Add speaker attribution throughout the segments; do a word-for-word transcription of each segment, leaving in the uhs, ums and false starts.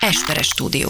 Speaker 1: Esperes Stúdió.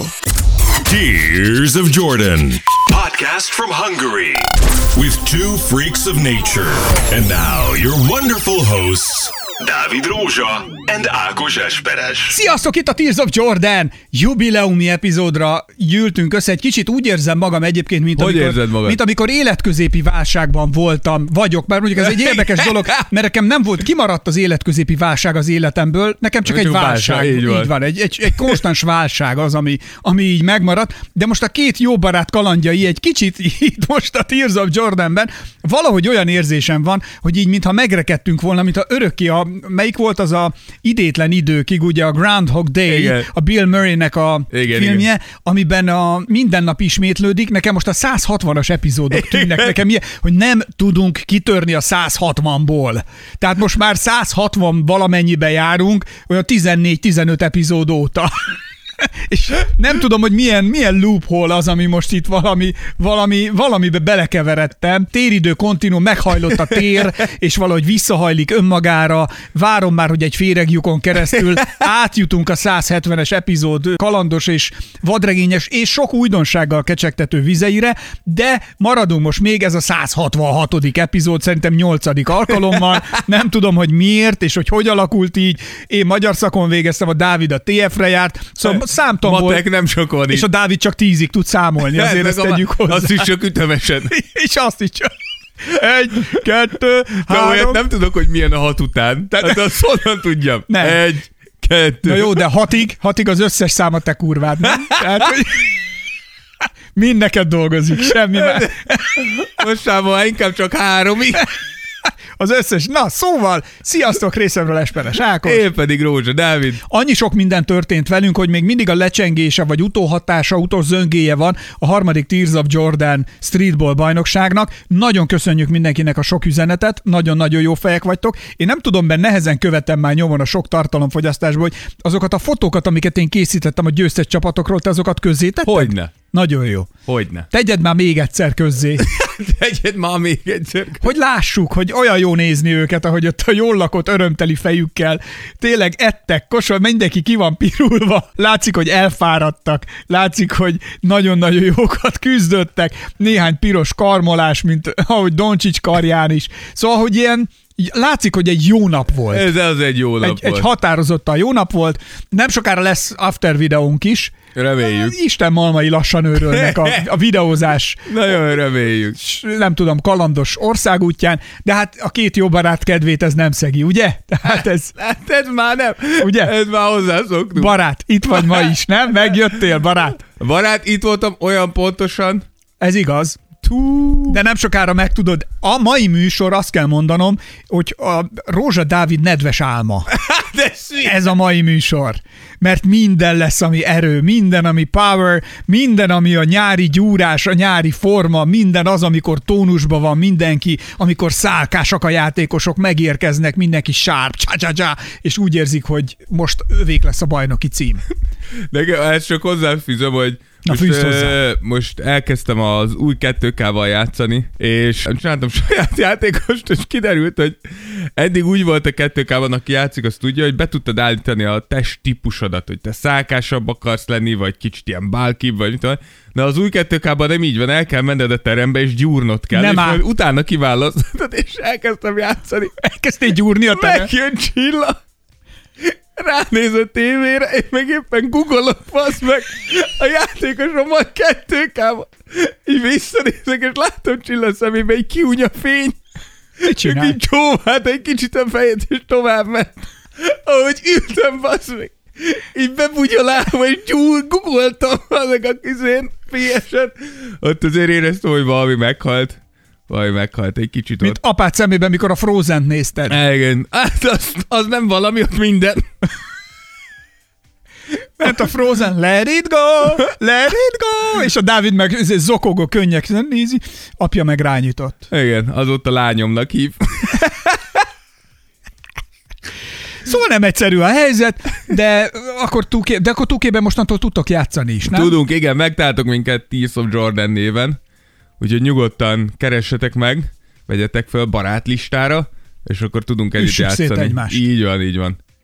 Speaker 2: Tears of Jordan. Podcast from Hungary. With two freaks of nature. And now your wonderful hosts, Dávid Rózsa and Ákos Esperes.
Speaker 3: Sziasztok, itt a Tears of Jordan jubileumi epizódra gyűltünk össze. Egy kicsit úgy érzem magam egyébként, mint, amikor, mint amikor életközépi válságban voltam, vagyok. Bár mondjuk ez egy érdekes dolog, mert nekem nem volt, kimaradt az életközépi válság az életemből, nekem csak egy válság. válság így, van. így van, egy, egy, egy konstans válság az, ami, ami így megmaradt. De most a két jó barát kalandjai egy kicsit itt most a Tears of Jordanben valahogy olyan érzésem van, hogy így mintha megrekedtünk volna, mintha örökké a melyik volt az a idétlen időkig, ugye a Groundhog Day, igen. a Bill Murraynek a igen, filmje, igen. amiben a minden nap ismétlődik. Nekem most a száz hatvanas epizódok tűnnek nekem ilyen, hogy nem tudunk kitörni a száz hatvanból. Tehát most már száz hatvan valamennyibe járunk, olyan tizennégy-tizenöt epizód óta. És nem tudom, hogy milyen, milyen loophole az, ami most itt valami, valami, valamibe belekeveredtem. Téridő kontinúum, meghajlott a tér, és valahogy visszahajlik önmagára. Várom már, hogy egy féregjukon keresztül átjutunk a száz hetvenes epizód kalandos és vadregényes és sok újdonsággal kecsegtető vizeire, de maradunk most még ez a száz hatvanhatodik epizód, szerintem nyolcadik alkalommal. Nem tudom, hogy miért, és hogy hogy alakult így. Én magyar szakon végeztem, a Dávid a té ef-re járt, szóval számtomból.
Speaker 4: Matek nem sok van
Speaker 3: És
Speaker 4: itt.
Speaker 3: a Dávid csak tízig tud számolni, azért ezt tegyük hozzá.
Speaker 4: Azt is csak ütemesen.
Speaker 3: És azt is csak. Egy, kettő, három.
Speaker 4: Olyat nem tudok, hogy milyen a hat után. Tehát azt honnan tudjam.
Speaker 3: Nem.
Speaker 4: Egy, kettő.
Speaker 3: Na jó, de hatig, hatig az összes szám a te kurvád, nem? Tehát, hogy mind neked dolgozik, semmi már.
Speaker 4: Mostában inkább csak háromig.
Speaker 3: Az összes. Na, szóval, sziasztok, részemről Esperes Ákos.
Speaker 4: Én pedig Rózsa Dávid.
Speaker 3: Annyi sok minden történt velünk, hogy még mindig a lecsengése, vagy utóhatása, utózöngéje van a harmadik Tears of Jordan Streetball bajnokságnak. Nagyon köszönjük mindenkinek a sok üzenetet, nagyon-nagyon jó fejek vagytok. Én nem tudom, mert nehezen követem már nyomon a sok tartalomfogyasztásból, hogy azokat a fotókat, amiket én készítettem a győztes csapatokról, te azokat közzétetted?
Speaker 4: Hogyne.
Speaker 3: Nagyon jó.
Speaker 4: Hogyne.
Speaker 3: Tegyed már még egyszer közzé.
Speaker 4: Tegyed már még egyszer.
Speaker 3: Hogy lássuk, hogy olyan jó nézni őket, ahogy ott a jól lakott örömteli fejükkel tényleg ettek, kosol, mindenki ki van pirulva. Látszik, hogy elfáradtak. Látszik, hogy nagyon-nagyon jókat küzdöttek. Néhány piros karmolás, mint ahogy Doncsics karján is. Szóval, hogy ilyen látszik, hogy egy jó nap volt.
Speaker 4: Ez az egy jó nap
Speaker 3: egy,
Speaker 4: volt.
Speaker 3: Egy határozottan jó nap volt. Nem sokára lesz after videónk is.
Speaker 4: Reméljük.
Speaker 3: Isten malmai lassan őrölnek a, a videózás.
Speaker 4: Nagyon reméljük.
Speaker 3: Nem tudom, kalandos országútján, de hát a két jó barát kedvét ez nem szegi, ugye? Tehát ez...
Speaker 4: Hát ez már nem.
Speaker 3: Ugye?
Speaker 4: Ez már hozzászoktunk.
Speaker 3: Barát, itt vagy ma is, nem? Megjöttél, barát.
Speaker 4: Barát, itt voltam olyan pontosan.
Speaker 3: Ez igaz. De nem sokára megtudod, a mai műsor, azt kell mondanom, hogy a Rózsa Dávid nedves álma.
Speaker 4: De
Speaker 3: ez a mai műsor. Mert minden lesz, ami erő, minden, ami power, minden, ami a nyári gyúrás, a nyári forma, minden az, amikor tónusban van mindenki, amikor szálkásak a játékosok, megérkeznek, mindenki sárp, csa-csa-csa, és úgy érzik, hogy most övék lesz a bajnoki cím.
Speaker 4: De ezt csak hozzáfűzöm, hogy
Speaker 3: Na,
Speaker 4: most, uh, most elkezdtem az új kettő ká-val játszani, és csináltam saját játékost, és kiderült, hogy eddig úgy volt a kettő ká-ban, aki játszik, azt tudja, hogy be tudtad állítani a test típusodat, hogy te szálkásabb akarsz lenni, vagy kicsit ilyen bálkibb, vagy mit tudom. De az új kettő ká-ban nem így van, el kell menned a terembe, és gyúrnod kell.
Speaker 3: Nem
Speaker 4: és
Speaker 3: áll.
Speaker 4: Utána kiválasztod, és elkezdtem játszani.
Speaker 3: Elkezdtél gyúrni a terem?
Speaker 4: Megjön Csilla. Ránéz a tévére, én meg éppen googolok, fasz meg a játékosommal kettő ká-ban. Így visszanézek, és látom Csilla szemébe, így kiúny a fény.
Speaker 3: Mit csinál?
Speaker 4: Így csóvált egy kicsit a fejét, és tovább ment. Ahogy ültem, fasz meg. Így bebugyolálva, és gyúr, googoltam azok a kizén, fiesen. Ott azért éreztem, hogy valami meghalt. Valami meghalt egy kicsit
Speaker 3: Mint
Speaker 4: ott.
Speaker 3: apád szemében, mikor a Frozen-t nézted.
Speaker 4: Igen. Hát az, az nem valami, ott minden.
Speaker 3: Ment a Frozen, let it go, let it go, és a Dávid meg zokogó könnyek nézi, apja meg rányított.
Speaker 4: Igen, azóta lányomnak hív.
Speaker 3: Szóval nem egyszerű a helyzet, de akkor túké, de akkor túkében mostantól tudtok játszani is, nem?
Speaker 4: Tudunk, igen, megtaláltok minket Tears of Jordan néven, úgyhogy nyugodtan keressetek meg, vegyetek fel barátlistára, és akkor tudunk együtt
Speaker 3: Üssük szét
Speaker 4: játszani.
Speaker 3: egymást.
Speaker 4: Így van, így van.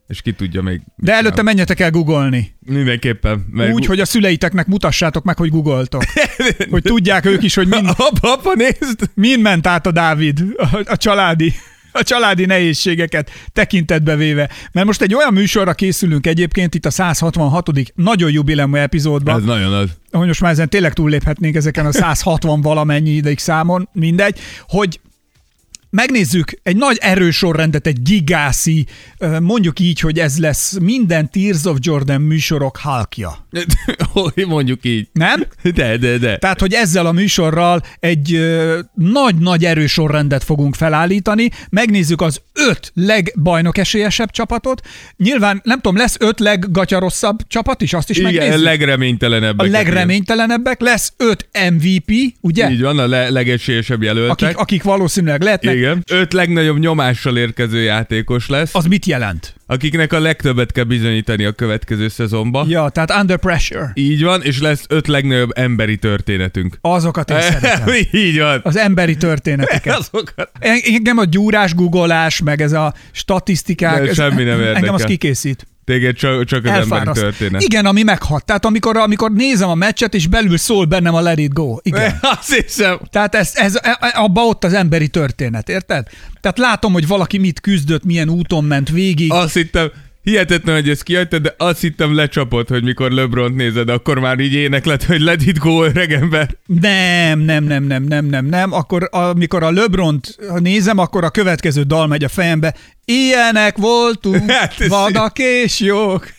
Speaker 4: és ki tudja még.
Speaker 3: De előtte nem. menjetek el googolni.
Speaker 4: Mindenképpen.
Speaker 3: Meg... Úgy, hogy a szüleiteknek mutassátok meg, hogy googoltok. Hogy tudják ők is, hogy mind...
Speaker 4: Apa, apa, nézd!
Speaker 3: Mind ment át a Dávid, a, a családi... a családi nehézségeket tekintetbe véve. Mert most egy olyan műsorra készülünk egyébként itt a száz hatvanhatodik nagyon jubileumi epizódban.
Speaker 4: Ez nagyon az.
Speaker 3: Hogy most már ezen tényleg túlléphetnénk ezeken a száz hatvan valamennyi ideig számon, mindegy, hogy megnézzük egy nagy erősorrendet, egy gigászi, mondjuk így, hogy ez lesz minden Tears of Jordan műsorok Hulkja.
Speaker 4: Mondjuk így.
Speaker 3: Nem?
Speaker 4: De, de, de.
Speaker 3: Tehát, hogy ezzel a műsorral egy nagy-nagy erősorrendet fogunk felállítani, megnézzük az öt legbajnokesélyesebb csapatot. Nyilván, nem tudom, lesz öt leggatyarosszabb csapat is, azt is
Speaker 4: igen,
Speaker 3: megnézzük.
Speaker 4: Igen, legreménytelenebbek.
Speaker 3: A legreménytelenebbek, lesz öt em vé pé, ugye?
Speaker 4: Így van, a le- legesélyesebb jelöltek.
Speaker 3: Akik, akik valószínűleg lehetnek.
Speaker 4: Igen. Öt legnagyobb nyomással érkező játékos lesz.
Speaker 3: Az mit jelent?
Speaker 4: Akiknek a legtöbbet kell bizonyítani a következő szezonban.
Speaker 3: Ja, tehát under pressure.
Speaker 4: Így van, és lesz öt legnagyobb emberi történetünk.
Speaker 3: Azokat én szeretem.
Speaker 4: Így van.
Speaker 3: Az emberi történeteket.
Speaker 4: Azokat.
Speaker 3: Engem a gyúrás googolás, meg ez a statisztikák.
Speaker 4: De semmi nem érdekel.
Speaker 3: Engem az kikészít.
Speaker 4: Téged csak, csak az emberi történet.
Speaker 3: Igen, ami meghat. Tehát amikor, amikor nézem a meccset, és belül szól bennem a Let It Go. Igen.
Speaker 4: Azt hiszem.
Speaker 3: Tehát ez, ez, abba ott az emberi történet, érted? Tehát látom, hogy valaki mit küzdött, milyen úton ment végig.
Speaker 4: Azt hittem, hihetetlen, hogy ezt kihagytad, de azt hittem lecsapott, hogy mikor LeBront nézed, akkor már így éneklet, hogy Let It Go, öregember.
Speaker 3: Nem, nem, nem, nem, nem, nem, nem. Akkor, amikor a LeBront nézem, akkor a következő dal megy a fejembe. Ilyenek voltunk, hát vadak és jók.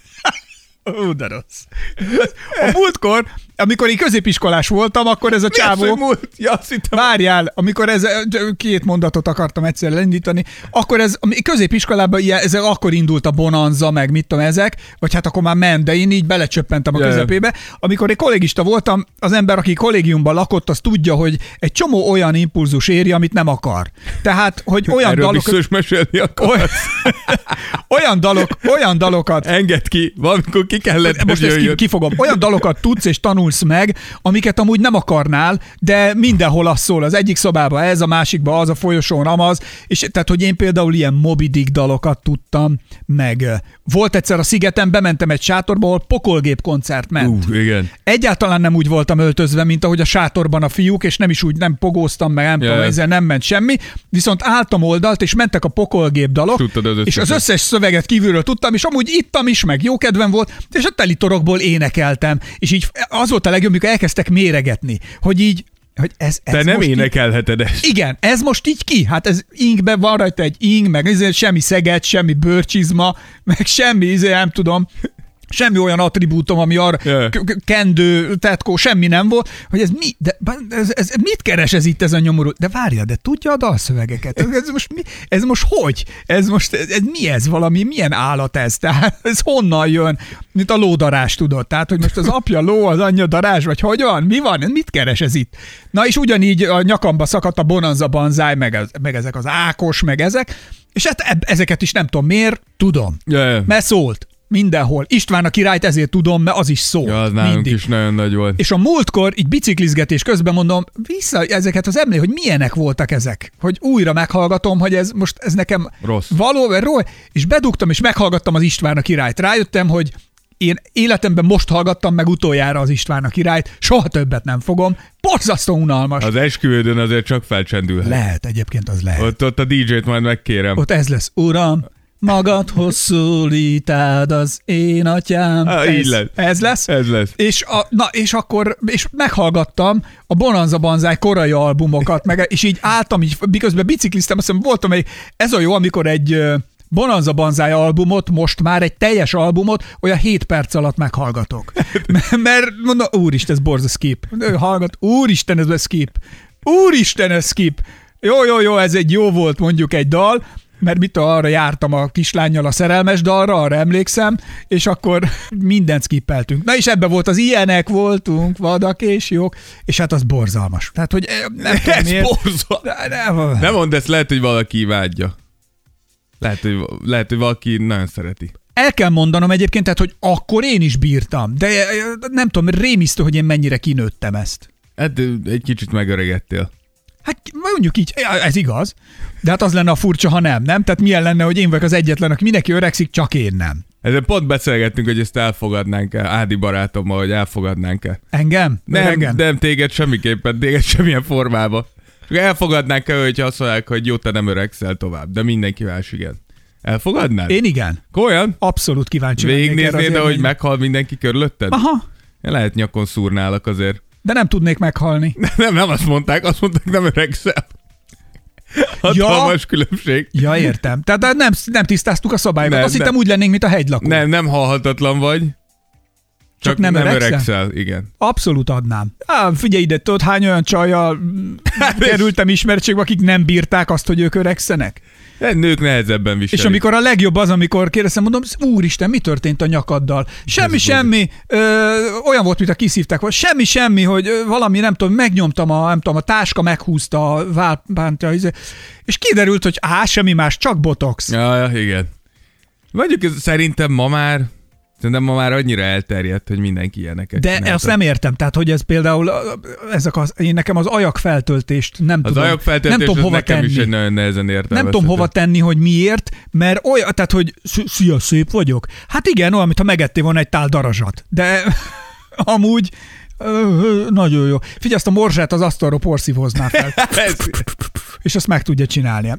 Speaker 3: Ú, de rossz. A múltkor, amikor én középiskolás voltam, akkor ez a csávó...
Speaker 4: Mi az, múlt? Ja, azt hittem.
Speaker 3: Várjál, amikor ez, két mondatot akartam egyszer elindítani, akkor ez középiskolában ilyen, ez akkor indult a Bonanza, meg mit tudom ezek, vagy hát akkor már ment, de én így belecsöppentem a közepébe. Amikor egy kollégista voltam, az ember, aki kollégiumban lakott, az tudja, hogy egy csomó olyan impulzus éri, amit nem akar. Tehát, hogy olyan
Speaker 4: Erről
Speaker 3: dalok...
Speaker 4: biztos mesélni akarsz.
Speaker 3: Olyan dalok, olyan dalokat...
Speaker 4: Engedd ki, valamikor ki kellett,
Speaker 3: most ezt ki, kifogom. Olyan dalokat tudsz és tanulsz meg, amiket amúgy nem akarnál, de mindenhol az szól. Az egyik szobában ez, a másikban az, a folyosón amaz, és tehát, hogy én például ilyen Moby Dick dalokat tudtam, meg volt egyszer a Szigeten, bementem egy sátorba, ahol Pokolgép koncert ment.
Speaker 4: Uh, igen.
Speaker 3: Egyáltalán nem úgy voltam öltözve, mint ahogy a sátorban a fiúk, és nem is úgy nem pogóztam, meg nem yeah. tudom, ezzel nem ment semmi, viszont álltam oldalt, és mentek a Pokolgép dalok, az és az összes szöveget kívülről tudtam, és amúgy ittam is, meg jó kedvem volt, és a telitorokból énekeltem, és így az volt a legjobb, amikor elkezdtek méregetni, hogy így hogy ez, ez
Speaker 4: Te nem énekelheted ezt.
Speaker 3: Igen, ez most így ki? Hát ez ingben van rajta egy ing, meg ezért semmi szeget, semmi bőrcsizma, meg semmi, ezért nem tudom, semmi olyan attribútum, ami arra yeah. kendő, tetkó, semmi nem volt, hogy ez mi, de ez, ez, mit keres ez itt ez a nyomorú? De várja, de tudja a dalszövegeket? Ez most mi? Ez most hogy? Ez most, ez, ez mi ez valami? Milyen állat ez? Tehát ez honnan jön? Mint a lódarás, tudod? Tehát, hogy most az apja ló, az anyja darázs, vagy hogy van? Mi van? Mit keres ez itt? Na és ugyanígy a nyakamba szakadt a Bonanza Banzai, meg, az, meg ezek az Ákos, meg ezek, és hát ezeket is nem tudom miért, tudom.
Speaker 4: Yeah, yeah.
Speaker 3: Mert szólt. Mindenhol. István a királyt ezért tudom, mert az is szól.
Speaker 4: Ja, az nálunk mindig. Is nagyon nagy volt.
Speaker 3: És a múltkor, így biciklizgetés közben mondom, vissza ezeket az emlé, hogy milyenek voltak ezek. Hogy újra meghallgatom, hogy ez most ez nekem
Speaker 4: rossz.
Speaker 3: Való, rossz. És bedugtam, és meghallgattam az István a királyt. Rájöttem, hogy én életemben most hallgattam meg utoljára az István a királyt, soha többet nem fogom. Borzasztó unalmas.
Speaker 4: Az esküvődön azért csak felcsendülhet.
Speaker 3: Lehet, egyébként az lehet.
Speaker 4: Ott, ott a dé dzsét majd megkérem.
Speaker 3: Ott ez lesz. Uram, magadhoz szólítád az én atyám.
Speaker 4: Ah,
Speaker 3: ez,
Speaker 4: így lesz.
Speaker 3: ez lesz.
Speaker 4: Ez lesz.
Speaker 3: És, a, na, és akkor és meghallgattam a Bonanza Banzai korai albumokat, meg, és így álltam, így, miközben bicikliztem, azt hiszem voltam egy, ez a jó, amikor egy Bonanza Banzai albumot, most már egy teljes albumot olyan hét perc alatt meghallgatok. Mert mondom, úristen, ez borza skip. Hallgat, úristen, ez skip. Úristen, ez skip. Jó, jó, jó, ez egy jó volt mondjuk egy dal, mert mit arra jártam a kislánnyal a szerelmes dalra, arra emlékszem, és akkor mindent skippeltünk. Na és ebben volt az ilyenek voltunk, vadak és jók, és hát az borzalmas. Tehát, hogy nem tudom
Speaker 4: ez
Speaker 3: miért.
Speaker 4: borzalmas. Nem, nem mondd ezt, lehet, hogy valaki imádja. Lehet hogy, lehet, hogy valaki nagyon szereti.
Speaker 3: El kell mondanom egyébként, tehát, hogy akkor én is bírtam, de nem tudom, rémisztő, hogy én mennyire kinőttem ezt.
Speaker 4: Hát egy kicsit megöregettél.
Speaker 3: Hát mondjuk így, ez igaz, de hát az lenne a furcsa, ha nem, nem? Tehát milyen lenne, hogy én vagyok az egyetlen, aki mindenki öregszik, csak én nem.
Speaker 4: Ezen pont beszélgettünk, hogy ezt elfogadnánk-e, Ádi barátommal, hogy elfogadnánk-e.
Speaker 3: Engem?
Speaker 4: Nem,
Speaker 3: Engem?
Speaker 4: nem téged semmiképpen, téged semmilyen formában. Elfogadnánk-e, hogyha azt mondják, hogy jó, te nem öregszel tovább, de mindenki más igen. Elfogadnád?
Speaker 3: Én igen.
Speaker 4: Komolyan?
Speaker 3: Abszolút kíváncsi.
Speaker 4: Végignéznéd, ahogy meghal mindenki körülötted?
Speaker 3: Aha.
Speaker 4: Lehet nyakon szúrnálak azért.
Speaker 3: De nem tudnék meghalni.
Speaker 4: Nem, nem azt mondták, azt mondták, nem öregszel. Hatalmas ja. különbség.
Speaker 3: Ja, értem. Tehát nem, nem tisztáztuk a szabályokat. Nem, azt nem. hittem úgy lennénk, mint a hegylakó.
Speaker 4: Nem, nem halhatatlan vagy. Csak, Csak nem, nem öregszel? öregszel? Igen.
Speaker 3: Abszolút adnám. Á, figyelj ide, tudod, hány olyan csajjal kerültem ismertségbe, akik nem bírták azt, hogy ők öregszenek?
Speaker 4: Nők nehezebben viselik.
Speaker 3: És amikor a legjobb az, amikor kérdezem, mondom, úristen, mi történt a nyakaddal? Semmi, Ez semmi, ö, olyan volt, mint a kiszívták, vagy semmi, semmi, hogy ö, valami, nem tudom, megnyomtam a, nem tudom, a táska meghúzta a válpántja, és kiderült, hogy á, semmi más, csak botox.
Speaker 4: Ja, ja, igen. Mondjuk ez szerintem ma már, szerintem ma már annyira elterjedt, hogy mindenki ilyeneket
Speaker 3: De csinálta. Azt nem értem, tehát hogy ez például, ezek az, én nekem az ajakfeltöltést nem
Speaker 4: az
Speaker 3: tudom,
Speaker 4: ajakfeltöltés
Speaker 3: nem tudom hova
Speaker 4: nekem
Speaker 3: tenni.
Speaker 4: Is egy nagyon nehezen értelmezhető.
Speaker 3: Nem tudom hova tenni, hogy miért, mert olyan, tehát hogy szia, szép vagyok. Hát igen, olyan, mintha megettél volna egy tál darazsat, de amúgy nagyon jó. Figyelj, azt a morzsát az asztalról porszívhozná fel. És azt meg tudja csinálni.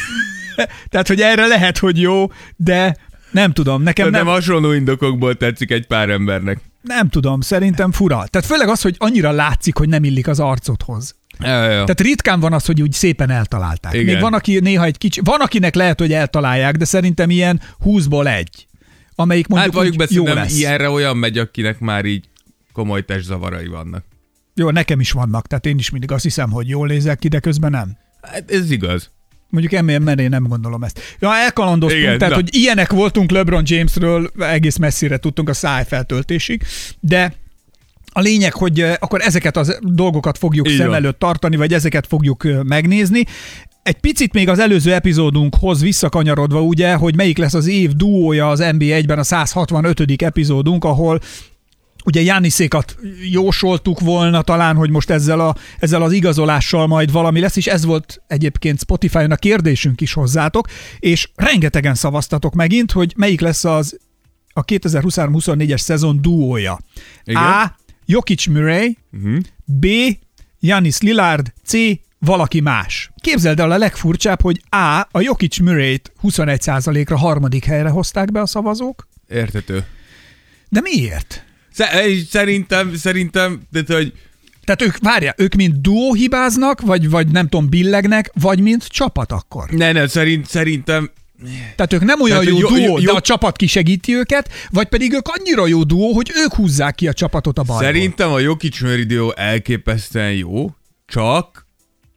Speaker 3: Tehát, hogy erre lehet, hogy jó, de nem tudom, nekem
Speaker 4: de
Speaker 3: nem...
Speaker 4: nem hasonló indokokból tetszik egy pár embernek.
Speaker 3: Nem tudom, szerintem fura. Tehát főleg az, hogy annyira látszik, hogy nem illik az arcodhoz.
Speaker 4: Ja, ja.
Speaker 3: Tehát ritkán van az, hogy úgy szépen eltalálták. Igen. Még van, aki néha egy kicsi... Van, akinek lehet, hogy eltalálják, de szerintem ilyen húszból egy. Amelyik mondjuk
Speaker 4: hát,
Speaker 3: úgy
Speaker 4: beszél,
Speaker 3: jó
Speaker 4: nem,
Speaker 3: lesz.
Speaker 4: Ilyenre olyan megy, akinek már így komoly testzavarai vannak.
Speaker 3: Jó, nekem is vannak, tehát én is mindig azt hiszem, hogy jól nézek ki, de közben nem.
Speaker 4: Hát ez igaz.
Speaker 3: Mondjuk emiatt, mert én nem gondolom ezt. Ja, elkalandoztunk, igen, tehát, na. hogy ilyenek voltunk LeBron Jamesről, egész messzire tudtunk a szájfeltöltésig, de a lényeg, hogy akkor ezeket a dolgokat fogjuk Igen. szem előtt tartani, vagy ezeket fogjuk megnézni. Egy picit még az előző epizódunkhoz visszakanyarodva, ugye, hogy melyik lesz az év duója az en bé egyben, a száz hatvanötödik epizódunk, ahol ugye Giannisékat jósoltuk volna talán, hogy most ezzel, a, ezzel az igazolással majd valami lesz, és ez volt egyébként Spotify-on a kérdésünk is hozzátok, és rengetegen szavaztatok megint, hogy melyik lesz az a kétezer-huszonhárom huszonnégyes szezon duója. Igen? A. Jokic Murray, uh-huh. B. Giannis Lillard, C. Valaki más. Képzeld el, a legfurcsább, hogy A. A Jokic Murrayt huszonegy százalékra harmadik helyre hozták be a szavazók.
Speaker 4: Érthető.
Speaker 3: De miért?
Speaker 4: Szerintem, szerintem, de hogy...
Speaker 3: Tehát ők, várjál, ők mint duó hibáznak, vagy, vagy nem tudom, billegnek, vagy mint csapat akkor?
Speaker 4: Ne, ne, szerint, szerintem...
Speaker 3: Tehát ők nem olyan Tehát, jó, jó duó, jó, jó, de a csapat kisegíti őket, vagy pedig ők annyira jó duó, hogy ők húzzák ki a csapatot a bajból.
Speaker 4: Szerintem a Jokic Murray duó elképesztően jó, csak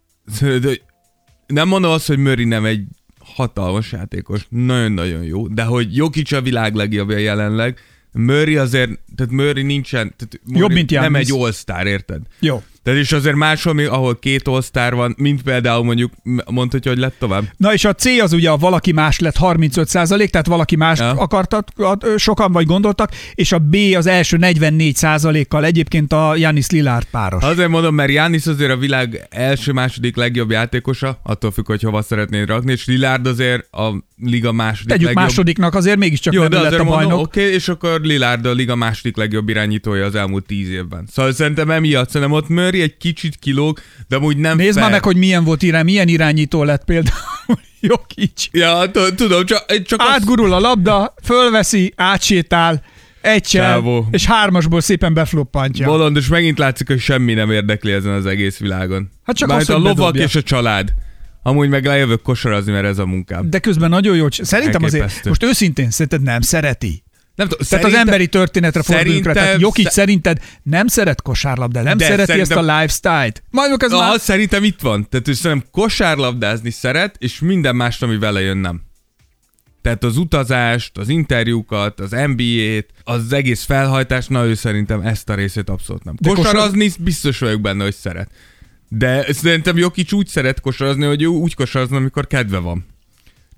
Speaker 4: nem mondom azt, hogy Murray nem egy hatalmas játékos, nagyon-nagyon jó, de hogy Jokic a világ legjobbja jelenleg, Murray azért, tehát Murray nincsen, tehát Murray
Speaker 3: jobb, mint
Speaker 4: nem egy all-star, érted?
Speaker 3: Jó.
Speaker 4: Tehát és azért máshol, ahol két all-star van, mint például mondjuk, mondhatja, hogy lett tovább.
Speaker 3: Na és a C az ugye a valaki más lett harmincöt százalék, tehát valaki más ja. akartat sokan vagy gondoltak, és a B az első negyvennégy százalékkal egyébként a Giannis Lillard páros.
Speaker 4: Azért mondom, mert Giannis azért a világ első-második legjobb játékosa, attól függ, hogy hova szeretnéd rakni, és Lillard azért a liga második
Speaker 3: Tegyük
Speaker 4: legjobb.
Speaker 3: másodiknak azért mégiscsak
Speaker 4: Jó,
Speaker 3: nem
Speaker 4: de
Speaker 3: lett a bajnok.
Speaker 4: Oké, okay, és akkor Lillard a liga második legjobb irányítója az elmúlt tíz évben. Szóval szerintem emiatt, szerintem ott Murray egy kicsit kilóg, de amúgy nem
Speaker 3: Nézd
Speaker 4: fel.
Speaker 3: már meg, hogy milyen volt irány, milyen irányító lett például Jokic.
Speaker 4: Ja, tudom, csak, csak
Speaker 3: átgurul a labda, fölveszi, átsétál, egysel, és hármasból szépen befloppantja.
Speaker 4: Bolond, és megint látszik, hogy semmi nem érdekli ezen az egész világon.
Speaker 3: Hát csak
Speaker 4: Bár
Speaker 3: az,
Speaker 4: a lovak bedobja. És a család. Amúgy meg lejövök kosarazni, mert ez a munkám.
Speaker 3: De közben nagyon jó. Szerintem azért, most őszintén szerinted nem szereti.
Speaker 4: Nem tudom,
Speaker 3: tehát az emberi történetre forduljunk rá. Tehát Jokic sz... szerinted nem szeret kosárlabdát, nem de szereti szerintem... ezt a lifestyle-t. Majd ez
Speaker 4: ah,
Speaker 3: már...
Speaker 4: Szerintem itt van. Tehát ő szerintem kosárlabdázni szeret, és minden más, ami vele jön, nem. Tehát az utazást, az interjúkat, az en bé á-t, az egész felhajtást, na ő szerintem ezt a részét abszolút nem. De kosarazni kosar... biztos vagyok benne, hogy szeret. De szerintem Jokic úgy szeret kosarazni, hogy ő úgy kosarazna, amikor kedve van.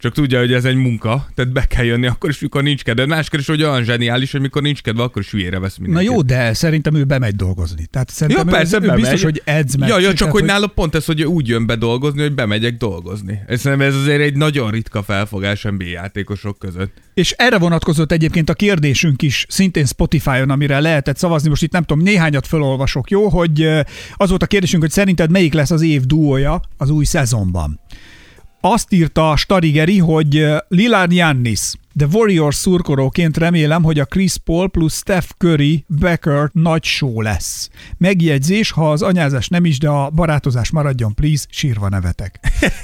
Speaker 4: Csak tudja, hogy ez egy munka, tehát be kell jönni akkor is, mikor nincs kedve. Máskor is, hogy olyan zseniális, hogy mikor nincs kedve, akkor is hülyére vesz mindenkit.
Speaker 3: Na jó, de szerintem ő bemegy dolgozni. Tehát szerintem
Speaker 4: ja, persze,
Speaker 3: ő, ő biztos, hogy edz meg.
Speaker 4: Ja, ja, csak
Speaker 3: tehát,
Speaker 4: hogy
Speaker 3: hogy
Speaker 4: nála pont ez, hogy úgy jön be dolgozni, hogy bemegyek dolgozni. Szerintem ez azért egy nagyon ritka felfogás en bé á játékosok között.
Speaker 3: És erre vonatkozott egyébként a kérdésünk is, szintén Spotify-on, amire lehetett szavazni. Most itt nem tudom, néhányat felolvasok, jó? Hogy az volt a kérdésünk, hogy szerinted melyik lesz az év duója az új szezonban. Azt írta Starigeri, hogy Lillard Giannis, de Warriors szurkolóként remélem, hogy a Chris Paul plusz Steph Curry Becker nagy show lesz. Megjegyzés, ha az anyázás nem is, de a barátozás maradjon, please, sírva nevetek.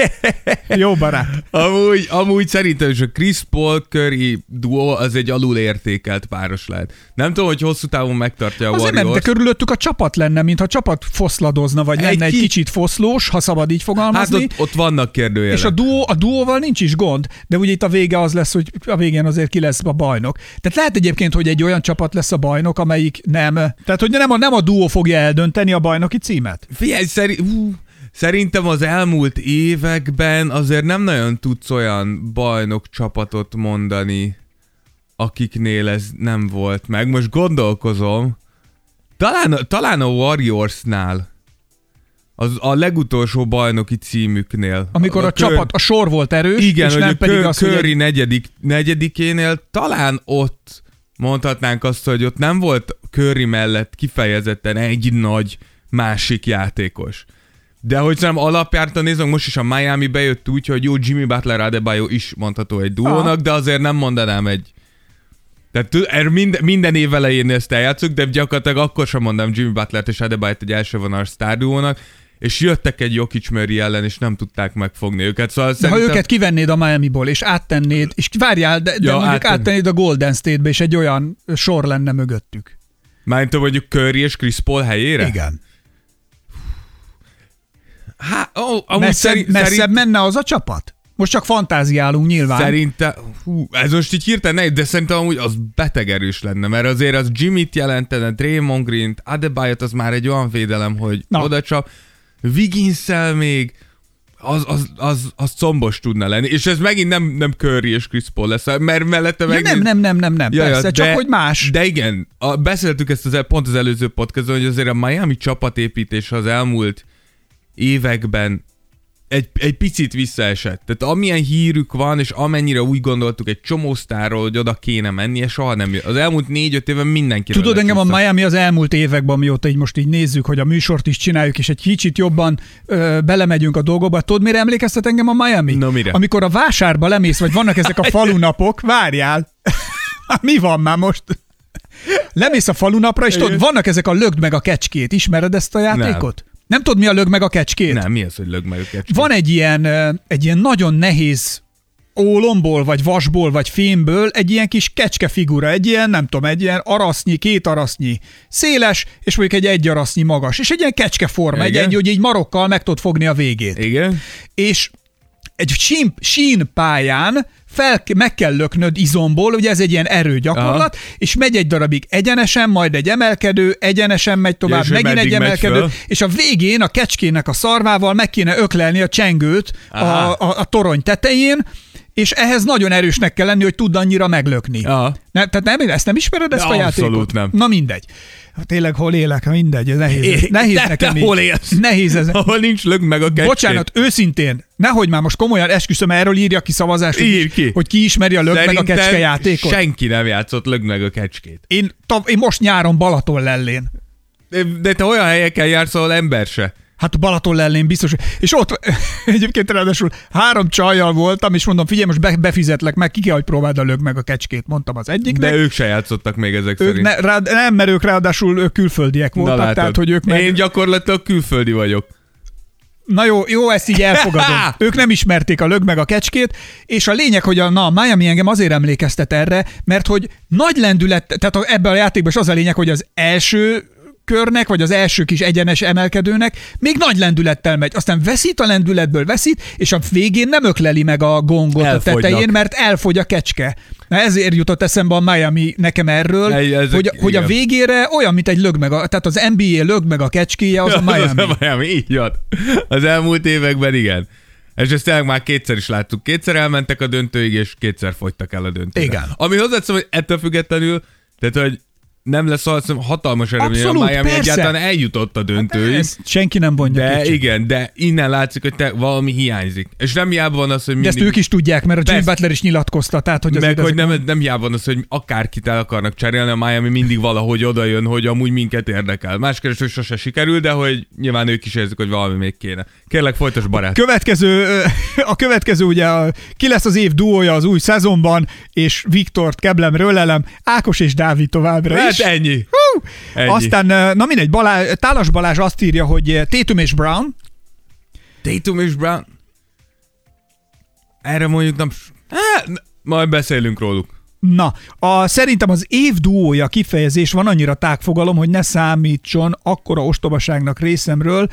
Speaker 3: Jó barát.
Speaker 4: Amúgy, amúgy szerintem is a Chris Paul Curry duo az egy alulértékelt páros lehet. Nem tudom, hogy hosszú távon megtartja a
Speaker 3: Azért
Speaker 4: Warriors.
Speaker 3: nem, de körülöttük a csapat lenne, mintha a csapat foszladozna, vagy lenne egy, egy ki... kicsit foszlós, ha szabad így fogalmazni.
Speaker 4: Hát ott, ott vannak kérdőjelek.
Speaker 3: És a duó, a duóval nincs is gond, de ugye itt a vége az lesz, hogy a végén azért ki lesz a bajnok. Tehát lehet egyébként, hogy egy olyan csapat lesz a bajnok, amelyik nem, tehát hogy nem a, nem a duó fogja eldönteni a bajnoki címet.
Speaker 4: Figyelj, szeri, hú, szerintem az elmúlt években azért nem nagyon tudsz olyan bajnok csapatot mondani, akiknél ez nem volt meg. Most gondolkozom, talán, talán a Warriorsnál, az a legutolsó bajnoki címüknél.
Speaker 3: Amikor a, a kör... csapat, a sor volt erős,
Speaker 4: igen,
Speaker 3: és
Speaker 4: hogy
Speaker 3: nem
Speaker 4: a
Speaker 3: pedig
Speaker 4: kör,
Speaker 3: az,
Speaker 4: Curry
Speaker 3: hogy...
Speaker 4: negyedik, negyedikénél talán ott mondhatnánk azt, hogy ott nem volt Curry mellett kifejezetten egy nagy másik játékos. De hogy szerintem alapjártan nézem, most is a Miami bejött úgy, hogy jó, Jimmy Butler Adebayo is mondható egy duónak, de azért nem mondanám egy... Tehát minden, minden év elején ezt eljátszuk, de gyakorlatilag akkor sem mondom Jimmy Butlert és Adebayot egy első vonalas sztárduónak, és jöttek egy Jokic Murray ellen, és nem tudták megfogni őket. Szóval
Speaker 3: de
Speaker 4: szerintem...
Speaker 3: ha őket kivennéd a Miamiból, és áttennéd, és várjál, de, de ja, mondjuk áttenn... áttennéd a Golden State-be, és egy olyan sor lenne mögöttük.
Speaker 4: Mármint mondjuk Curry és Chris Paul helyére?
Speaker 3: Igen.
Speaker 4: Há, ó, amúgy
Speaker 3: messzebb,
Speaker 4: szerint,
Speaker 3: messzebb
Speaker 4: szerint...
Speaker 3: menne az a csapat? Most csak fantáziálunk nyilván.
Speaker 4: Szerintem, hú, ez most így hirtelen nehéz, de szerintem amúgy az beteg erős lenne, mert azért az Jimmyt jelentene, Draymond Green-t, Adebayot az már egy olyan védelem, hogy na. Oda csak Wiggins-szel még, az, az, az, az combos tudna lenni. És ez megint nem, nem Curry és Chris Paul lesz, mert mellette
Speaker 3: ja,
Speaker 4: meg...
Speaker 3: Nem, nem, nem, nem, nem, ja, persze, ja, csak de, hogy más.
Speaker 4: De igen, a, beszéltük ezt az, pont az előző podcaston, hogy azért a Miami csapatépítés az elmúlt években Egy, egy picit visszaesett. Tehát amilyen hírük van, és amennyire úgy gondoltuk egy csomó sztárról, hogy oda kéne mennie, soha nem jön. Az elmúlt négy-öt évben mindenkiről.
Speaker 3: Tudod, engem
Speaker 4: vissza.
Speaker 3: A Miami az elmúlt években, mióta így most így nézzük, hogy a műsort is csináljuk, és egy kicsit jobban ö, belemegyünk a dolgokba. Tudod, mire emlékeztet engem a Miami?
Speaker 4: No, mire?
Speaker 3: Amikor a vásárba lemész, vagy vannak ezek a falunapok, várjál. Mi van már most? Lemész a falunapra, és tudod, vannak ezek a lögd meg a kecskét. Ismered ezt a játékot? Nem. Nem tudod, mi a lög meg a kecskét?
Speaker 4: Nem, mi az, hogy lög meg a kecskét?
Speaker 3: Van egy ilyen, egy ilyen nagyon nehéz ólomból, vagy vasból, vagy fémből egy ilyen kis kecske figura, egy ilyen, nem tudom, egy ilyen arasznyi, két arasznyi széles, és mondjuk egy egy arasznyi magas, és egy ilyen kecske forma, egy, egy, hogy így marokkal meg tudod fogni a végét.
Speaker 4: Igen.
Speaker 3: És egy sín, sín pályán fel, meg kell löknöd izomból, ugye ez egy ilyen erőgyakorlat, aha, és megy egy darabig egyenesen, majd egy emelkedő, egyenesen megy tovább, ja, megint egy emelkedő, és a végén a kecskének a szarvával meg kéne öklelni a csengőt a, a, a torony tetején, és ehhez nagyon erősnek kell lenni, hogy tud annyira meglökni. Ne, tehát nem, ezt nem ismered, ezt ja, a játékot?
Speaker 4: Abszolút nem.
Speaker 3: Na mindegy. Tényleg hol élek, mindegy, ez nehéz. É, nehéz
Speaker 4: te,
Speaker 3: nekem
Speaker 4: te
Speaker 3: így.
Speaker 4: hol élsz?
Speaker 3: Nehéz ez.
Speaker 4: Ahol nincs lög meg a kecskét.
Speaker 3: Bocsánat, őszintén, nehogy már most komolyan esküszöm, erről írja ki szavazást,
Speaker 4: Ír ki.
Speaker 3: hogy ki ismeri a lög
Speaker 4: Szerintem
Speaker 3: meg a kecske játékot.
Speaker 4: Senki nem játszott lög meg a kecskét.
Speaker 3: Én, tav- én most nyáron Balaton lellén.
Speaker 4: De, de te olyan helyeken jársz, ahol ember se.
Speaker 3: Hát Balaton lellén biztos. És ott egyébként ráadásul három csajjal voltam, és mondom, figyelj, most be, befizetlek meg, ki kell, hogy próbáld a lög meg a kecskét, mondtam az egyiknek.
Speaker 4: De ők se játszottak még ezek
Speaker 3: ők
Speaker 4: szerint.
Speaker 3: Ne, rá, nem, mert ők ráadásul ők külföldiek voltak,
Speaker 4: na,
Speaker 3: tehát hogy ők meg...
Speaker 4: Én gyakorlatilag külföldi vagyok.
Speaker 3: Na jó, jó, ezt így elfogadom. Ők nem ismerték a lög meg a kecskét, és a lényeg, hogy a na, Miami engem azért emlékeztet erre, mert hogy nagy lendület, tehát ebben a játékban is az a lényeg, hogy az első körnek, vagy az első kis egyenes emelkedőnek még nagy lendülettel megy. Aztán veszít a lendületből, veszít, és a végén nem ökleli meg a gongot elfogynak a tetején, mert elfogy a kecske. Na ezért jutott eszembe a Miami nekem erről, Egy, ezek, hogy, hogy a végére olyan, mint egy lög meg a, tehát az en bé á lög meg a kecskéje, az a Miami.
Speaker 4: Az a Miami, így van. Az elmúlt években igen. És ezt tényleg már kétszer is láttuk. Kétszer elmentek a döntőig, és kétszer fogytak el a döntőig.
Speaker 3: Igen.
Speaker 4: Ami hozzátszom, hogy ettől függetlenül, tehát, hogy nem lesz az, hatalmas eredmény, a Miami egyáltalán eljutott a döntőig. Hát
Speaker 3: senki nem vonja
Speaker 4: de
Speaker 3: kicsit.
Speaker 4: Igen, de innen látszik, hogy te, valami hiányzik. És nem hiába van az, hogy mindig...
Speaker 3: De ezt ők is tudják, mert a Jimmy Persze. Butler is nyilatkozta. Tehát, hogy
Speaker 4: meg, hogy nem, nem hiába van az, hogy akárkit el akarnak cserélni, a Miami mindig valahogy odajön, hogy amúgy minket érdekel. Más keres, hogy sose sikerül, de hogy nyilván ők is érzik, hogy valami még kéne. Kérlek, folytas, barát.
Speaker 3: Következő, a következő ugye, a, ki lesz az év duója az új szezonban, és Viktort keblemről lelem, Ákos és Dávid továbbra is.
Speaker 4: Hát ennyi.
Speaker 3: Ennyi. Aztán, na mindegy, Balázs, Tálas Balázs azt írja, hogy Tatum és Brown.
Speaker 4: Tatum és Brown? Erre mondjuk nem... Hát, majd beszélünk róluk.
Speaker 3: Na, a, szerintem az év duója kifejezés van annyira tágfogalom, hogy ne számítson akkora ostobaságnak részemről.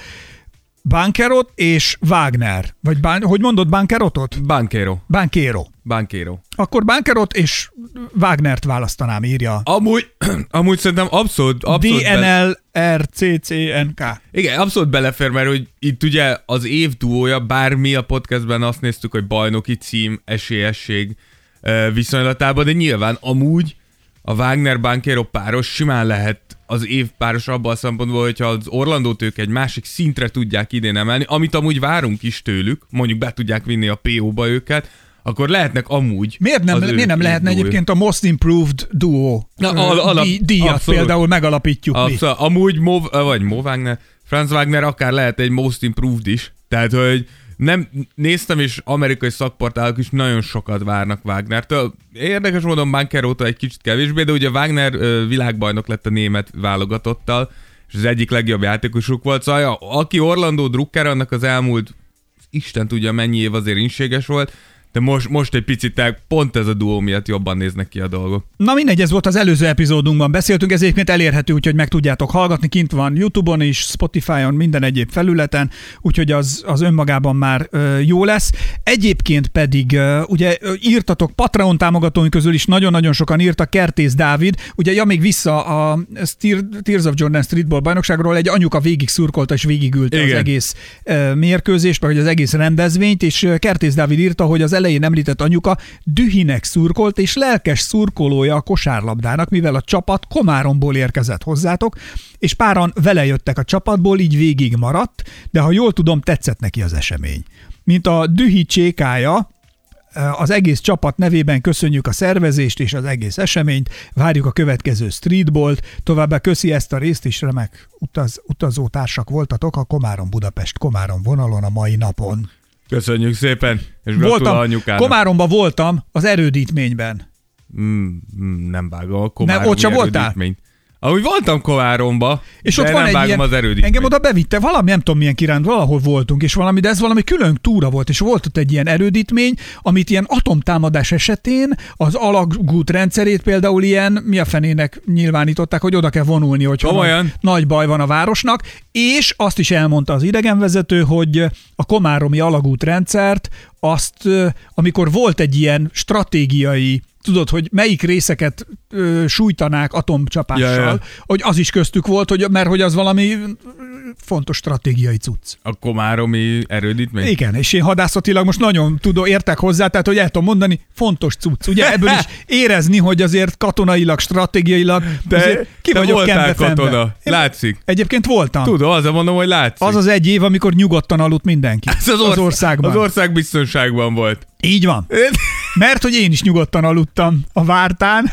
Speaker 3: Bankerot és Wagner. Vagy bán, hogy mondod Bankerotot?
Speaker 4: Bankero.
Speaker 3: Bankero.
Speaker 4: Bankero.
Speaker 3: Akkor Bankerot és Wagnert választanám, írja.
Speaker 4: Amúgy, amúgy szerintem abszolút... abszolút
Speaker 3: D N L R C C N K.
Speaker 4: Igen, abszolút belefér, mert hogy itt ugye az év duója, bár mi a podcastben azt néztük, hogy bajnoki cím, esélyesség viszonylatában, de nyilván amúgy a Wagner-Bankero páros simán lehet az év páros abban a szempontból, hogyha az Orlandót ők egy másik szintre tudják idén emelni, amit amúgy várunk is tőlük, mondjuk be tudják vinni a pé ó-ba őket, akkor lehetnek amúgy...
Speaker 3: Miért nem, miért nem lehetne duó. Egyébként a Most Improved Duo Na, al- alap, díjat abszolút. Például megalapítjuk
Speaker 4: abszolút. Mi? Amúgy Mo, vagy Mo Wagner, Franz Wagner akár lehet egy Most Improved is, tehát hogy nem néztem, és amerikai szakportálok is nagyon sokat várnak Wagnertől. Érdekes módon Bankerótól egy kicsit kevésbé, de ugye Wagner világbajnok lett a német válogatottal, és az egyik legjobb játékosuk volt. Szóval aki Orlando Drucker, annak az elmúlt, Isten tudja mennyi év azért inséges volt, de most, most egy picit pont ez a duó miatt jobban néznek ki a dolgok.
Speaker 3: Na mindegy, ez volt az előző epizódunkban beszéltünk, ez egyébként elérhető, úgyhogy meg tudjátok hallgatni, kint van YouTube-on is, Spotify-on, minden egyéb felületen, úgyhogy az, az önmagában már ö, jó lesz. Egyébként pedig ö, ugye írtatok, Patreon támogatóink közül is nagyon-nagyon sokan írtak, Kertész Dávid, ugye ja még vissza a Tears of Jordan Streetball bajnokságról egy anyuka végig szurkolta és végigülte Igen. az egész ö, mérkőzést, vagy az egész rendezvényt, és Kertész Dávid írta, hogy az elején említett anyuka dühinek szurkolt, és lelkes szurkolója a kosárlabdának, mivel a csapat Komáromból érkezett hozzátok, és páran vele jöttek a csapatból, így végig maradt, de ha jól tudom, tetszett neki az esemény. Mint a dühi csékája, az egész csapat nevében köszönjük a szervezést és az egész eseményt, várjuk a következő streetballt, továbbá köszi ezt a részt is, remek utaz, utazótársak voltatok a Komárom-Budapest-Komárom vonalon a mai napon.
Speaker 4: Köszönjük szépen, és gratulál anyukának.
Speaker 3: Komáromban voltam az erődítményben.
Speaker 4: Mm, mm, nem vágom a Komáromi
Speaker 3: ott sem voltál?
Speaker 4: Ahogy voltam Komáromba,
Speaker 3: és
Speaker 4: de
Speaker 3: ott van
Speaker 4: nem
Speaker 3: egy
Speaker 4: vágom
Speaker 3: ilyen,
Speaker 4: az erődítményt.
Speaker 3: Engem oda bevitte, valami nem tudom milyen kiránt, valahol voltunk, és valami, de ez valami külön túra volt, és volt ott egy ilyen erődítmény, amit ilyen atomtámadás esetén az alagút rendszerét például ilyen, mi a fenének nyilvánították, hogy oda kell vonulni, hogyha nagy, nagy baj van a városnak, és azt is elmondta az idegenvezető, hogy a komáromi alagút rendszert azt, amikor volt egy ilyen stratégiai, tudod, hogy melyik részeket ö, sújtanák atomcsapással, ja, ja. hogy az is köztük volt, hogy, mert hogy az valami fontos stratégiai cucc.
Speaker 4: A komáromi erődítmény?
Speaker 3: Igen, és én hadászatilag most nagyon tudom, értek hozzá, tehát hogy el tudom mondani, fontos cucc. Ugye ebből is érezni, hogy azért katonailag, stratégiailag
Speaker 4: de ki
Speaker 3: te
Speaker 4: vagyok voltál katona, látszik.
Speaker 3: Egyébként voltam.
Speaker 4: Tudom, azért mondom, hogy látszik.
Speaker 3: Az az egy év, amikor nyugodtan aludt mindenki.
Speaker 4: Ez az,
Speaker 3: az országban.
Speaker 4: Az ország biztonságban volt.
Speaker 3: Így van. Mert hogy én is nyugodtan aludtam a vártán.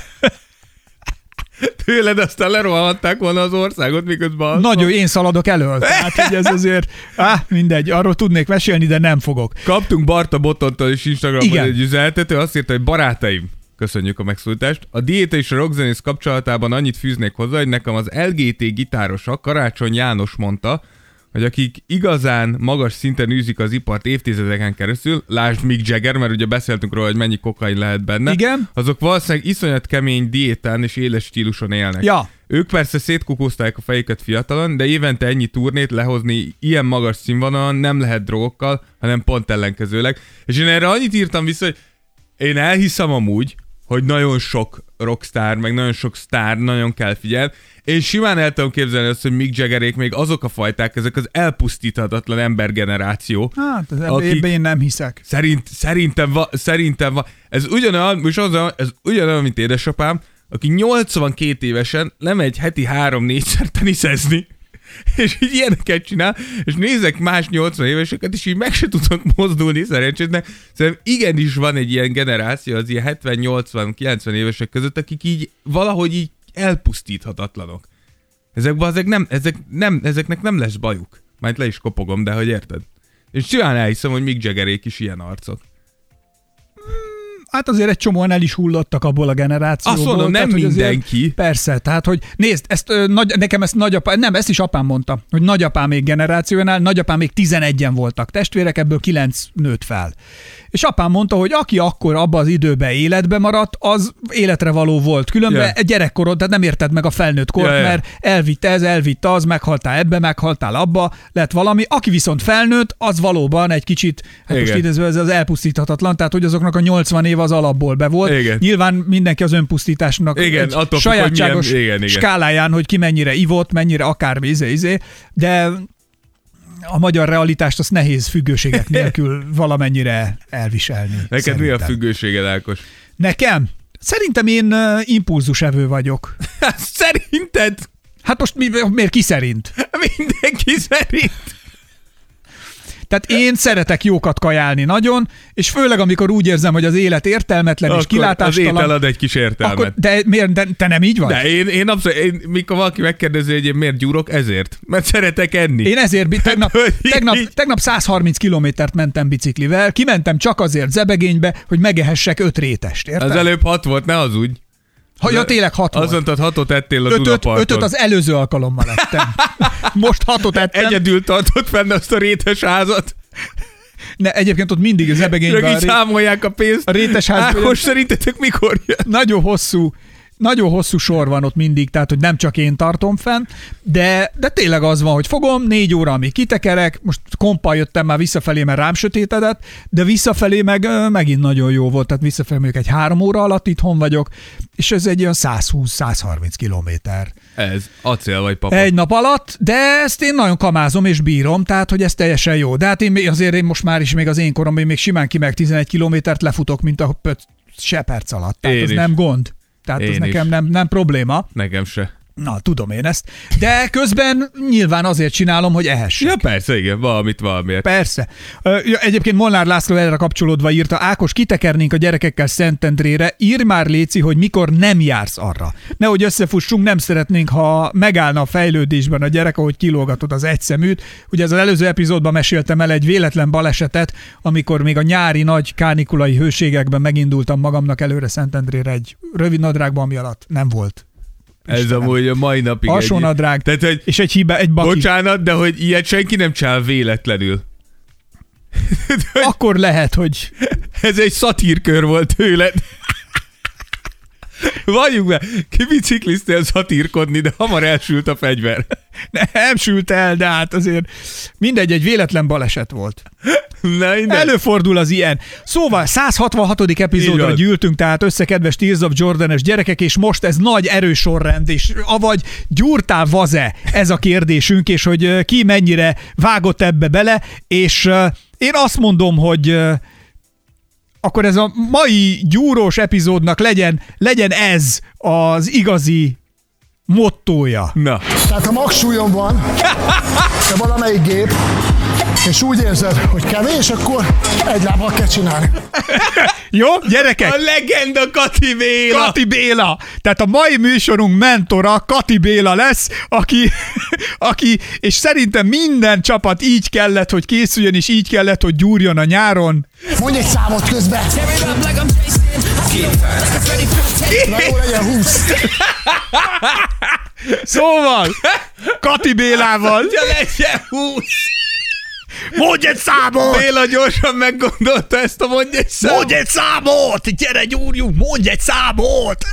Speaker 4: Tőled aztán lerohanták volna az országot, miközben... Az
Speaker 3: Nagyon, én szaladok elől. Tehát, hogy ez azért... Á, mindegy, arról tudnék mesélni, de nem fogok.
Speaker 4: Kaptunk Barta Botontól is Instagramon egy üzenetet, ő azt írta, hogy barátaim, köszönjük a megszólítást. A diéta és a rockzenész kapcsolatában annyit fűznék hozzá, hogy nekem az el gé té gitárosa Karácsony János mondta, hogy akik igazán magas szinten űzik az ipart évtizedeken keresztül, lásd Mick Jagger, mert ugye beszéltünk róla, hogy mennyi kokain lehet benne,
Speaker 3: igen?
Speaker 4: Azok valószínűleg iszonyat kemény diétán és éles stíluson élnek.
Speaker 3: Ja.
Speaker 4: Ők persze szétkukózták a fejüket fiatalon, de évente ennyi turnét lehozni ilyen magas színvonalon nem lehet drogokkal, hanem pont ellenkezőleg. És én erre annyit írtam vissza, hogy én elhiszem amúgy, hogy nagyon sok rockstar, meg nagyon sok sztár nagyon kell figyelni. Én simán el tudom képzelni azt, hogy Mick Jaggerék még azok a fajták, ezek az elpusztíthatatlan embergeneráció.
Speaker 3: Hát, ebben én nem hiszek.
Speaker 4: Szerint, szerintem van, szerintem van. Ez ugyanolyan, most az, ez ugyanolyan, mint édesapám, aki nyolcvankét évesen lemegy heti három-négyszer teniszezni, és így ilyeneket csinál, és nézek más nyolcvan éveseket, és így meg se tudok mozdulni szerencsétlen. Szerintem igenis van egy ilyen generáció, az ilyen hetven-nyolcvan-kilencven évesek között, akik így valahogy így elpusztíthatatlanok. Ezek, ezek nem, ezek nem, ezeknek nem lesz bajuk. Majd le is kopogom, de hogy érted? És simán elhiszem, hogy Mick Jaggerék is ilyen arcok.
Speaker 3: Hát azért egy csomóan el is hullottak abból a generációból.
Speaker 4: Azt mondom, nem tehát, mindenki.
Speaker 3: Azért, persze, tehát hogy nézd, ezt, ö, nagy, nekem ezt nagyapám, nem, ezt is apám mondta, hogy nagyapám még generációnál, nagyapám még tizenegyen voltak testvérek, ebből kilenc nőtt fel. És apám mondta, hogy aki akkor abban az időben életbe maradt, az életre való volt. Különben yeah. gyerekkorod, tehát nem érted meg a felnőtt kort, yeah, yeah. mert elvitte ez, elvitte az, meghaltál ebbe, meghaltál abba, lett valami. Aki viszont felnőtt, az valóban egy kicsit, hát most idézve ez az elpusztíthatatlan, tehát hogy azoknak a nyolcvan év az alapból be volt. Igen. Nyilván mindenki az önpusztításnak
Speaker 4: igen,
Speaker 3: egy
Speaker 4: attól
Speaker 3: sajátságos
Speaker 4: függ, hogy milyen, igen, igen.
Speaker 3: skáláján, hogy ki mennyire ivott, mennyire akármi, izé, izé, de a magyar realitást azt nehéz függőségek nélkül valamennyire elviselni.
Speaker 4: Neked szerintem. Mi a függőséged, Ákos?
Speaker 3: Nekem? Szerintem én uh, impulzusevő vagyok.
Speaker 4: Szerinted?
Speaker 3: Hát most mi, miért ki szerint?
Speaker 4: Mindenki szerint.
Speaker 3: Tehát én szeretek jókat kajálni nagyon, és főleg amikor úgy érzem, hogy az élet értelmetlen akkor és kilátástalan.
Speaker 4: Az étel ad egy kis értelmet. Akkor,
Speaker 3: de miért, de te nem így vagy?
Speaker 4: De én, én abszolút, én, mikor valaki megkérdezi, hogy én miért gyúrok, ezért. Mert szeretek enni.
Speaker 3: Én ezért, tegnap, tegnap, tegnap száz harminc kilométert mentem biciklivel, kimentem csak azért Zebegénybe, hogy megehessek öt rétest, érted?
Speaker 4: Az előbb hat volt, ne hazudj.
Speaker 3: Ha, ja, tényleg hat volt.
Speaker 4: Azt mondtad, hatot ettél a
Speaker 3: ötöt,
Speaker 4: Dunaparton.
Speaker 3: Ötöt az előző alkalommal ettem. Most hatot ettem.
Speaker 4: Egyedül tartott fenn azt a rétes házat.
Speaker 3: Ne, egyébként ott mindig az Zebegényben.
Speaker 4: Ők így számolják a pénzt.
Speaker 3: A rétes házban.
Speaker 4: Most szerintetek mikor jön?
Speaker 3: Nagyon hosszú. Nagyon hosszú sor van ott mindig, tehát hogy nem csak én tartom fenn, de, de tényleg az van, hogy fogom, négy óra, amíg kitekerek, most kompal jöttem már visszafelé, mert rám sötétedett, de visszafelé meg megint nagyon jó volt, tehát visszafelé mondjuk egy három óra alatt itthon vagyok, és ez egy olyan száz húsz száz harminc kilométer.
Speaker 4: Ez acél vagy papa.
Speaker 3: Egy nap alatt, de ezt én nagyon kamázom és bírom, tehát hogy ez teljesen jó. De hát én azért én most már is még az én koromban még simán kimeg tizenegy kilométert lefutok, mint a pöt se perc alatt. Tehát én ez is. Nem gond. Tehát én ez nekem nem, nem probléma.
Speaker 4: Nekem se.
Speaker 3: Na, tudom én ezt. De közben nyilván azért csinálom, hogy ehessek.
Speaker 4: Ja, persze, igen, valamit valamiért.
Speaker 3: Persze. Egyébként Molnár László erre kapcsolódva írta, Ákos, kitekernénk a gyerekekkel Szentendrére, írj már léci, hogy mikor nem jársz arra. Nehogy összefussunk, nem szeretnénk, ha megállna a fejlődésben a gyerek, ahogy kilógatod az egyszeműt. Ugye ez az előző epizódban meséltem el egy véletlen balesetet, amikor még a nyári nagy kánikulai hőségekben megindultam magamnak előre Szentendrére egy rövid nadrágban, ami alatt nem volt.
Speaker 4: Ez Istenem. Amúgy a mai napig
Speaker 3: alsónadrág, tehát, hogy és egy hiba, egy baki.
Speaker 4: Bocsánat, de hogy ilyet senki nem csinál véletlenül.
Speaker 3: Akkor lehet, hogy...
Speaker 4: Ez egy szatírkör volt tőled. Valljuk be, kibicikliztél szatírkodni, de hamar elsült a fegyver.
Speaker 3: Nem sült el, de hát azért mindegy, egy véletlen baleset volt.
Speaker 4: Na,
Speaker 3: előfordul az ilyen. Szóval száz hatvanhatodik epizódra gyűltünk, tehát összekedves Tears of Jordan-es gyerekek, és most ez nagy erős sorrend, és avagy gyúrtál vaze ez a kérdésünk, és hogy ki mennyire vágott ebbe bele, és én azt mondom, hogy akkor ez a mai gyúrós epizódnak legyen, legyen ez az igazi mottója.
Speaker 4: Na.
Speaker 1: Tehát ha magsúlyom van, de valamelyik gép, és úgy érzed, hogy kevés, akkor egy lábbal kell csinálni.
Speaker 3: Jó, gyerekek?
Speaker 4: A legenda Kati Béla.
Speaker 3: Kati Béla. Tehát a mai műsorunk mentora Kati Béla lesz, aki, aki, és szerintem minden csapat így kellett, hogy készüljön, és így kellett, hogy gyúrjon a nyáron.
Speaker 1: Mondj egy számot közben. Na jó, legyen húsz.
Speaker 3: Szóval, Kati Bélával.
Speaker 4: Ja, legyen húsz.
Speaker 3: Mondj egy számot!
Speaker 4: Béla gyorsan meggondolta ezt a mondj egy számot.
Speaker 3: Mondj egy számot! Gyere, gyúrjunk, mondj egy számot!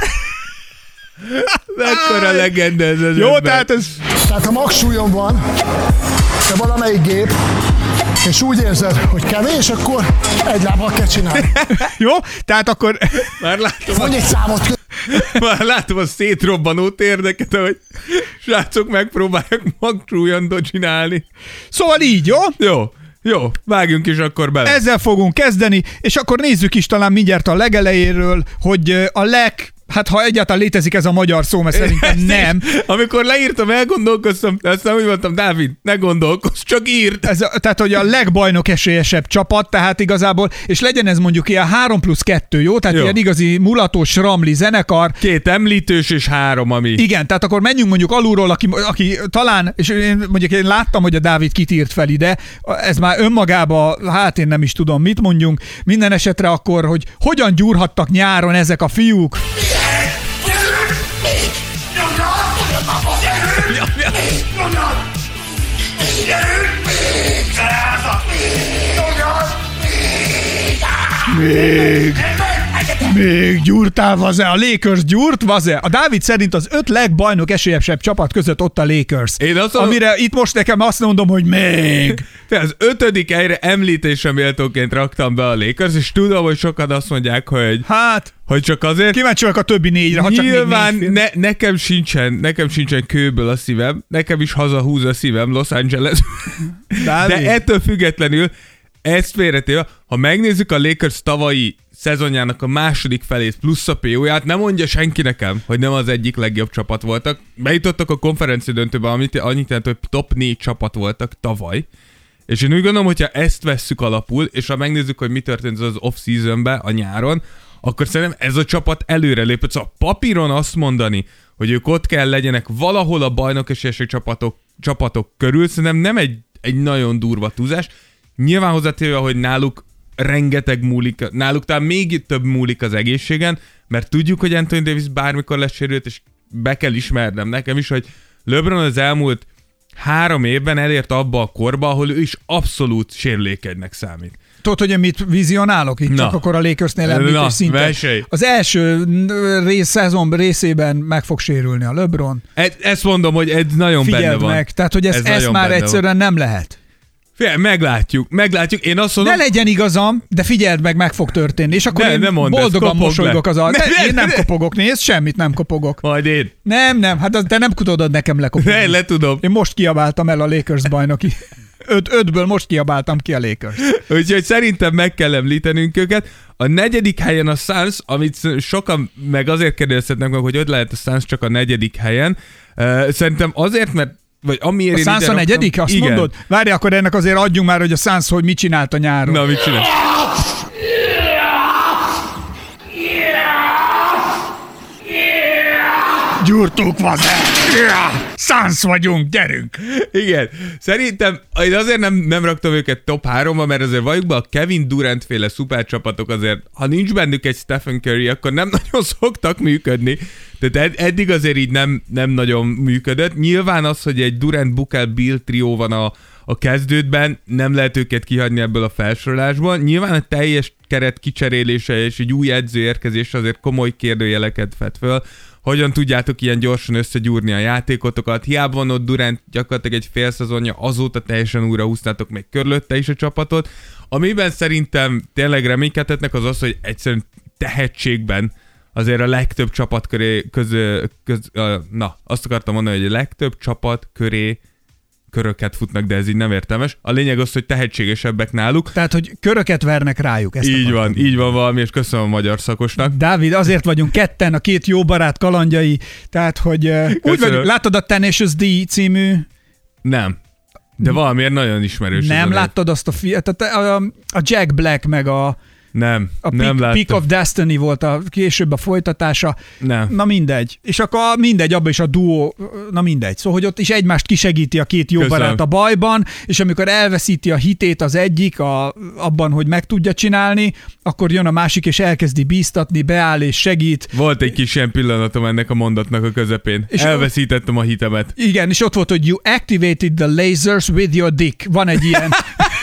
Speaker 4: Mekkora legenda ez az
Speaker 3: Jó,
Speaker 4: ember.
Speaker 3: tehát ez...
Speaker 1: Tehát ha magsúlyom van, de valamelyik gép, és úgy érzed, hogy kevés, akkor egy lábbal kell csinálni.
Speaker 3: Jó? Tehát akkor...
Speaker 4: Már látom,
Speaker 1: Mondj egy számot.
Speaker 4: már látom a szétrobbanó térdeket, hogy srácok megpróbálják magtrújandot csinálni.
Speaker 3: Szóval így, jó?
Speaker 4: Jó. Jó, vágjunk is akkor bele.
Speaker 3: Ezzel fogunk kezdeni, és akkor nézzük is talán mindjárt a legelejéről, hogy a leg... Hát ha egyáltalán létezik ez a magyar szó, mert szerintem nem.
Speaker 4: Amikor leírtam, elgondolkoztam, de aztán úgy mondtam, Dávid, ne gondolkozz, csak írd.
Speaker 3: Ez a, tehát, hogy a legbajnok esélyesebb csapat, tehát igazából, és legyen ez mondjuk ilyen három plusz kettő, jó? Tehát jó. Ilyen igazi mulatós ramli zenekar.
Speaker 4: Két említős és három, ami...
Speaker 3: Igen, tehát akkor menjünk mondjuk alulról, aki, aki talán, és én mondjuk én láttam, hogy a Dávid kit írt fel ide, ez már önmagában, hát én nem is tudom, mit mondjunk. Minden esetre akkor, hogy hogyan gyúrhattak nyáron ezek a fiúk. Még, még gyúrtál, vaze? A Lakers gyúrt, vaze? A Dávid szerint az öt legbajnok esélyesebb csapat között ott a Lakers.
Speaker 4: Én azt
Speaker 3: mondom, amire itt most nekem azt mondom, hogy még.
Speaker 4: Te az ötödik helyre említésre méltóként raktam be a Lakers, és tudom, hogy sokan azt mondják, hogy...
Speaker 3: Hát...
Speaker 4: Hogy csak azért...
Speaker 3: Kíváncsi vagyok a többi négyre, ha csak
Speaker 4: nyilván
Speaker 3: még
Speaker 4: ne, nekem sincsen, nekem sincsen kőből a szívem, nekem is hazahúz a szívem Los Angeles. De ettől függetlenül, ezt félretéve, ha megnézzük a Lakers tavalyi szezonjának a második felét plusz a pé ó-ját, nem mondja senki nekem, hogy nem az egyik legjobb csapat voltak. Bejutottak a konferencia döntőbe, amit annyit jelent, hogy top négy csapat voltak tavaly. És én úgy gondolom, hogyha ezt vesszük alapul, és ha megnézzük, hogy mi történt az off-seasonben, a nyáron, akkor szerintem ez a csapat előre lépett. Szóval papíron azt mondani, hogy ők ott kell legyenek valahol a bajnok esélyes csapatok, csapatok körül, szerintem nem egy, egy nagyon durva túlzás. Nyilván hozzátéve, hogy náluk rengeteg múlik, náluk talán még több múlik az egészségen, mert tudjuk, hogy Anthony Davis bármikor lesz sérült, és be kell ismernem nekem is, hogy LeBron az elmúlt három évben elért abba a korba, ahol ő is abszolút sérülékenynek számít.
Speaker 3: Tudod, hogy én mit vizionálok itt, csak akkor a Lakersnél említés szinten.
Speaker 4: Verseny.
Speaker 3: Az első rész, szezon részében meg fog sérülni a LeBron.
Speaker 4: E, ezt mondom, hogy ez nagyon
Speaker 3: Figyeld
Speaker 4: benne van.
Speaker 3: meg, tehát hogy ez, ez ezt már egyszerűen van. Nem lehet.
Speaker 4: Figyelj, meglátjuk, meglátjuk. Én azt mondom...
Speaker 3: Ne legyen igazam, de figyeld meg, meg fog történni. És akkor
Speaker 4: ne,
Speaker 3: én boldogan mosolygok az a... Ne, ne, én nem ne. kopogok, nézd, semmit nem kopogok.
Speaker 4: Majd én.
Speaker 3: Nem, nem, hát te nem tudod nekem lekopogni.
Speaker 4: Ne, le tudom.
Speaker 3: Én most kiabáltam el a Lakers bajnoki. Öt, ötből most kiabáltam ki a Lakers.
Speaker 4: Úgyhogy szerintem meg kell említenünk őket. A negyedik helyen a Suns, amit sokan meg azért kérdezhetnek meg, hogy ott lehet a Suns csak a negyedik helyen. Uh, szerintem azért, mert vagy amiért
Speaker 3: a Suns a negyedik? Azt igen. mondod? Várj, akkor ennek azért adjunk már, hogy a Suns hogy mit csinált a nyáron.
Speaker 4: Na, mit csinált?
Speaker 3: Gyúrtuk, vaze! Suns vagyunk, gyerünk!
Speaker 4: Igen. Szerintem én azért nem, nem raktam őket top háromba, mert azért valljuk be, a Kevin Durant féle szupercsapatok azért, ha nincs bennük egy Stephen Curry, akkor nem nagyon szoktak működni. Tehát ed- eddig azért így nem, nem nagyon működött. Nyilván az, hogy egy Durant, Booker, Bill trió van a, a kezdődben, nem lehet őket kihagyni ebből a felsorolásból. Nyilván a teljes keret kicserélése és egy új edző érkezése azért komoly kérdőjeleket vet föl. Hogyan tudjátok ilyen gyorsan összegyúrni a játékotokat? Hiába van ott Durant gyakorlatilag egy fél szezonja, azóta teljesen újra húztátok még körülötte is a csapatot. Amiben szerintem tényleg reménykedhetnek az az, hogy egyszerűen tehetségben azért a legtöbb csapat köré közö, köz, na, azt akartam mondani, hogy a legtöbb csapat köré köröket futnak, de ez így nem értelmes. A lényeg az, hogy tehetségesebbek náluk.
Speaker 3: Tehát, hogy köröket vernek rájuk. Ezt
Speaker 4: így van, így van valami, és köszönöm a magyar szakosnak.
Speaker 3: Dávid, azért vagyunk ketten, a két jó barát kalandjai, tehát, hogy uh, úgy vagyunk, látod a Tenacious D című?
Speaker 4: Nem. De valamiért nagyon ismerős.
Speaker 3: Nem láttad azt a fiat, a, a Jack Black meg a
Speaker 4: Nem,
Speaker 3: a
Speaker 4: nem
Speaker 3: Peak, Peak of Destiny volt a később a folytatása.
Speaker 4: Nem.
Speaker 3: Na mindegy. És akkor mindegy, abban is a duó, na mindegy. Szóval, hogy ott is egymást kisegíti a két jó
Speaker 4: Köszönöm.
Speaker 3: barát a bajban, és amikor elveszíti a hitét az egyik a, abban, hogy meg tudja csinálni, akkor jön a másik, és elkezdi bíztatni, beáll és segít.
Speaker 4: Volt egy kis ilyen pillanatom ennek a mondatnak a közepén. És elveszítettem a hitemet.
Speaker 3: Igen, és ott volt, hogy you activated the lasers with your dick. Van egy ilyen...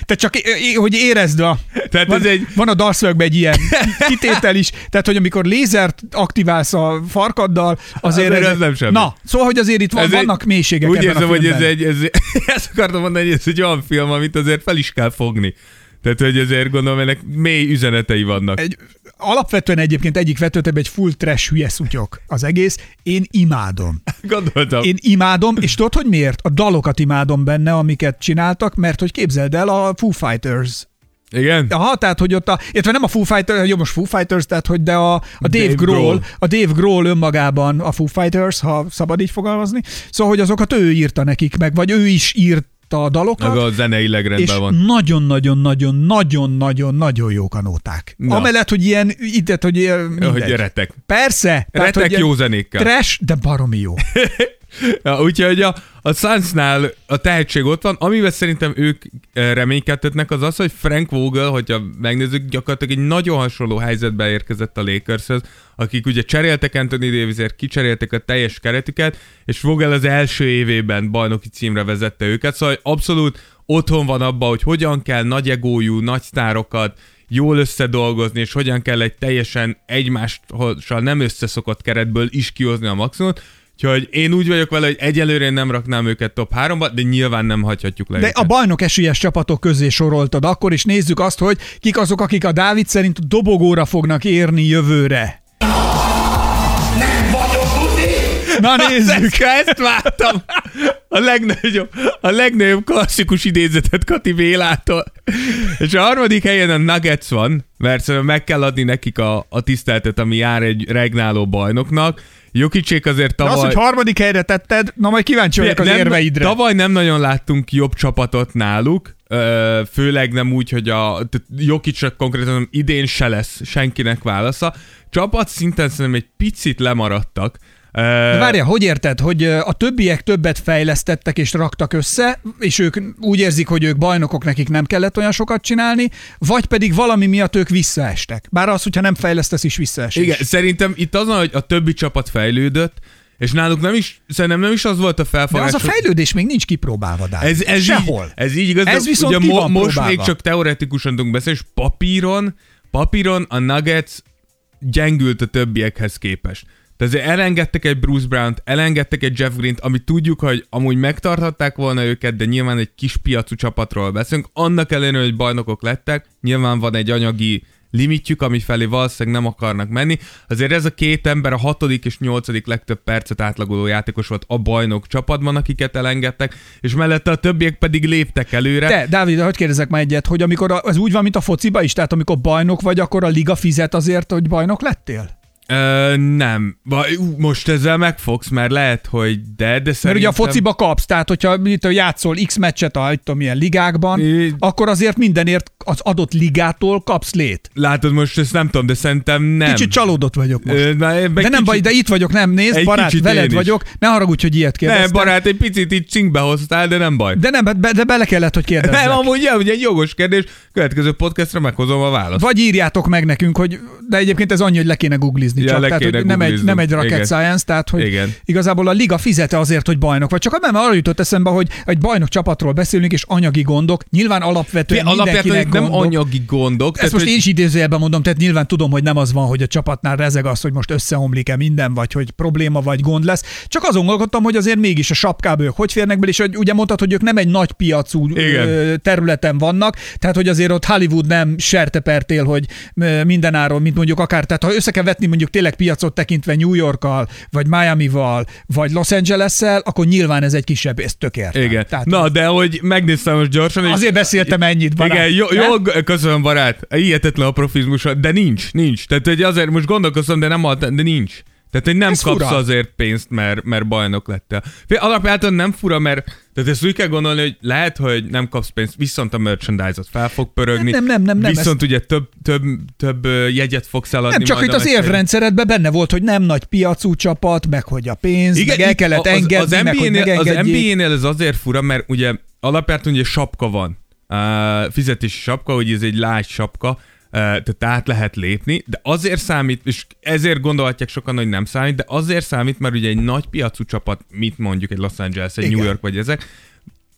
Speaker 3: Tehát csak, hogy érezd a...
Speaker 4: Tehát
Speaker 3: van,
Speaker 4: ez egy...
Speaker 3: van a dalszövegben egy ilyen kitétel is, tehát, hogy amikor lézert aktiválsz a farkaddal, azért...
Speaker 4: azért
Speaker 3: ez,
Speaker 4: ez nem semmi.
Speaker 3: Na, szóval, hogy azért itt van,
Speaker 4: ez
Speaker 3: vannak
Speaker 4: egy,
Speaker 3: mélységek
Speaker 4: úgy
Speaker 3: ebben
Speaker 4: érzem,
Speaker 3: a filmben.
Speaker 4: hogy ez egy... Ez, ezt akartam mondani, hogy ez egy olyan film, amit azért fel is kell fogni. Tehát, hogy ezért gondolom, ennek mély üzenetei vannak.
Speaker 3: Egy, alapvetően egyébként egyik vetőtebb egy full trash hülye szutyok az egész. Én imádom.
Speaker 4: Gondoltam.
Speaker 3: Én imádom, és tudod, hogy miért? A dalokat imádom benne, amiket csináltak, mert hogy képzeld el a Foo Fighters.
Speaker 4: Igen?
Speaker 3: Aha, tehát, hogy ott a, illetve nem a Foo Fighters, jó, most Foo Fighters, tehát, hogy de a, a Dave, Dave Grohl, Grohl, a Dave Grohl önmagában a Foo Fighters, ha szabad így fogalmazni. Szóval, hogy azokat ő írta nekik meg, vagy ő is írt a dalokat.
Speaker 4: Maga a zeneileg rendben
Speaker 3: és
Speaker 4: van.
Speaker 3: nagyon-nagyon-nagyon-nagyon-nagyon jók a nóták. Na. Amellett, hogy ilyen, itt, hogy mindegy.
Speaker 4: Hogy retek.
Speaker 3: Persze.
Speaker 4: Retek
Speaker 3: tehát,
Speaker 4: jó zenékkel.
Speaker 3: Trash, de baromi jó.
Speaker 4: Ja, úgyhogy a, a Sunsnál a tehetség ott van, amivel szerintem ők reménykedtetnek az az, hogy Frank Vogel, hogyha megnézzük, gyakorlatilag egy nagyon hasonló helyzetbe érkezett a Lakershez, akik ugye cseréltek Anthony Davisért, kicseréltek a teljes keretüket, és Vogel az első évében bajnoki címre vezette őket, szóval abszolút otthon van abban, hogy hogyan kell nagy egójú, nagy sztárokat jól összedolgozni, és hogyan kell egy teljesen egymással nem összeszokott keretből is kihozni a maximumot. Úgyhogy én úgy vagyok vele, hogy egyelőre nem raknám őket top háromba, de nyilván nem hagyhatjuk le
Speaker 3: De
Speaker 4: őket.
Speaker 3: a bajnok esélyes csapatok közé soroltad akkor, is nézzük azt, hogy kik azok, akik a Dávid szerint dobogóra fognak érni jövőre.
Speaker 5: Nem vagyok buzi!
Speaker 4: Na nézzük! Ezt vártam! A legnagyobb, a legnagyobb klasszikus idézetet Kati Bélától. És a harmadik helyen a Nuggets van, mert szerintem meg kell adni nekik a, a tiszteletet, ami jár egy regnáló bajnoknak. Jokicsék azért tavaly...
Speaker 3: De az, hogy harmadik helyre tetted, na majd kíváncsi vagyok az
Speaker 4: nem,
Speaker 3: érveidre.
Speaker 4: Tavaly nem nagyon láttunk jobb csapatot náluk, főleg nem úgy, hogy a Jokic konkrétan idén se lesz senkinek válasza. Csapat szinten szerintem egy picit lemaradtak.
Speaker 3: De várjál, hogy érted, hogy a többiek többet fejlesztettek és raktak össze, és ők úgy érzik, hogy ők bajnokok, nekik nem kellett olyan sokat csinálni, vagy pedig valami miatt ők visszaestek. Bár az, hogyha nem fejlesztesz, is visszaesés.
Speaker 4: Igen, szerintem itt az, hogy a többi csapat fejlődött, és náluk nem is, szerintem nem is az volt a felfogás.
Speaker 3: De az a fejlődés még nincs kipróbálva, Dávid.
Speaker 4: Ez, ez
Speaker 3: Sehol.
Speaker 4: Így, ez így igaz,
Speaker 3: ez viszont
Speaker 4: ugye
Speaker 3: ki van
Speaker 4: mo- most
Speaker 3: próbálva.
Speaker 4: még csak teoretikusan tudunk beszélni, és papíron, papíron a Nuggets gyengült a többiekhez képest. Tehát azért elengedtek egy Bruce Brown-t, elengedtek egy Jeff Green-t, amit tudjuk, hogy amúgy megtarthatták volna őket, de nyilván egy kis piacú csapatról beszélünk. Annak ellenére, hogy bajnokok lettek, nyilván van egy anyagi limitjük, ami felé valószínűleg nem akarnak menni. Azért ez a két ember a hatodik és nyolcadik legtöbb percet átlagoló játékos volt a bajnok csapatban, akiket elengedtek, és mellette a többiek pedig léptek előre.
Speaker 3: De, Dávid, hogy kérdezek már egyet, hogy amikor az úgy van, mint a fociba is, tehát amikor bajnok vagy, akkor a liga fizet azért, hogy bajnok lettél?
Speaker 4: Ö, nem. Most ezzel megfogsz, mert lehet, hogy de, de szerintem...
Speaker 3: Mert ugye a fociba kapsz, tehát hogyha mit, játszol X meccset a tudom, milyen ligákban, é... akkor azért mindenért az adott ligától kapsz lét.
Speaker 4: Látod, most ezt nem tudom, de szerintem nem.
Speaker 3: Kicsit csalódott vagyok most.
Speaker 4: Ö, na, de
Speaker 3: nem
Speaker 4: kicsit...
Speaker 3: baj, de itt vagyok, nem nézd, barát, veled vagyok, ne haragudj, hogy ilyet kérdeztem.
Speaker 4: Nem, barát, egy picit itt cinkbe hoztál, de nem baj.
Speaker 3: De nem, be, de bele kellett, hogy kérdezzek.
Speaker 4: Nem, amúgy ja, ugye egy jogos kérdés, következő podcastra meghozom a választ.
Speaker 3: Vagy írjátok meg nekünk, hogy de egyébként ez annyi, hogy le kéne googlizni.
Speaker 4: Ja,
Speaker 3: csak,
Speaker 4: le
Speaker 3: tehát,
Speaker 4: kéne
Speaker 3: hogy nem egy, nem egy rocket
Speaker 4: igen.
Speaker 3: science, tehát hogy
Speaker 4: igen.
Speaker 3: igazából a liga fizete azért, hogy bajnok vagy. Csak nem arra jutott eszembe, hogy egy bajnok csapatról beszélünk, és anyagi gondok. Nyilván alapvetően
Speaker 4: Fé,
Speaker 3: mindenkinek
Speaker 4: nem
Speaker 3: gondok.
Speaker 4: anyagi gondok.
Speaker 3: Ezt most hogy... én is idézőjelben mondom, tehát nyilván tudom, hogy nem az van, hogy a csapatnál rezeg az, hogy most összeomlik-e minden, vagy hogy probléma vagy gond lesz. Csak azon gondolkodtam, hogy azért mégis a sapkába ők hogy férnek bele, és hogy ugye mondtad, hogy ők nem egy nagy piacú igen. területen vannak, tehát hogy azért ott Hollywood nem sertepertél, hogy mindenáron, mint mondjuk akár, tehát ha össze kell vetni mondjuk tényleg piacot tekintve New Yorkkal, vagy Miamival, vagy Los Angeles-szel, akkor nyilván ez egy kisebb, ez tök értem.
Speaker 4: Igen.
Speaker 3: Tehát
Speaker 4: Na,
Speaker 3: az...
Speaker 4: de hogy megnéztem most gyorsan. És...
Speaker 3: Azért beszéltem ennyit, barát.
Speaker 4: Igen, jó, jó köszönöm, barát. Hihetetlen a profizmus, de nincs, nincs. Tehát, hogy azért most gondolkozom, de nem ad, de nincs. Tehát, hogy nem ez kapsz fura. Azért pénzt, mert, mert bajnok lettél. Alapjában nem fura, mert tehát ezt úgy kell gondolni, hogy lehet, hogy nem kapsz pénzt, viszont a merchandise-ot fel fog pörögni.
Speaker 3: Nem, nem, nem. nem
Speaker 4: viszont ezt... ugye több, több, több jegyet fogsz eladni.
Speaker 3: Nem, csak itt az érvrendszeredben benne volt, hogy nem nagy piacú csapat, meg hogy a pénz, igen, meg el kellett az, engedni, az meg hogy megengedjék.
Speaker 4: Az en bé á-nél ez azért fura, mert ugye alapjában ugye sapka van. Uh, fizetési sapka, hogy ez egy lágy sapka, Uh, tehát át lehet lépni, de azért számít, és ezért gondolhatják sokan, hogy nem számít, de azért számít, mert ugye egy nagy piacú csapat, mit mondjuk egy Los Angeles, egy igen. New York vagy ezek,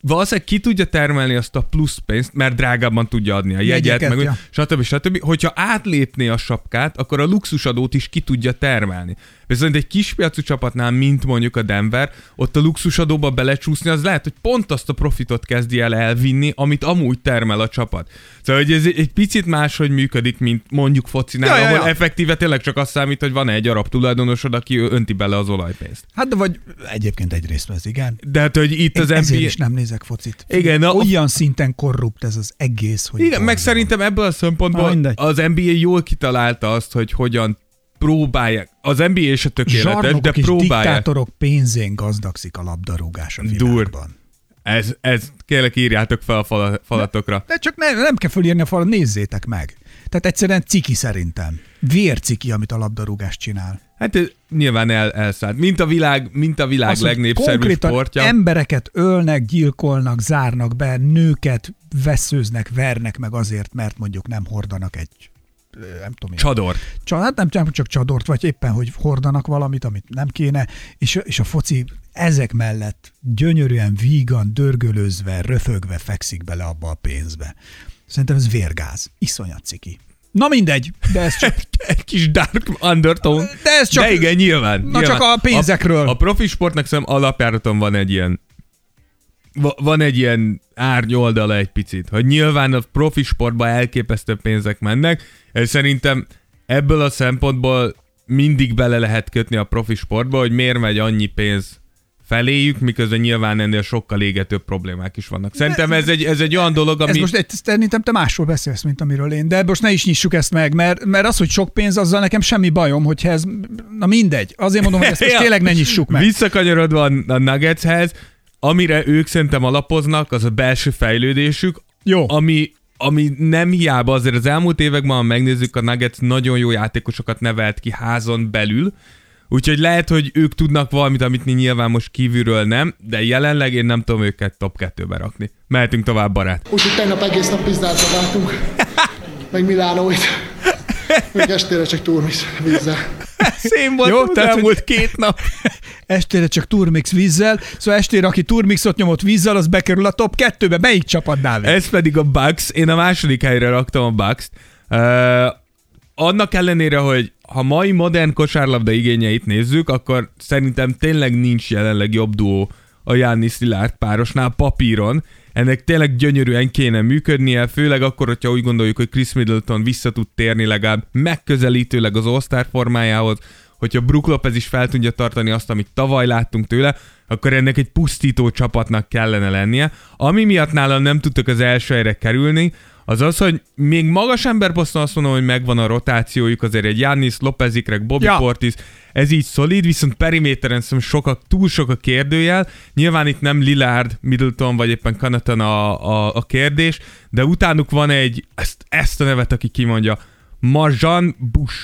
Speaker 4: valószínűleg ki tudja termelni azt a plusz pénzt, mert drágábban tudja adni a jegyet,
Speaker 3: Jegyeket,
Speaker 4: meg
Speaker 3: ja.
Speaker 4: stb. stb. Hogyha átlépné a sapkát, akkor a luxusadót is ki tudja termelni. Viszont egy kispiacú csapatnál, mint mondjuk a Denver, ott a luxusadóba belecsúszni, az lehet, hogy pont azt a profitot kezdi el elvinni, amit amúgy termel a csapat. Szóval hogy ez egy picit máshogy működik, mint mondjuk focinál, ja, ahol ja, ja. effektíve tényleg csak azt számít, hogy van-e egy arab tulajdonosod, aki önti bele az olajpénzt.
Speaker 3: Hát de vagy egyébként egyrészt ez igen.
Speaker 4: De hát, hogy itt
Speaker 3: Én
Speaker 4: az en bé á...
Speaker 3: ezért is nem nézek focit.
Speaker 4: Igen, a...
Speaker 3: Olyan szinten korrupt ez az egész, hogy...
Speaker 4: Igen, meg szerintem ebből a szempontból
Speaker 3: Na,
Speaker 4: az en bé á jól kitalálta azt, hogy hogyan próbálják. Az en bé á is a tökéletes,
Speaker 3: Zsarnokok
Speaker 4: de
Speaker 3: és
Speaker 4: próbálják.
Speaker 3: diktátorok pénzén gazdagszik a labdarúgás a világban.
Speaker 4: Dur. Ez, ez kérlek írjátok fel a fala, falatokra.
Speaker 3: De csak ne, nem kell fölírni a falat, nézzétek meg. Tehát egyszerűen ciki szerintem. Vérciki, amit a labdarúgás csinál.
Speaker 4: Hát ez nyilván el, elszállt. Mint a világ, mint a világ
Speaker 3: Az,
Speaker 4: legnépszerűbb sportja.
Speaker 3: Embereket ölnek, gyilkolnak, zárnak be, nőket veszőznek, vernek meg azért, mert mondjuk nem hordanak egy nem tudom.
Speaker 4: Csadort.
Speaker 3: Hát nem, nem csak csadort, vagy éppen, hogy hordanak valamit, amit nem kéne, és, és a foci ezek mellett gyönyörűen vígan, dörgölőzve, röfögve fekszik bele abba a pénzbe. Szerintem ez vérgáz. Iszonyat ciki. Na mindegy, de ez csak...
Speaker 4: Egy kis dark undertone.
Speaker 3: De ez csak...
Speaker 4: De igen, nyilván.
Speaker 3: Na
Speaker 4: nyilván.
Speaker 3: csak a pénzekről.
Speaker 4: A, a profi sportnak szerintem alapjáraton van egy ilyen van egy ilyen árnyoldala egy picit, hogy nyilván a profi sportban elképesztő pénzek mennek, és szerintem ebből a szempontból mindig bele lehet kötni a profi sportba, hogy miért megy annyi pénz feléjük, miközben nyilván ennél sokkal égetőbb problémák is vannak. Szerintem ez egy, ez egy olyan dolog, ami...
Speaker 3: Ez most szerintem te másról beszélsz, mint amiről én, de most ne is nyissuk ezt meg, mert, mert az, hogy sok pénz, azzal nekem semmi bajom, hogyha ez... Na mindegy. Azért mondom, hogy ezt most tényleg ne nyissuk meg.
Speaker 4: Visszakanyarodva a Nuggetshez, amire ők szerintem alapoznak, az a belső fejlődésük,
Speaker 3: jó.
Speaker 4: Ami, ami nem hiába, azért az elmúlt években, ha megnézzük, a Nuggets nagyon jó játékosokat nevelt ki házon belül, úgyhogy lehet, hogy ők tudnak valamit, amit mi nyilván most kívülről nem, de jelenleg én nem tudom őket top kettőbe rakni. Mehetünk tovább, barát.
Speaker 1: Úgyhogy tegnap egész nap pizzát váltunk, meg Milánóit. Még estére csak turmix vízzel.
Speaker 4: Szén volt, jó, tehát elmúlt két nap.
Speaker 3: Estére csak turmix vízzel, szóval estére, aki turmixot nyomott vízzel, az bekerül a top kettőbe. Melyik csapat, Dávid?
Speaker 4: Ez pedig a Bucks. Én a második helyre raktam a Bucks-t. Uh, annak ellenére, hogy ha mai modern kosárlabda igényeit nézzük, akkor szerintem tényleg nincs jelenleg jobb duó a Giannis Lillard párosnál papíron. Ennek tényleg gyönyörűen kéne működnie, főleg akkor, hogyha úgy gondoljuk, hogy Chris Middleton vissza tud térni legalább megközelítőleg az All-Star formájához, hogyha Brook Lopez is fel tudja tartani azt, amit tavaly láttunk tőle, akkor ennek egy pusztító csapatnak kellene lennie. Ami miatt nálam nem tudtak az első helyre kerülni, az az, hogy még magas emberposzton azt mondom, hogy megvan a rotációjuk, azért egy Giannis, Lopez Ikrek, Bobby ja. Portis, ez így szolid, viszont periméteren szerintem sokak, túl sok a kérdőjel. Nyilván itt nem Lillard, Middleton vagy éppen Connaughton a, a, a kérdés, de utánuk van egy, ezt, ezt a nevet, aki kimondja, Marjan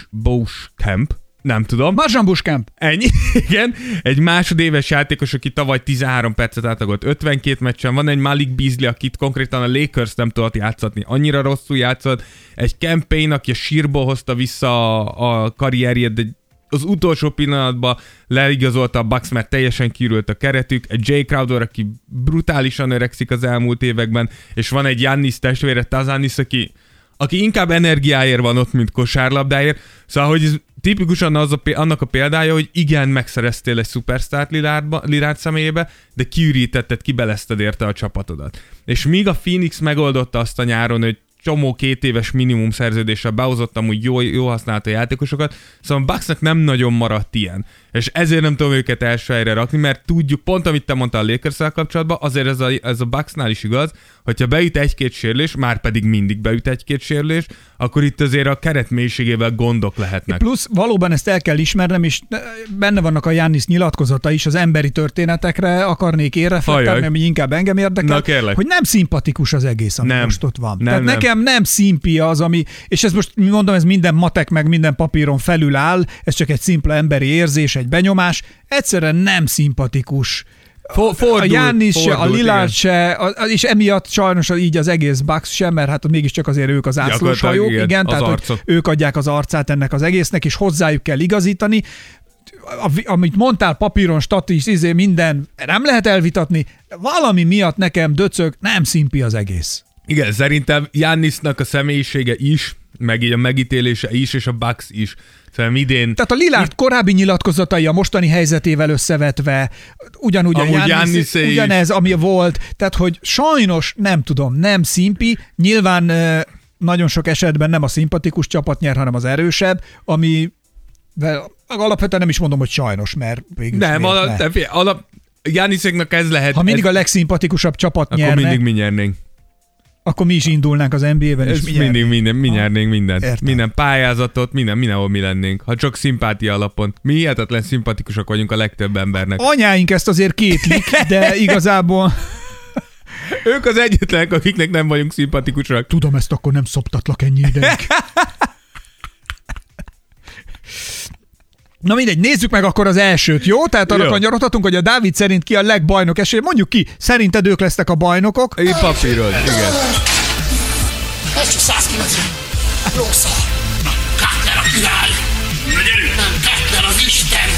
Speaker 4: Bushcamp, nem tudom.
Speaker 3: Marjan Bushcamp.
Speaker 4: Ennyi, igen. Egy másodéves játékos, aki tavaly tizenhárom percet átlagolt ötvenkét meccsen. Van egy Malik Beasley, akit konkrétan a Lakers nem tudott játszatni. Annyira rosszul játszott. Egy Campaign, aki a sírból hozta vissza a, a karrierjét, de az utolsó pillanatban leigazolta a Bucks, mert teljesen kiürült a keretük. Egy Jay Crowder, aki brutálisan öregszik az elmúlt években, és van egy Giannis testvére, Tazanis, aki, aki inkább energiáért van ott, mint kosárlabdáért. Szóval, hogy ez tipikusan az a, annak a példája, hogy igen, megszereztél egy szupersztárt Lillard személyébe, de kiürítetted, kibelezted érte a csapatodat. És míg a Phoenix megoldotta azt a nyáron, hogy csomó két éves minimum szerződéssel behozottam, úgy jó, jó használta a játékosokat, szóval a Bucksnak nem nagyon maradt ilyen. És ezért nem tudom őket első helyre rakni, mert tudjuk, pont amit te mondtál a Lakers-szel kapcsolatban, azért ez a, ez a Bucksnál is igaz, hogyha beüt egy-két sérülés, már pedig mindig beüt egy-két sérülés, akkor itt azért a keret mélységével gondok lehetnek.
Speaker 3: Plusz valóban ezt el kell ismernem, és benne vannak a Giannis nyilatkozata is, az emberi történetekre akarnék érre fektetni, ami inkább engem érdekel, hogy nem szimpatikus az egész, ami nem. most ott van. Nem, Tehát nem. nekem nem szimpia az, ami, és ez most mondom, ez minden matek meg minden papíron felül áll, ez csak egy szimpla emberi érzés, egy benyomás, egyszerűen nem szimpatikus. Fordul, a Giannis se, a Lillard se, a, és emiatt sajnos így az egész Bucks sem, mert hát mégiscsak azért ők az ászlós hajók, igen, igen tehát hogy ők adják az arcát ennek az egésznek, és hozzájuk kell igazítani. amit mondtál, papíron, statis, izé, minden, nem lehet elvitatni, valami miatt nekem döcög, nem szimpi az egész.
Speaker 4: Igen, szerintem Giannisnak a személyisége is, meg így a megítélése is, és a Bucks is. Szerintem idén...
Speaker 3: Tehát a Lillard korábbi nyilatkozatai a mostani helyzetével összevetve, ugyanúgy
Speaker 4: Amúgy
Speaker 3: a Giannis, ugyanez, ami volt, tehát hogy sajnos, nem tudom, nem szimpi, nyilván nagyon sok esetben nem a szimpatikus csapat nyer, hanem az erősebb, ami alapvetően nem is mondom, hogy sajnos, mert végül
Speaker 4: nem, alap, ne. alap, Gianniséknak ez lehet.
Speaker 3: Ha mindig
Speaker 4: ez,
Speaker 3: a legszimpatikusabb csapat
Speaker 4: akkor
Speaker 3: nyerne,
Speaker 4: mindig mi nyernénk.
Speaker 3: Akkor mi is indulnánk az en bé á-ben, és mi
Speaker 4: mindig minden, mi nyernénk mindent.
Speaker 3: Értem.
Speaker 4: Minden pályázatot, minden, mindenhol mi lennénk. Ha csak szimpátia alapon. Mi hihetetlen szimpatikusak vagyunk a legtöbb embernek.
Speaker 3: Anyáink ezt azért kétlik, de igazából...
Speaker 4: Ők az egyetlenek, akiknek nem vagyunk szimpatikusak.
Speaker 3: Tudom, ezt akkor nem szoptatlak ennyi ideig. Na mindegy, nézzük meg akkor az elsőt, jó? Tehát arra kanyarodhatunk, hogy a Dávid szerint ki a legbajnok esély. Mondjuk ki, szerinted ők lesznek a bajnokok?
Speaker 4: Így papírod, igen.
Speaker 5: Ez csak száz kilencven. Roxa. Cutler a király. Nem, Cutler az Isten.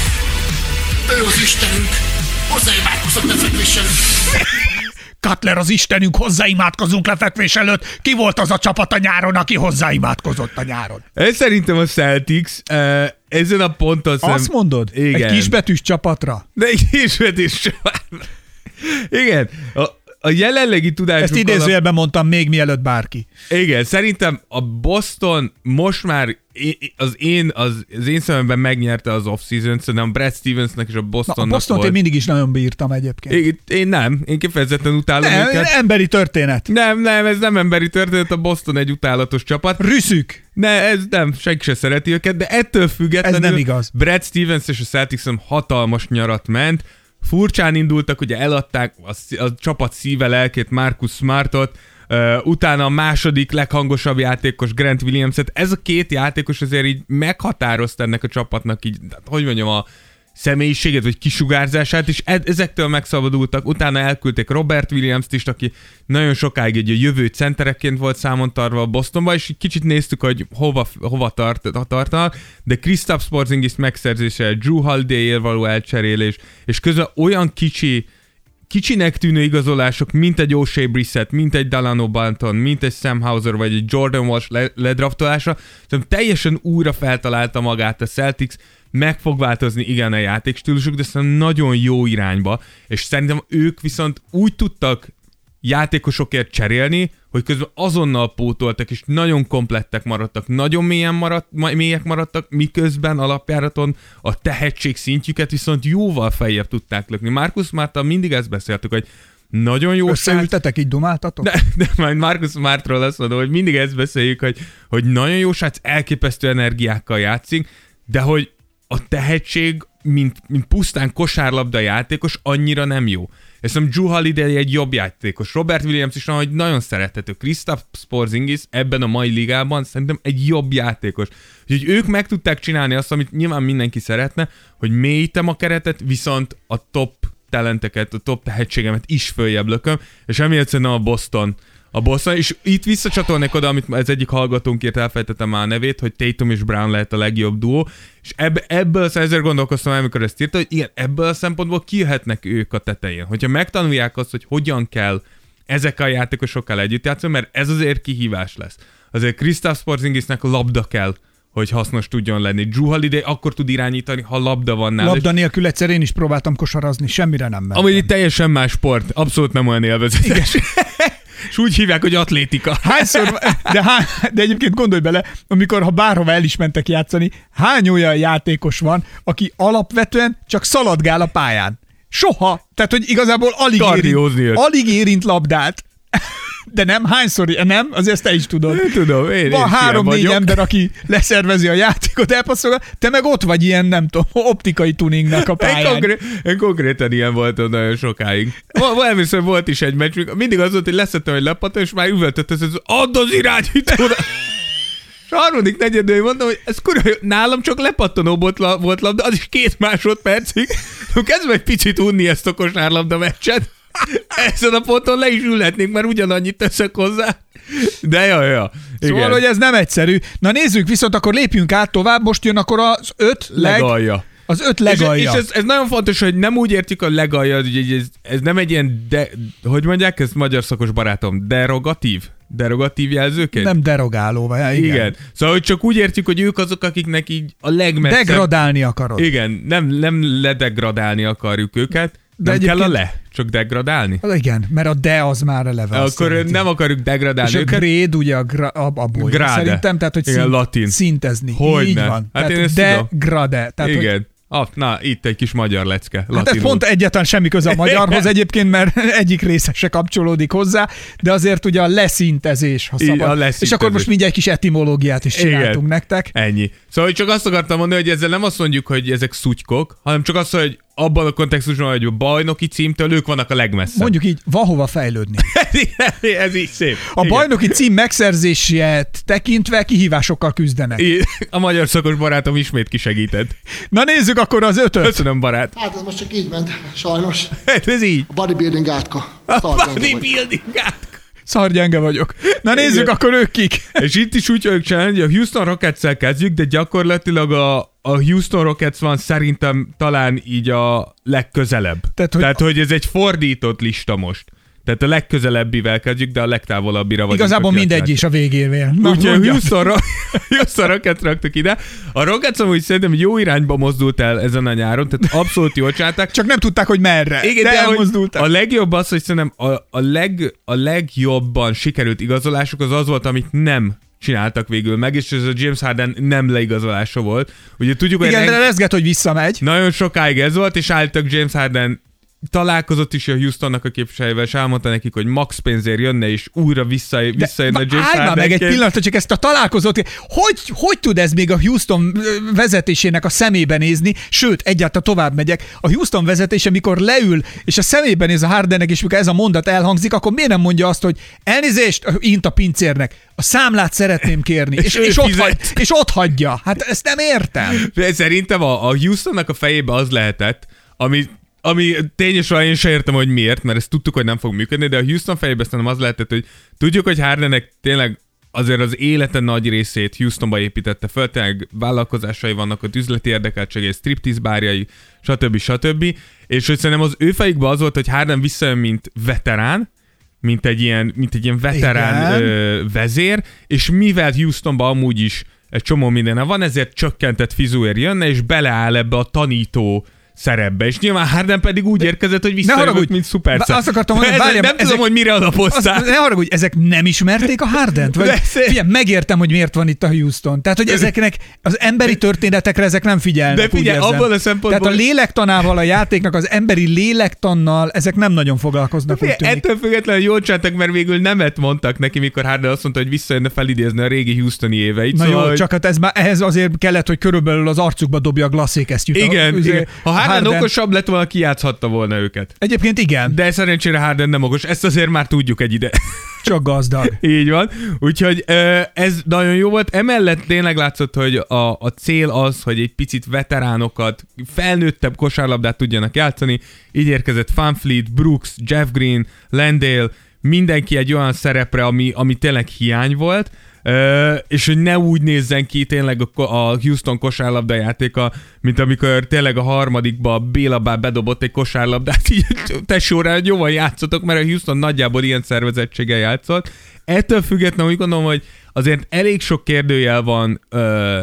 Speaker 5: Ő az Istenünk. Hozzáimádkozott lefekvés előtt.
Speaker 3: Cutler az Istenünk, hozzáimádkozunk lefekvés előtt. Ki volt az a csapat a nyáron, aki hozzáimádkozott a nyáron?
Speaker 4: Ez szerintem a Celtics. Uh, ezen a ponton...
Speaker 3: Azt szem... mondod?
Speaker 4: Igen.
Speaker 3: Egy kisbetűs csapatra?
Speaker 4: De egy kisbetűs csapatra. Igen. A, a jelenlegi tudásunk...
Speaker 3: Ezt idézőjelben alap... mondtam még mielőtt bárki.
Speaker 4: Igen, szerintem a Boston most már az én, az, az én szememben megnyerte az off-season-t, szerintem Brad Stevensnek és a Bostonnak volt.
Speaker 3: A Bostont én mindig is nagyon bírtam egyébként.
Speaker 4: Én, én nem, én kifejezetten utálom
Speaker 3: nem,
Speaker 4: őket.
Speaker 3: Emberi történet.
Speaker 4: Nem, nem, ez nem emberi történet, a Boston egy utálatos csapat.
Speaker 3: Rüszük.
Speaker 4: Ne, ez nem, senki se szereti őket, de ettől függetlenül
Speaker 3: ez nem igaz.
Speaker 4: Brad Stevens és a Celtics hatalmas nyarat ment. Furcsán indultak, ugye eladták a, a csapat szíve lelkét, Marcus Smartot, Uh, utána a második leghangosabb játékos Grant Williamset. Ez a két játékos azért így meghatározta ennek a csapatnak így, hogy mondjam, a személyiséget, vagy kisugárzását, és e- ezektől megszabadultak. Utána elküldték Robert Williams-t is, aki nagyon sokáig egy a jövő centereként volt számon tartva a Bostonba, és kicsit néztük, hogy hova, hova tart, tartanak, de Kristaps Porzingis megszerzése, Drew Holiday-ér való elcserélés, és közben olyan kicsi kicsinek tűnő igazolások, mint egy O'Shea Brissett, mint egy Delano Banton, mint egy Sam Hauser, vagy egy Jordan Walsh le- ledraftolása, szóval teljesen újra feltalálta magát a Celtics, meg fog változni igen a játékstílusuk, de szerintem nagyon jó irányba, és szerintem ők viszont úgy tudtak játékosokért cserélni, hogy közben azonnal pótoltak, és nagyon komplettek maradtak, nagyon mélyen maradt, mélyek maradtak, miközben alapjáraton a tehetség szintjüket viszont jóval feljebb tudták lökni. Marcus Smarttal mindig ezt beszéltük, hogy nagyon jó
Speaker 3: összeültetek, így dumáltatok?
Speaker 4: De, de majd Marcus Smartról azt mondom, hogy mindig ezt beszéljük, hogy, hogy nagyon jó srác, elképesztő energiákkal játszik, de hogy a tehetség, mint, mint pusztán kosárlabda játékos, annyira nem jó. És szerintem Drew Holiday egy jobb játékos. Robert Williams is hogy nagyon szerethető. Kristaps Porzingis ebben a mai ligában szerintem egy jobb játékos. Úgyhogy ők meg tudták csinálni azt, amit nyilván mindenki szeretne, hogy mélyítem a keretet, viszont a top talenteket, a top tehetségemet is följebb lököm, és emiatt szerintem a Boston A Boston, és itt visszacsatolnék oda, amit az egyik hallgatónk írt, elfejtettem már a nevét, hogy Tatum és Brown lehet a legjobb duó, és ebb, ebből ezért gondolkoztam, amikor ezt írta, hogy igen, ebből a szempontból kijöhetnek ők a tetején. Hogyha megtanulják azt, hogy hogyan kell ezekkel a játékosokkal együtt játszani, mert ez azért kihívás lesz. Azért Kristaps Porzingisnek labda kell, hogy hasznos tudjon lenni. Drew Holiday akkor tud irányítani, ha labda van nála.
Speaker 3: Labda nélkül egyszer én is próbáltam kosarazni, semmire nem mentem.
Speaker 4: Amúgy itt teljesen más sport, abszolút nem olyan élvezetes. És úgy hívják, hogy atlétika.
Speaker 3: Hányszor, de, há, de egyébként gondolj bele, amikor ha bárhova el is mentek játszani, hány olyan játékos van, aki alapvetően csak szaladgál a pályán. Soha. Tehát, hogy igazából alig érint, alig érint labdát. De nem, hányszor, nem? Azért ezt te is tudod.
Speaker 4: Én tudom, én
Speaker 3: Van három-négy ember, aki leszervezi a játékot, elpasszolja, te meg ott vagy ilyen, nem tudom, optikai tuningnak a pályán.
Speaker 4: Én, konkrét, én konkrétan ilyen voltam nagyon sokáig. Elviszont volt is egy meccs, mindig az volt, hogy leszettem egy lepattal, és már üvöltött, ez az add az irányítóra. És a harmadik negyedőig mondtam, hogy ez kurva, nálam csak lepattanó volt labda, az is két másodpercig. Kezdve egy picit unni ezt a kosárlabda meccset. Ezen a ponton le is ülhetnénk, mert ugyanannyit teszek hozzá. De ja, ja.
Speaker 3: Szóval, igen. Hogy ez nem egyszerű. Na nézzük, viszont akkor lépjünk át tovább. Most jön akkor az öt leg...
Speaker 4: legalja.
Speaker 3: Az öt legalja.
Speaker 4: És, és ez, ez nagyon fontos, hogy nem úgy értjük a legalja, hogy ez, ez nem egy ilyen, de, hogy mondják, ez magyar szakos barátom, derogatív? Derogatív jelzőként?
Speaker 3: Nem derogáló, vagy igen.
Speaker 4: igen. Szóval hogy csak úgy értjük, hogy ők azok, akiknek így a legmesszebb...
Speaker 3: Degradálni akarod.
Speaker 4: Igen, nem, nem ledegradálni akarjuk őket, de nem egyébként... kell a le, csak degradálni.
Speaker 3: Az igen, mert a de az már eleve.
Speaker 4: Akkor nem akarjuk degradálni
Speaker 3: és
Speaker 4: őket.
Speaker 3: És a grade ugye a gra, abból
Speaker 4: Grade.
Speaker 3: Szerintem, tehát hogy
Speaker 4: igen,
Speaker 3: szint,
Speaker 4: latin.
Speaker 3: szintezni.
Speaker 4: Hogyne.
Speaker 3: Így van.
Speaker 4: Hát
Speaker 3: tehát degrade. Tehát,
Speaker 4: igen.
Speaker 3: Hogy...
Speaker 4: Ah, na, itt egy kis magyar lecke.
Speaker 3: Hát ez pont egyáltalán semmi köze a magyarhoz egyébként, mert egyik része se kapcsolódik hozzá, de azért ugye a leszintezés, ha szabad. A leszintezés. És akkor most mindjárt egy kis etimológiát is csináltunk igen. nektek.
Speaker 4: Ennyi. Szóval csak azt akartam mondani, hogy ezzel nem azt mondjuk, hogy ezek szutykok, hanem csak azt, hogy abban a kontextusban, hogy a bajnoki címtől ők vannak a legmesszebb.
Speaker 3: Mondjuk így, van hova fejlődni.
Speaker 4: Ez így szép.
Speaker 3: A igen. bajnoki cím megszerzését tekintve kihívásokkal küzdenek.
Speaker 4: A magyar szakos barátom ismét kisegített.
Speaker 3: Na nézzük akkor az ötöt.
Speaker 4: Köszönöm, barát.
Speaker 5: Hát ez most csak így ment, sajnos.
Speaker 4: Ez így.
Speaker 5: A bodybuilding átka.
Speaker 4: A bodybuilding átka.
Speaker 3: Szargyenge vagyok. Na nézzük, igen. akkor ők kik.
Speaker 4: És itt is úgy vagyok csinálni, hogy a Houston Rockets-szel kezdjük, de gyakorlatilag a, a Houston Rockets van szerintem talán így a legközelebb. Tehát hogy, Tehát, hogy ez egy fordított lista most. Tehát a legközelebbivel kezdjük, de a legtávolabbira vagyunk.
Speaker 3: Igazából mindegy is a végénél.
Speaker 4: Úgyhogy a Houston, Ro- Houston Rockets raktuk ide. A Rockets amúgy szerintem jó irányba mozdult el ezen a nyáron, tehát abszolút jól csinálták.
Speaker 3: Csak nem tudták, hogy merre.
Speaker 4: Igen,
Speaker 3: de
Speaker 4: de
Speaker 3: elmozdultak.
Speaker 4: A legjobb az, hogy szerintem a, a, leg, a legjobban sikerült igazolásuk az az volt, amit nem csináltak végül meg, és ez a James Harden nem leigazolása volt. Ugye tudjuk,
Speaker 3: igen,
Speaker 4: hogy
Speaker 3: de rezget, hogy visszamegy.
Speaker 4: Nagyon sokáig ez volt, és álltak James Harden találkozott is a Houstonnak a képviselővel, és elmondta nekik, hogy max pénzért jönne, és újra vissza, visszajönne James Harden.
Speaker 3: meg egy pillanatra, csak ezt a találkozót, hogy, hogy tud ez még a Houston vezetésének a szemébe nézni, sőt, egyáltalán tovább megyek, a Houston vezetése, mikor leül, és a szemébe néz a Hardennek, és mikor ez a mondat elhangzik, akkor miért nem mondja azt, hogy elnézést, int a pincérnek, a számlát szeretném kérni, és, és, és, ott, hagy, és ott hagyja. Hát ezt nem értem.
Speaker 4: De szerintem a, a Houstonnak a fejébe az lehetett, ami Ami tényesen én sem értem, hogy miért, mert ezt tudtuk, hogy nem fog működni, de a Houston fejében szerintem az lehetett, hogy tudjuk, hogy Hardennek tényleg azért az élete nagy részét Houstonba építette föl, tényleg vállalkozásai vannak, ott üzleti érdekeltségei, striptease bárjai, stb. stb. És hogy szerintem az ő fejükben az volt, hogy Harden visszajön, mint veterán, mint egy ilyen, mint egy ilyen veterán ö, vezér, és mivel Houstonban amúgy is egy csomó minden van, ezért csökkentett fizúér jönne, és beleáll ebbe a tanító szerepbe, és nyilván Harden pedig úgy érkezett, hogy visszajövök, mint szuperstar.
Speaker 3: Azt akartam mondani,
Speaker 4: várjál, nem ezek, tudom, hogy mire alapoztál.
Speaker 3: Ne haragudj, ezek nem ismerték a Hardent? Vagy, figyelj, megértem, hogy miért van itt a Houston. Tehát, hogy ezeknek az emberi történetekre ezek nem figyelnek.
Speaker 4: De figyelj, abban a szempontból...
Speaker 3: Tehát a lélektanával a játéknak, az emberi lélektannal, ezek nem nagyon foglalkoznak.
Speaker 4: Figyelj, ettől függetlenül jól csináltak, mert végül nemet mondtak neki, mikor Harden azt mondta, hogy visszajönne felidézni a régi Houstoni éveit.
Speaker 3: Na
Speaker 4: szóval,
Speaker 3: jó,
Speaker 4: hogy...
Speaker 3: csak hát ez már, ehhez azért kellett, hogy körülbelül az arcukba dobja a glaszékesztyűt.
Speaker 4: Igen,
Speaker 3: a,
Speaker 4: igen. Ha Harden,
Speaker 3: Harden
Speaker 4: okosabb lett volna, kijátszhatta volna őket.
Speaker 3: Egyébként igen.
Speaker 4: De szerencsére Harden nem okos, ezt azért már tudjuk egy ide.
Speaker 3: Csak gazdag.
Speaker 4: Így van. Úgyhogy ez nagyon jó volt. Emellett tényleg látszott, hogy a, a cél az, hogy egy picit veteránokat, felnőttebb kosárlabdát tudjanak játszani. Így érkezett VanVleet, Brooks, Jeff Green, Landale, mindenki egy olyan szerepre, ami, ami tényleg hiány volt. Uh, és hogy ne úgy nézzen ki tényleg a, a Houston kosárlabda játéka, mint amikor tényleg a harmadikba Béla bár bedobott egy kosárlabdát, így tesóra, hogy jól játszotok, mert a Houston nagyjából ilyen szervezettséggel játszott. Ettől függetlenül úgy gondolom, hogy azért elég sok kérdőjel van uh,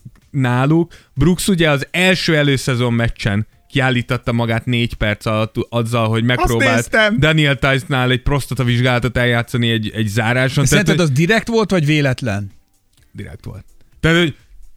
Speaker 4: náluk. Brooks ugye az első előszezon meccsen kiállította magát négy perc alatt azzal, hogy megpróbált Daniel Tice-nál egy prostatavizsgálatot eljátszani egy, egy záráson.
Speaker 3: Szerinted az direkt volt, vagy véletlen?
Speaker 4: Direkt volt. Tehát, hogy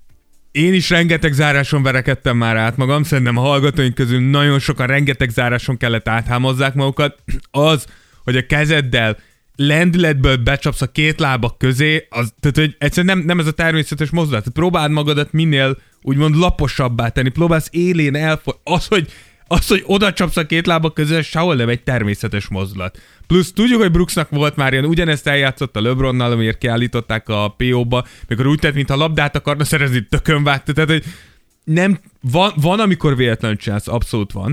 Speaker 4: én is rengeteg záráson verekedtem már át magam, szerintem a hallgatóink közül nagyon sokan rengeteg záráson kellett áthámozzák magukat. Az, hogy a kezeddel lendületből becsapsz a két lábak közé, az, tehát, hogy egyszerűen nem, nem ez a természetes mozdulat. Tehát próbáld magadat minél úgymond laposabbá tenni, próbálsz élén elfogy. Az, hogy, az, hogy oda csapsz a két lábak közé, sehol nem egy természetes mozdulat. Plusz tudjuk, hogy Brooksnak volt már ilyen, ugyanezt eljátszott a LeBronnal, amiért kiállították a pé ó-ba, mikor úgy tett, mintha labdát akarna szerezni, tökön vágta. Tehát, hogy nem, van, van, amikor véletlenül csinálsz, abszolút van,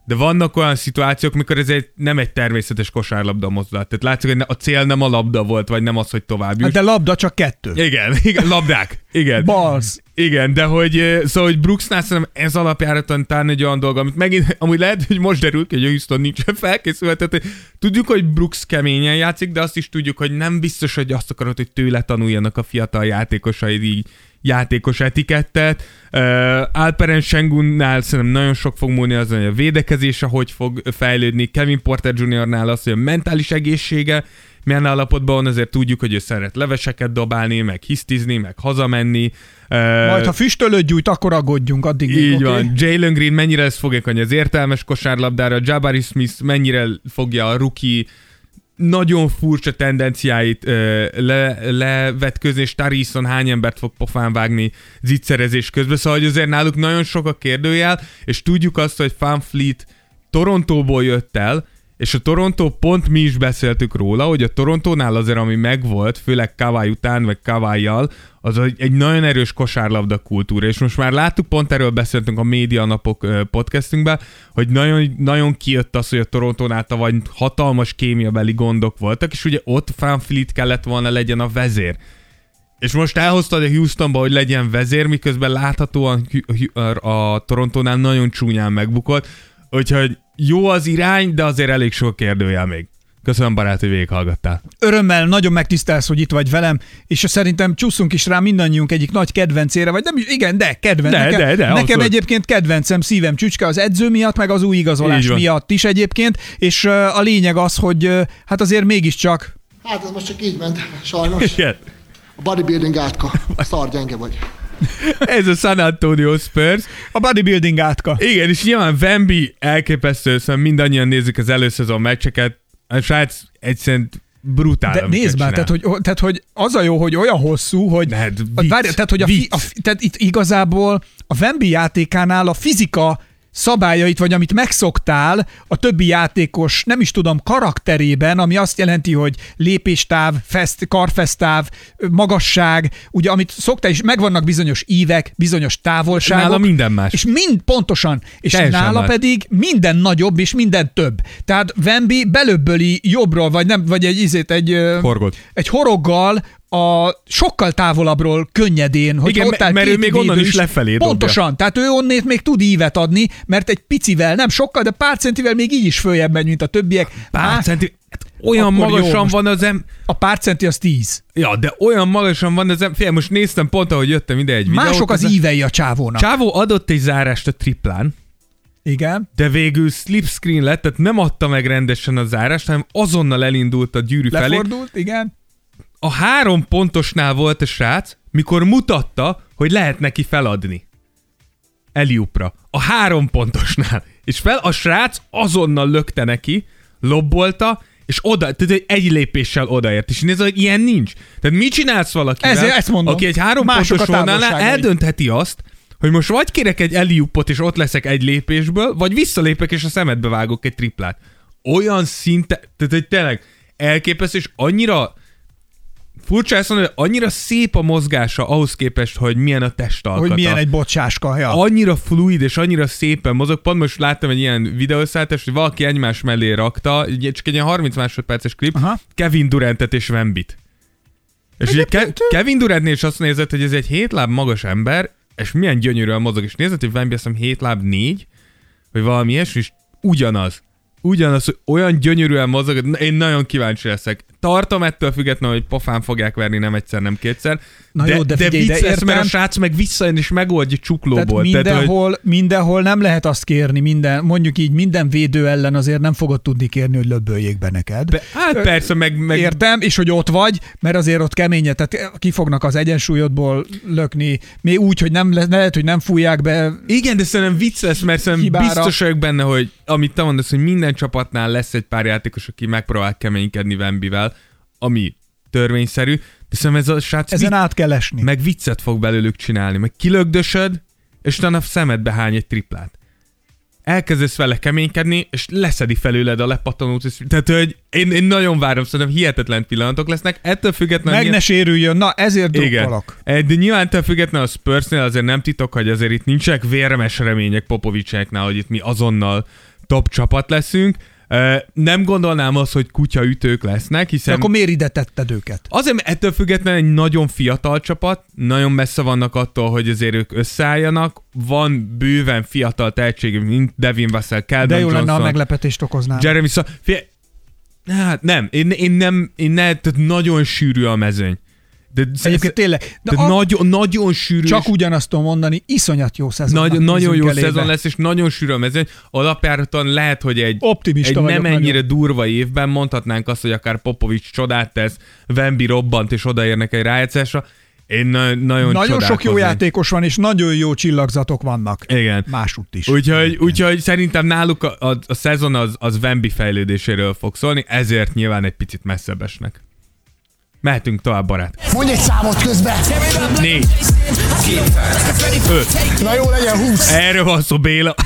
Speaker 4: de vannak olyan szituációk, mikor ez egy, nem egy természetes kosárlabda mozdulat. Tehát látszik, hogy a cél nem a labda volt, vagy nem az, hogy tovább juss.
Speaker 3: De labda csak kettő.
Speaker 4: Igen, igen, labdák. Igen.
Speaker 3: Balz.
Speaker 4: Igen, de hogy, szóval, hogy Brooksnál szerintem ez alapjáraton talán egy olyan dolog, amit megint, amúgy lehet, hogy most derül ki, hogy a Houston nincsen felkészülve. Tehát, hogy tudjuk, hogy Brooks keményen játszik, de azt is tudjuk, hogy nem biztos, hogy azt akarod, hogy tőle tanuljanak a fiatal játékosaid így játékos etikettet. Uh, Alperen Sengunnál szerintem nagyon sok fog múlni azon, hogy a védekezése hogy fog fejlődni. Kevin Porter juniornál az, hogy a mentális egészsége milyen állapotban van, azért tudjuk, hogy ő szeret leveseket dobálni, meg hisztizni, meg hazamenni.
Speaker 3: Majd ha füstölőt gyújt, akkor aggódjunk, addig még,
Speaker 4: Így
Speaker 3: okay?
Speaker 4: van. Jalen Green mennyire lesz fogékony az értelmes kosárlabdára, Jabari Smith mennyire fogja a rookie nagyon furcsa tendenciáit uh, le, levetközni, és Tarison hány embert fog pofán vágni zicserezés közben, szóval hogy azért náluk nagyon sok a kérdőjel, és tudjuk azt, hogy VanVleet Torontóból jött el, és a Toronto, pont mi is beszéltük róla, hogy a Torontónál azért, ami megvolt, főleg Kawhi után, vagy Kawhi-jal, az egy nagyon erős kosárlabda kultúra, és most már láttuk, pont erről beszéltünk a Média Napok podcastünkben, hogy nagyon, nagyon kijött az, hogy a Torontónál tavaly hatalmas kémiabeli gondok voltak, és ugye ott VanVleet kellett volna legyen a vezér. És most elhoztad a Houstonba, hogy legyen vezér, miközben láthatóan a Torontónál nagyon csúnyán megbukott, úgyhogy jó az irány, de azért elég sok kérdőjel még. Köszönöm, barát, hogy végighallgattál.
Speaker 3: Örömmel, nagyon megtisztelsz, hogy itt vagy velem, és szerintem csúszunk is rá mindannyiunk egyik nagy kedvencére, vagy nem is, igen, de kedvenc.
Speaker 4: De,
Speaker 3: nekem,
Speaker 4: de, de,
Speaker 3: nekem
Speaker 4: abszolút.
Speaker 3: Egyébként kedvencem, szívem csücske az edző miatt, meg az új igazolás miatt is egyébként, és a lényeg az, hogy hát azért mégiscsak...
Speaker 1: Hát ez most csak így ment, sajnos.
Speaker 4: Igen.
Speaker 1: A bodybuilding átka. Szar gyenge vagy.
Speaker 4: Ez a San Antonio Spurs.
Speaker 3: A bodybuilding átka.
Speaker 4: Igen, és nyilván Wemby elképesztő, szóval mindannyian nézzük az előszezon meccseket. A srác egyszerűen brutál.
Speaker 3: De nézd már, tehát hogy, tehát hogy az a jó, hogy olyan hosszú, hogy...
Speaker 4: De hát
Speaker 3: vicc, várj, tehát, hogy a, fi, a, tehát itt igazából a Wemby játékánál a fizika szabályait, vagy amit megszoktál a többi játékos, nem is tudom, karakterében, ami azt jelenti, hogy lépéstáv, fest, karfesztáv, magasság, ugye amit szoktál, és megvannak bizonyos ívek, bizonyos távolságok.
Speaker 4: Nála minden más.
Speaker 3: És mind pontosan. És
Speaker 4: Teljesen
Speaker 3: nála
Speaker 4: más.
Speaker 3: pedig minden nagyobb, és minden több. Tehát Wemby belöbböli jobbról, vagy nem, vagy egy izét, egy,
Speaker 4: Horgot.
Speaker 3: egy horoggal a sokkal távolabbról könnyedén, hogy
Speaker 4: igen,
Speaker 3: ott áll
Speaker 4: mert
Speaker 3: két
Speaker 4: ő még onnan
Speaker 3: védő
Speaker 4: is lefelé
Speaker 3: Pontosan,
Speaker 4: dobja.
Speaker 3: tehát ő onnét még tud ívet adni, mert egy picivel, nem sokkal, de pár centivel még így is följebb megy, mint a többiek.
Speaker 4: Pár
Speaker 3: Á,
Speaker 4: centi... Hát olyan
Speaker 3: akkor jó,
Speaker 4: magasan
Speaker 3: most-
Speaker 4: van az em...
Speaker 3: A pár centi az tíz.
Speaker 4: Ja, de olyan magasan van az em... Fél, most néztem pont, ahogy jöttem ide egy videót.
Speaker 3: Mások az
Speaker 4: ez a-
Speaker 3: ívei a csávónak.
Speaker 4: Csávó adott egy zárást a triplán,
Speaker 3: Igen.
Speaker 4: de végül slipscreen lett, tehát nem adta meg rendesen a zárást, hanem azonnal elindult a gyűrű felé.
Speaker 3: Lefordult, igen.
Speaker 4: A három pontosnál volt a srác, mikor mutatta, hogy lehet neki feladni. Eliupra. A három pontosnál. És fel a srác azonnal lökte neki, lobbolta, és oda, tehát egy lépéssel odaért. És nézd, hogy ilyen nincs. Tehát mit csinálsz valakivel,
Speaker 3: Ezért ezt mondom.
Speaker 4: aki egy három
Speaker 3: Mások
Speaker 4: pontos
Speaker 3: a
Speaker 4: vonalnál
Speaker 3: távolságai.
Speaker 4: eldöntheti azt, hogy most vagy kérek egy eliupot, és ott leszek egy lépésből, vagy visszalépek, és a szemedbe vágok egy triplát. Olyan szinte, tehát hogy tényleg elképesztő, és annyira furcsa ezt mondani, hogy annyira szép a mozgása ahhoz képest, hogy milyen a testalkata.
Speaker 3: Hogy milyen egy bocsáska. Ja.
Speaker 4: Annyira fluid és annyira szépen mozog. Pont most láttam egy ilyen videószállítást, hogy valaki egymás mellé rakta, csak egy ilyen harminc másodperces klip,
Speaker 3: Aha.
Speaker 4: Kevin Durantet és Wembit. És ugye Ke- Kevin Durantnél is azt nézett, hogy ez egy hét láb magas ember, és milyen gyönyörűen mozog, és nézett, hogy Wemby azt hiszem hét láb négy, vagy valami ilyesmi, és ugyanaz. Ugyanaz, hogy olyan gyönyörűen mozog, én nagyon kíváncsi leszek. Tartom ettől függetlenül, hogy pofán fogják verni nem egyszer, nem kétszer.
Speaker 3: Na
Speaker 4: de,
Speaker 3: jó, de
Speaker 4: de
Speaker 3: figyelj,
Speaker 4: vicc
Speaker 3: de
Speaker 4: lesz, mert a
Speaker 3: értem.
Speaker 4: srác meg visszajön és megoldja csuklóból.
Speaker 3: Tehát
Speaker 4: Tehát, hogy
Speaker 3: mindenhol, mindenhol nem lehet azt kérni, minden, mondjuk így minden védő ellen azért nem fogod tudni kérni, hogy löbböljék be neked.
Speaker 4: be, hát persze, meg, meg
Speaker 3: Értem, és hogy ott vagy, mert azért ott keménye, tehát ki fognak az egyensúlyodból lökni, még úgy, hogy nem le, lehet, hogy nem fújják be.
Speaker 4: igen, de szerintem vicc lesz, mert szerintem
Speaker 3: Hibára.
Speaker 4: biztos vagyok benne, hogy amit te mondasz, hogy minden csapatnál lesz egy pár játékos, aki megpróbál keménykedni Wembyvel, ami törvényszerű, de szerintem ez a srác
Speaker 3: Ezen át kell esni.
Speaker 4: meg viccet fog belőlük csinálni, meg kilögdösöd, és utána a szemedbe hány egy triplát. Elkezdesz vele keménykedni, és leszedi felőled a lepattanót. és- Tehát, hogy én, én nagyon várom, szerintem hihetetlen pillanatok lesznek. Ettől függetlenül...
Speaker 3: Meg ne sérüljön, na ezért
Speaker 4: Igen.
Speaker 3: drukkolok.
Speaker 4: De nyilván ettől függetlenül a Spursnél azért nem titok, hogy azért itt nincsenek vérmes remények Popovicseknál, hogy itt mi azonnal top csapat leszünk. Nem gondolnám azt, hogy kutyaütők lesznek, hiszen...
Speaker 3: De akkor miért ide tetted őket?
Speaker 4: Azért, mert ettől függetlenül egy nagyon fiatal csapat, nagyon messze vannak attól, hogy azért ők összeálljanak. Van bőven fiatal tehetség, mint Devin Vassell, Keldon
Speaker 3: De jó
Speaker 4: Johnson,
Speaker 3: lenne, a meglepetést okoznám.
Speaker 4: Jeremy Szal... Hát nem, én, én nem, én ne, tehát nagyon sűrű a mezőny. De
Speaker 3: Egyébként tényleg.
Speaker 4: De a, nagyon, nagyon sűrű.
Speaker 3: Csak ugyanazt tudom mondani, iszonyat jó szezon.
Speaker 4: Nagy, nagyon jó elébe. Szezon lesz, és nagyon sűrű a mezőny. Alapjáraton lehet, hogy egy, egy nem ennyire nagyon durva évben mondhatnánk azt, hogy akár Popovics csodát tesz, Wemby robbant, és odaérnek egy rájátszásra. Én na- nagyon
Speaker 3: Nagyon sok jó játékos van, és nagyon jó csillagzatok vannak.
Speaker 4: Igen.
Speaker 3: Másútt is.
Speaker 4: Úgyhogy, úgyhogy szerintem náluk a, a, a szezon az, az Wemby fejlődéséről fog szólni, ezért nyilván egy picit messzebb esnek. Mehetünk tovább, barát.
Speaker 1: Mondj egy számot közben.
Speaker 4: Négy. Öt.
Speaker 1: Na jó, legyen húsz.
Speaker 4: Erről van szó, Béla.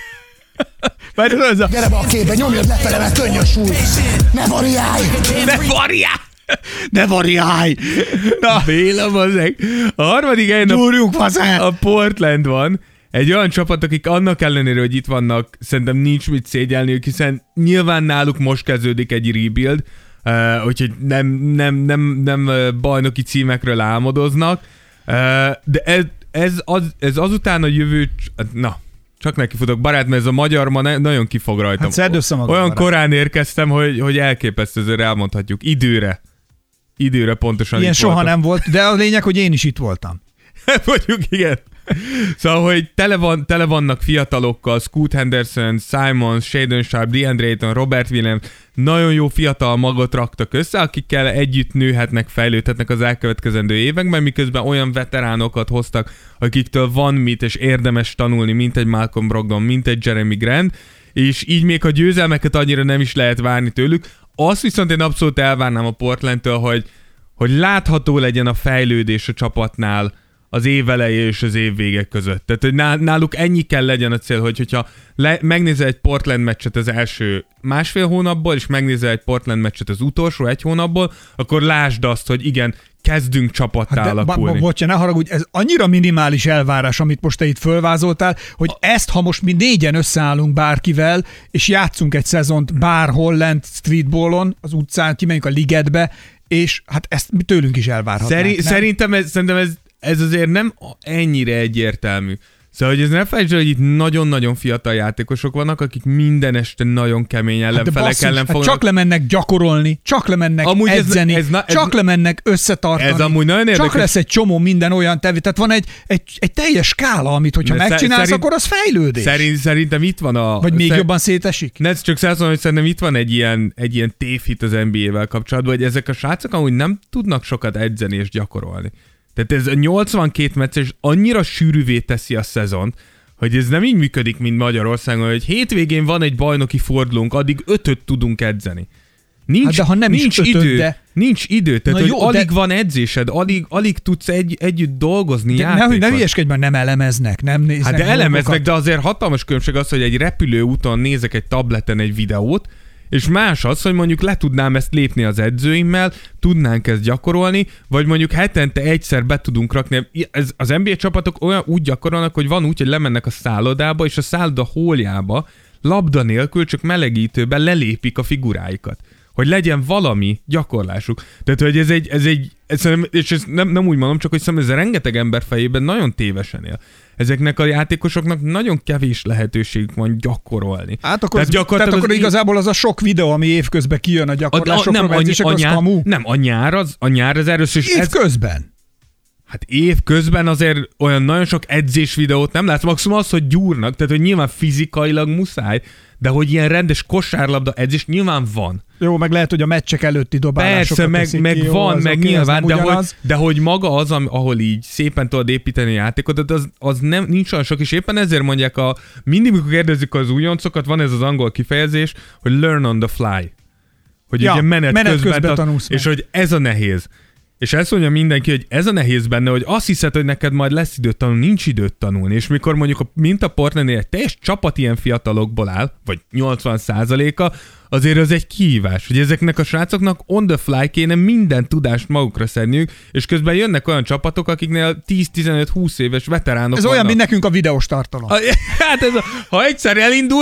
Speaker 1: Gyere be a képbe, nyomjad lefele, mert könnyös új. Ne variálj!
Speaker 4: Ne variálj!
Speaker 3: Ne variálj!
Speaker 4: Na, Béla, bazeg. A harmadik helyen a, a Portland van. Egy olyan csapat, akik annak ellenére, hogy itt vannak, szerintem nincs mit szégyelniük, hiszen nyilván náluk most kezdődik egy rebuild, Uh, úgyhogy nem, nem, nem, nem bajnoki címekről álmodoznak, uh, de ez, ez, az, ez azután a jövő... Na, csak neki futok, barát, mert ez a magyar ma ne, nagyon kifog rajtam.
Speaker 3: Hát szedd össze magad,
Speaker 4: olyan
Speaker 3: barát.
Speaker 4: korán érkeztem, hogy, hogy elképesztő, ezért elmondhatjuk. Időre. Időre pontosan.
Speaker 3: Ilyen soha
Speaker 4: voltam.
Speaker 3: Nem volt, de a lényeg, hogy én is itt voltam.
Speaker 4: Mondjuk, igen. Szóval, hogy tele, van, tele vannak fiatalokkal, Scoot Henderson, Simons, Shaden Sharp, DeAndre Ayton, Robert Williams, nagyon jó fiatal magot raktak össze, akikkel együtt nőhetnek, fejlődhetnek az elkövetkezendő években, miközben olyan veteránokat hoztak, akiktől van mit és érdemes tanulni, mint egy Malcolm Brogdon, mint egy Jeremy Grant, és így még a győzelmeket annyira nem is lehet várni tőlük. Azt viszont én abszolút elvárnám a Portlandtől, hogy, hogy látható legyen a fejlődés a csapatnál az év eleje és az év vége között. Tehát, hogy náluk ennyi kell legyen a cél, hogy hogyha le, megnézel egy Portland meccset az első másfél hónapból, és megnézel egy Portland meccset az utolsó egy hónapból, akkor lásd azt, hogy igen, kezdünk csapattá hát alakulni.
Speaker 3: Bo- bocsánat, ne haragudj, ez annyira minimális elvárás, amit most te itt fölvázoltál, hogy ezt, ha most mi négyen összeállunk bárkivel, és játszunk egy szezont bárhol lent streetballon, az utcán, kimegyünk a ligetbe, és hát ezt tőlünk is elvárhatnánk.
Speaker 4: Szeri- szerintem ez, szerintem ez Ez azért nem ennyire egyértelmű. Szóval, hogy ez ne felejtsd, hogy itt nagyon-nagyon fiatal játékosok vannak, akik minden este nagyon kemény ellenfelek hát ellen fognak.
Speaker 3: Hát csak lemennek gyakorolni, csak lemennek amúgy edzeni, ez, ez, ez, csak lemennek összetartani.
Speaker 4: Ez amúgy nagyon érdekes.
Speaker 3: Csak lesz egy csomó minden olyan tevé. Tehát van egy, egy, egy teljes skála, amit hogyha de megcsinálsz, szerint, akkor az fejlődés.
Speaker 4: Szerint, szerintem itt van a...
Speaker 3: Vagy még
Speaker 4: szer...
Speaker 3: jobban szétesik?
Speaker 4: Ne, csak százszor, hogy szerintem itt van egy ilyen, egy ilyen tévhit az en bé á-vel kapcsolatban, hogy ezek a srácok amúgy nem tudnak sokat edzeni és gyakorolni. Tehát ez a nyolcvankét meccses annyira sűrűvé teszi a szezont, hogy ez nem így működik, mint Magyarországon, hogy hétvégén van egy bajnoki fordulónk, addig ötöt tudunk edzeni. Nincs, hát de ha nem nincs is ötöt, idő, de... nincs idő, tehát hogy jó, alig de... van edzésed, alig, alig tudsz egy, együtt dolgozni, játékon.
Speaker 3: Ne hülyeskedj, mert nem elemeznek, nem néznek.
Speaker 4: Hát de elemeznek, de azért hatalmas különbség az, hogy egy repülőúton nézek egy tableten egy videót, és más az, hogy mondjuk le tudnám ezt lépni az edzőimmel, tudnánk ezt gyakorolni, vagy mondjuk hetente egyszer be tudunk rakni. Ez, az en bé á csapatok olyan úgy gyakorolnak, hogy van úgy, hogy lemennek a szállodába, és a szálloda hóljába labda nélkül, csak melegítőben lelépik a figuráikat. Hogy legyen valami gyakorlásuk. Tehát, hogy ez egy, ez egy ez, és ez nem, nem úgy mondom, csak hogy szerintem ez rengeteg ember fejében nagyon tévesen él. Ezeknek a játékosoknak nagyon kevés lehetőségük van gyakorolni.
Speaker 3: Hát akkor, tehát, tehát akkor igazából az a sok videó, ami évközben kijön a gyakorlásokra,
Speaker 4: nem,
Speaker 3: edzések,
Speaker 4: a,
Speaker 3: az
Speaker 4: nyár,
Speaker 3: kamu?
Speaker 4: Nem, a nyár az, a nyár az erős.
Speaker 3: Évközben?
Speaker 4: Ez, hát évközben azért olyan nagyon sok edzés videót nem látsz, maximum az, hogy gyúrnak, tehát hogy nyilván fizikailag muszáj, de hogy ilyen rendes kosárlabda edzés nyilván van.
Speaker 3: Jó, meg lehet, hogy a meccsek előtti dobálásokat
Speaker 4: persze, meg, meg
Speaker 3: ki,
Speaker 4: van,
Speaker 3: jó,
Speaker 4: meg
Speaker 3: okay,
Speaker 4: nyilván, de hogy, de hogy maga az, ahol így szépen tudod építeni a játékot, az, az nem, nincs olyan sok, és éppen ezért mondják, a, mindig, mikor kérdezzük az újoncokat, van ez az angol kifejezés, hogy learn on the fly. Hogy ja, ugye menet, menet közben, közben tanulsz, és meg. Hogy ez a nehéz. És ezt mondja mindenki, hogy ez a nehéz benne, hogy azt hiszed, hogy neked majd lesz időt tanulni, nincs időt tanulni. És mikor mondjuk, a, mint a Portlandnél egy teljes csapat ilyen fiatalokból áll, vagy nyolcvan százaléka, azért az egy kihívás, hogy ezeknek a srácoknak on the fly kéne minden tudást magukra szedniük, és közben jönnek olyan csapatok, akiknél tíz-tizenöt-húsz éves veteránok
Speaker 3: Ez
Speaker 4: vannak.
Speaker 3: olyan, mint nekünk a videós tartalom.
Speaker 4: Hát ez a, ha egyszer elindul,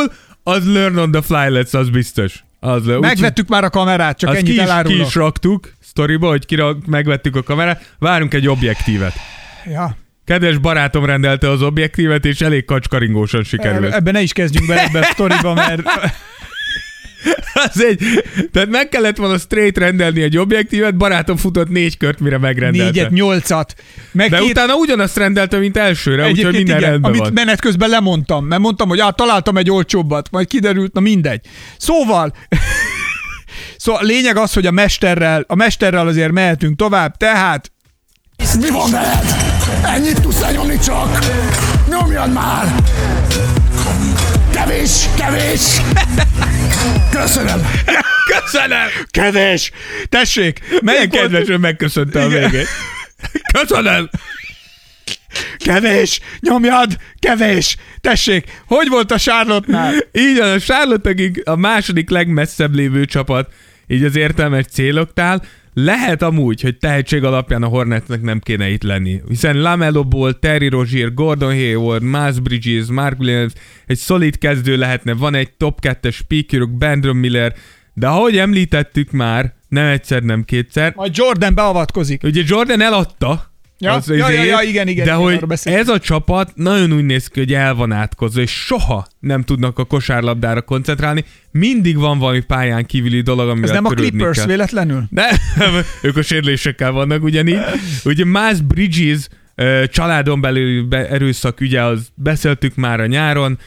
Speaker 4: az learn on the fly lesz, az biztos. Az le,
Speaker 3: Megvettük úgy, már a kamerát, csak ennyit elárulok.
Speaker 4: Ki is raktuk, sztoriba, hogy kira megvettük a kamerát, várunk egy objektívet.
Speaker 3: Ja.
Speaker 4: Kedves barátom rendelte az objektívet, és elég kacskaringósan sikerült.
Speaker 3: Ebben ne is kezdjünk bele ebbe a sztoriba, mert...
Speaker 4: Az egy, tehát meg kellett volna straight rendelni egy objektívet, barátom futott négy kört, mire megrendelte.
Speaker 3: Négyet, nyolcat. Meg
Speaker 4: De két... utána ugyanazt rendelte, mint elsőre, úgyhogy minden igen, rendben
Speaker 3: amit
Speaker 4: van.
Speaker 3: menet közben lemondtam, mert mondtam, hogy á, találtam egy olcsóbbat, majd kiderült, na mindegy. Szóval... szóval a lényeg az, hogy a mesterrel, a mesterrel azért mehetünk tovább, tehát...
Speaker 5: Mi van veled? Ennyit tudsz lenyomni csak! Nyomjad már! Kevés, kevés! Köszönöm!
Speaker 4: Köszönöm!
Speaker 3: Kevés! Tessék!
Speaker 4: Milyen kedvesen megköszönte a végét. Köszönöm!
Speaker 3: Kevés! Nyomjad! Kevés! Tessék! Hogy volt a Charlotte-nál?
Speaker 4: Így van, a Charlotte a második legmesszebb lévő csapat, így az értelmes céloktál. Lehet amúgy, hogy tehetség alapján a Hornetsnek nem kéne itt lenni, hiszen LaMelo Ball, Terry Rozier, Gordon Hayward, Miles Bridges, Mark Williams egy szolid kezdő lehetne, van egy top kettes speakerük, Brandon Miller, de ahogy említettük már, nem egyszer, nem kétszer.
Speaker 3: Majd Jordan beavatkozik.
Speaker 4: Ugye Jordan eladta,
Speaker 3: Ja,
Speaker 4: az,
Speaker 3: ja, ja, ja, igen, igen.
Speaker 4: de
Speaker 3: igen,
Speaker 4: hogy ez a csapat nagyon úgy néz ki, hogy el van átkozva, és soha nem tudnak a kosárlabdára koncentrálni. Mindig van valami pályán kívüli dolog, amivel
Speaker 3: törődni kell. Ez nem a Clippers
Speaker 4: kell.
Speaker 3: véletlenül?
Speaker 4: De ők a sérülésekkel vannak ugyanígy. Ugye Miles Bridges családon belül erőszak ügye, az beszéltük már a nyáron,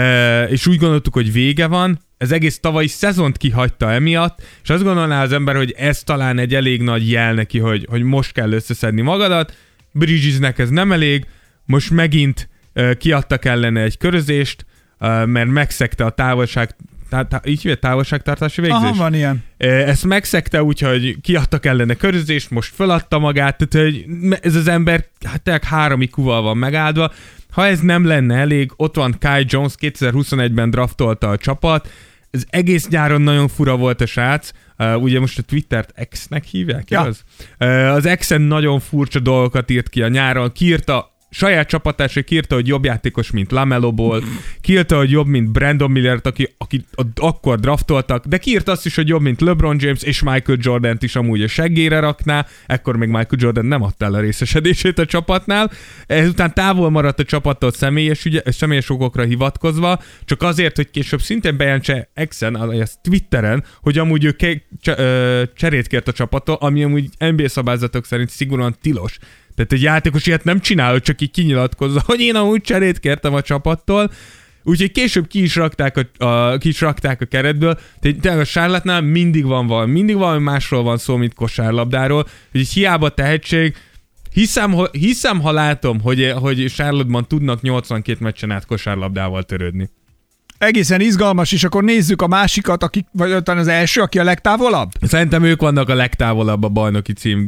Speaker 4: és úgy gondoltuk, hogy vége van. Ez egész tavalyi szezont kihagyta emiatt, és azt gondolná az ember, hogy ez talán egy elég nagy jel neki, hogy, hogy most kell összeszedni magadat. Bridgesnek ez nem elég, most megint uh, kiadtak ellene egy körözést, uh, mert megszegte a távolság, tá, tá, így hívja, távolságtartási végzés?
Speaker 3: Aha, van ilyen.
Speaker 4: Uh, ezt megszegte, úgyhogy kiadtak ellene körözést, most föladta magát, tehát hogy ez az ember hát tényleg három ikúval van megáldva. Ha ez nem lenne elég, ott van Kai Jones, kétezer-huszonegyben draftolta a csapat, ez egész nyáron nagyon fura volt a srác, uh, ugye most a Twittert X-nek hívják,
Speaker 3: ja.
Speaker 4: az? Uh, az X-en nagyon furcsa dolgokat írt ki a nyáron, kiírta, saját csapatásra kiírta, hogy jobb játékos, mint LaMelo Ball, kiírta, hogy jobb, mint Brandon Millert, aki, aki akkor draftoltak, de kiírta azt is, hogy jobb, mint LeBron James, és Michael Jordant is amúgy a seggére rakná, ekkor még Michael Jordan nem adta el a részesedését a csapatnál, ezután távol maradt a csapattól személyes, ügye, személyes okokra hivatkozva, csak azért, hogy később szintén bejelentse X-en, alias Twitteren, hogy amúgy ő ke- cs- ö, cserét kért a csapattól, ami amúgy en bé á szabályzatok szerint szigorúan tilos. Tehát egy játékos ilyet nem csinál, csak így kinyilatkozza, hogy én amúgy cserét kértem a csapattól, úgyhogy később ki is rakták a, a, ki is rakták a keretből. Tehát a Charlotte-nál mindig van valami, mindig valami másról van szó, mint kosárlabdáról, úgyhogy hiába tehetség, hiszem, hiszem ha látom, hogy, hogy Charlotte-ban tudnak nyolcvankét meccsen át kosárlabdával törődni.
Speaker 3: Egészen izgalmas, és akkor nézzük a másikat, akik, vagy talán az első, aki a legtávolabb?
Speaker 4: Szerintem ők vannak a legtávolabb a bajnoki cím.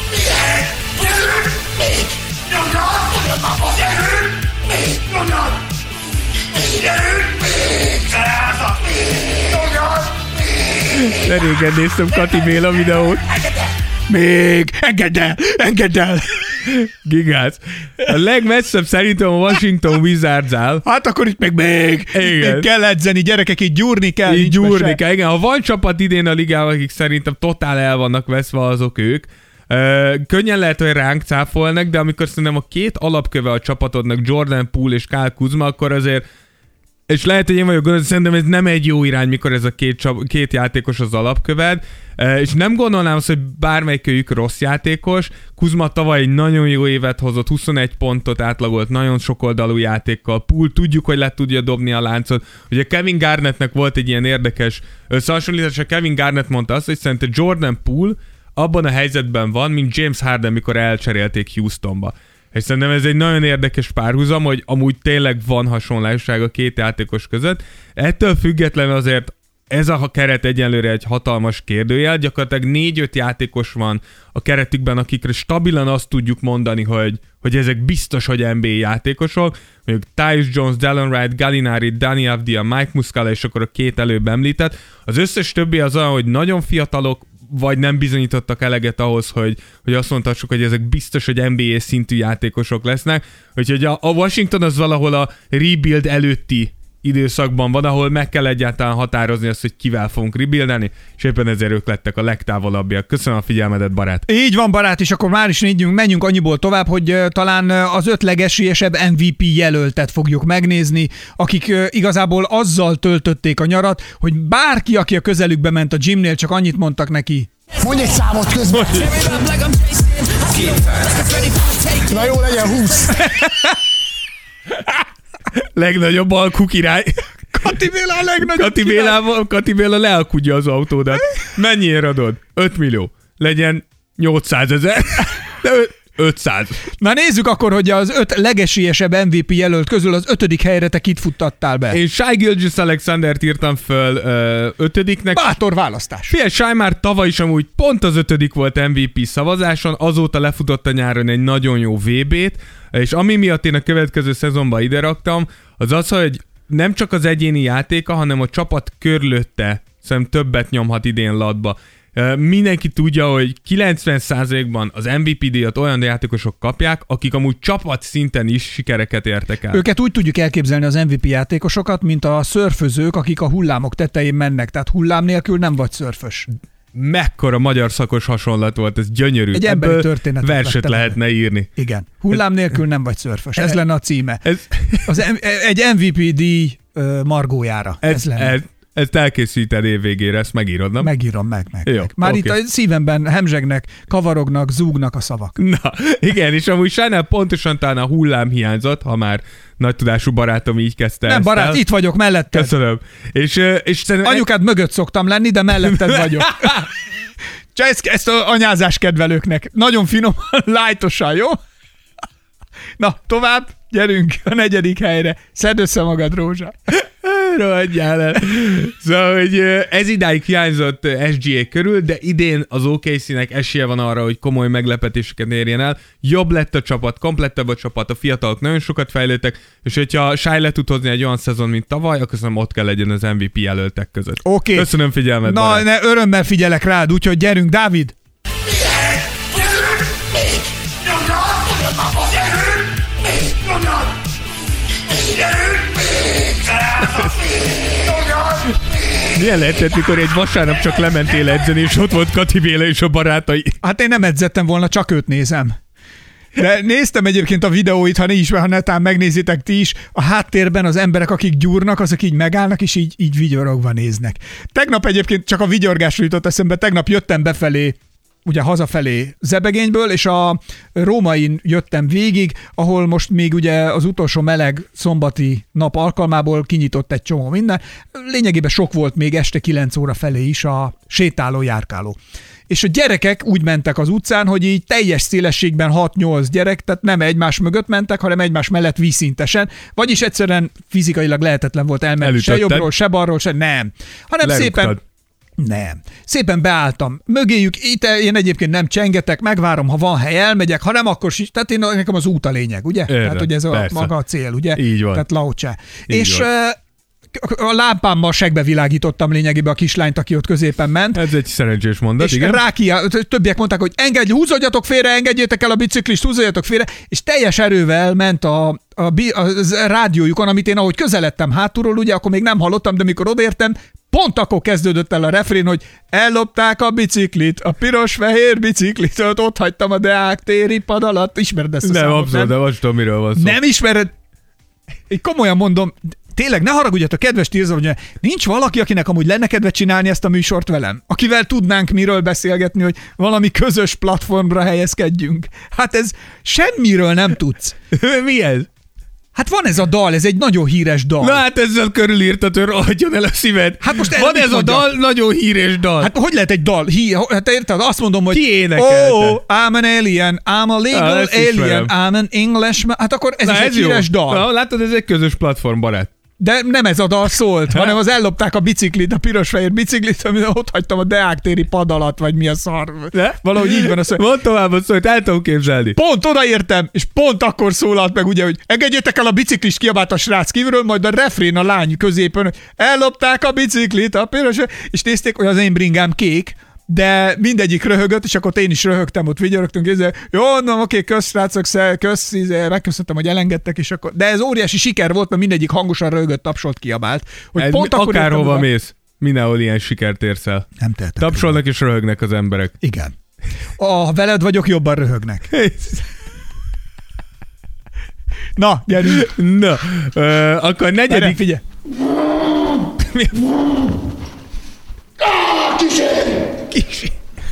Speaker 4: De régen néztem Kati Béla videót.
Speaker 3: Még! Engedd el! Engedd el!
Speaker 4: Gigác. A legmesszebb szerintem a Washington Wizards áll.
Speaker 3: Hát akkor itt meg még!
Speaker 4: Igen.
Speaker 3: Még kell edzeni, gyerekek, itt gyúrni kell.
Speaker 4: Így gyúrni kell, igen. Ha van csapat idén a ligában, akik szerintem totál el vannak veszve, azok ők. Uh, könnyen lehet, hogy ránk cáfolnak, de amikor szerintem a két alapköve a csapatodnak, Jordan Poole és Kyle Kuzma, akkor azért, és lehet, hogy én vagyok gondolom, szerintem ez nem egy jó irány, mikor ez a két, csap, két játékos az alapköved, uh, és nem gondolnám azt, hogy bármelyikőjük rossz játékos. Kuzma tavaly egy nagyon jó évet hozott, huszonegy pontot átlagolt, nagyon sokoldalú játékkal. Poole tudjuk, hogy le tudja dobni a láncot. Ugye Kevin Garnettnek volt egy ilyen érdekes összehasonlítás, Kevin Garnett mondta azt, hogy szerintem Jordan Poole abban a helyzetben van, mint James Harden, mikor elcserélték Houstonba. És szerintem ez egy nagyon érdekes párhuzam, hogy amúgy tényleg van hasonlóság a két játékos között. Ettől függetlenül azért ez a keret egyenlőre egy hatalmas kérdőjel. Gyakorlatilag négy-öt játékos van a keretükben, akikre stabilan azt tudjuk mondani, hogy, hogy ezek biztos, hogy en bé á játékosok. Mondjuk Tyus Jones, Delon Wright, Gallinari, Dani Avdija, Mike Muscala, és akkor a két előbb említett. Az összes többi az olyan, hogy nagyon fiatalok, vagy nem bizonyítottak eleget ahhoz, hogy, hogy azt mondhassuk, hogy ezek biztos, hogy en bé á szintű játékosok lesznek. Úgyhogy a, a Washington az valahol a rebuild előtti időszakban van, ahol meg kell egyáltalán határozni azt, hogy kivel fogunk rebuildeni, és éppen ezért ők lettek a legtávolabbiak. Köszönöm a figyelmedet, barát.
Speaker 3: Így van, barát, és akkor már is négyünk, menjünk annyiból tovább, hogy uh, talán uh, az öt legesélyesebb em vé pé jelöltet fogjuk megnézni, akik uh, igazából azzal töltötték a nyarat, hogy bárki, aki a közelükbe ment a gymnél, csak annyit mondtak neki.
Speaker 1: Mondj egy számot közben. Na jó, legyen húsz.
Speaker 4: Legnagyobb alkú király.
Speaker 3: Kati Béla a legnagyobb
Speaker 4: Kati Béla, Kati Béla lealkudja az autódat. Mennyire adod? öt millió. Legyen nyolcszázezer. De ötszáz.
Speaker 3: Na nézzük akkor, hogy az öt legesélyesebb em vé pé jelölt közül az ötödik helyre te kit futtattál be.
Speaker 4: Én Shai Gilgeous-Alexandert írtam föl ö, ötödiknek.
Speaker 3: Bátor választás.
Speaker 4: Figyelj, Shai már tavaly is amúgy pont az ötödik volt em vé pé szavazáson, azóta lefutott a nyáron egy nagyon jó vé bét, és ami miatt én a következő szezonban ide raktam, az az, hogy nem csak az egyéni játéka, hanem a csapat körülötte szerintem többet nyomhat idén ladba. Mindenki tudja, hogy kilencven százalékban az em vé pé díjat olyan játékosok kapják, akik amúgy csapat szinten is sikereket értek el.
Speaker 3: Őket úgy tudjuk elképzelni az em vé pé játékosokat, mint a szörfözők, akik a hullámok tetején mennek. Tehát hullám nélkül nem vagy szörfös.
Speaker 4: Mekkora magyar szakos hasonlat volt, ez gyönyörű.
Speaker 3: Egy emberi történetet
Speaker 4: verset lehetne írni.
Speaker 3: Igen. Hullám nélkül nem vagy szörfös. Ez lenne a címe. Ez, az, egy em vé pé díj margójára. Ez, ez lenne. Ez,
Speaker 4: Ezt elkészíted év végére, ezt megírod, nem?
Speaker 3: Megírom, meg, meg.
Speaker 4: Jó,
Speaker 3: meg. Már okay. Itt a szívemben hemzsegnek, kavarognak, zúgnak a szavak.
Speaker 4: Na, igen, és amúgy Shai-nál pontosan talán a hullám hiányzott, ha már nagy tudású barátom így kezdte.
Speaker 3: Nem, barát, el. Itt vagyok melletted.
Speaker 4: Köszönöm. És, és szerintem...
Speaker 3: Anyukád mögött szoktam lenni, de melletted vagyok. Csak ezt, ezt a anyázás kedvelőknek. Nagyon finoman, lájtosan, jó? Na, tovább, gyerünk a negyedik helyre. Szedd össze magad, Rózsa.
Speaker 4: Rohadjál el. Szóval, hogy ez idáig hiányzott es gé á körül, de idén az o ká cé-nek esélye van arra, hogy komoly meglepetéseket érjen el. Jobb lett a csapat, komplettebb a csapat, a fiatalok nagyon sokat fejlődtek, és hogyha Shai le tud hozni egy olyan szezon, mint tavaly, akkor szerintem ott kell legyen az em vé pé jelöltek között.
Speaker 3: Oké. Okay.
Speaker 4: Köszönöm figyelmet,
Speaker 3: Na,
Speaker 4: barát.
Speaker 3: Ne, örömmel figyelek rád, úgyhogy gyerünk, Dávid!
Speaker 4: Milyen lehetett, mikor egy vasárnap csak lementél edzeni, és ott volt Kati Béla és a barátai?
Speaker 3: Hát én nem edzettem volna, csak őt nézem. De néztem egyébként a videóit, ha nincs, ha netán megnézitek ti is, a háttérben az emberek, akik gyúrnak, azok így megállnak, és így, így vigyorogva néznek. Tegnap egyébként csak a vigyorgásról jutott eszembe, tegnap jöttem befelé, ugye hazafelé Zebegényből, és a Rómain jöttem végig, ahol most még ugye az utolsó meleg szombati nap alkalmából kinyitott egy csomó minden. Lényegében sok volt még este kilenc óra felé is a sétáló, járkáló. És a gyerekek úgy mentek az utcán, hogy így teljes szélességben hat-nyolc gyerek, tehát nem egymás mögött mentek, hanem egymás mellett vízszintesen, vagyis egyszerűen fizikailag lehetetlen volt elmenni. Elütötted. Se jobbról, se balról, se nem. Hanem Lerúgtad. szépen... Nem. Szépen beálltam mögéjük, itt én egyébként nem csengetek, megvárom, ha van hely, elmegyek, ha nem, akkor is, tehát én, nekem az út a lényeg, ugye?
Speaker 4: Érde,
Speaker 3: tehát, hogy ez a,
Speaker 4: persze.
Speaker 3: maga a cél, ugye?
Speaker 4: Így van.
Speaker 3: Tehát laucsá.
Speaker 4: Így
Speaker 3: És
Speaker 4: van.
Speaker 3: a lámpámmal segbe világítottam lényegében a kislányt, aki ott középen ment.
Speaker 4: Ez egy szerencsés mondat,
Speaker 3: és
Speaker 4: igen.
Speaker 3: Rákia, többiek mondták, hogy engedj, húzódjatok félre, engedjétek el a biciklist, húzódjatok félre, és teljes erővel ment a, a, a, a rádiójukon, amit én ahogy közeledtem hátulról, ugye, akkor még nem hallottam, de mikor odértem, pont akkor kezdődött el a refrén, hogy ellopták a biciklit, a piros-fehér biciklit, ott, ott hagytam a Deák téri pad alatt. Ismered ezt a
Speaker 4: Nem,
Speaker 3: számot,
Speaker 4: abszolút,
Speaker 3: nem?
Speaker 4: de most tudom, miről van szó.
Speaker 3: Nem ismered? Én komolyan mondom, tényleg ne haragudjatok, kedves Tirza, hogy nincs valaki, akinek amúgy lenne kedve csinálni ezt a műsort velem? Akivel tudnánk miről beszélgetni, hogy valami közös platformra helyezkedjünk. Hát ez semmiről nem tudsz.
Speaker 4: Mi ez?
Speaker 3: Hát van ez a dal, ez egy nagyon híres dal.
Speaker 4: Na hát ezzel körülírtad, hogy rohadjon el a szíved.
Speaker 3: Hát most
Speaker 4: van ez a dal, nagyon híres dal.
Speaker 3: Hát hogy lehet egy dal? Hí, hát érted? Azt mondom, hogy
Speaker 4: ki énekelte?
Speaker 3: Oh, I'm an alien, I'm a legal
Speaker 4: ah,
Speaker 3: alien, I'm an Englishman. Hát akkor ez Na, is ez egy jó. híres dal.
Speaker 4: Na, látod, ez egy közös platform, barát.
Speaker 3: De nem ez a dal szólt, ha? hanem az ellopták a biciklit, a piros-fehér biciklit, amit ott hagytam a Deák téri pad alatt, vagy mi a szar. De? Valahogy így van a szó.
Speaker 4: Mondd tovább a szót, el tudom képzelni.
Speaker 3: Pont odaértem, és pont akkor szólalt meg, ugye, hogy engedjétek el a biciklist, kiabált a srác kívülről, majd a refrén a lány középen, hogy ellopták a biciklit, a piros, és nézték, hogy az én bringám kék, de mindegyik röhögött, és akkor én is röhögtem, ott vigyorogtunk, és jó, na oké, kösz, srácok, kösz, megköszöntem, hogy elengedtek, és akkor... De ez óriási siker volt, mert mindegyik hangosan röhögött, tapsolt, kiabált. Hogy
Speaker 4: ez
Speaker 3: pont
Speaker 4: akárhova mész, mindenhol ilyen sikert érsz el.
Speaker 3: Nem tehetek.
Speaker 4: Tapsolnak
Speaker 3: róla.
Speaker 4: És röhögnek az emberek.
Speaker 3: Igen. Ha veled vagyok, jobban röhögnek. Na, gyerünk.
Speaker 4: Na, ö, akkor negyedik...
Speaker 3: Erre, figyelj.
Speaker 5: Ah, kísér!
Speaker 3: Kísér.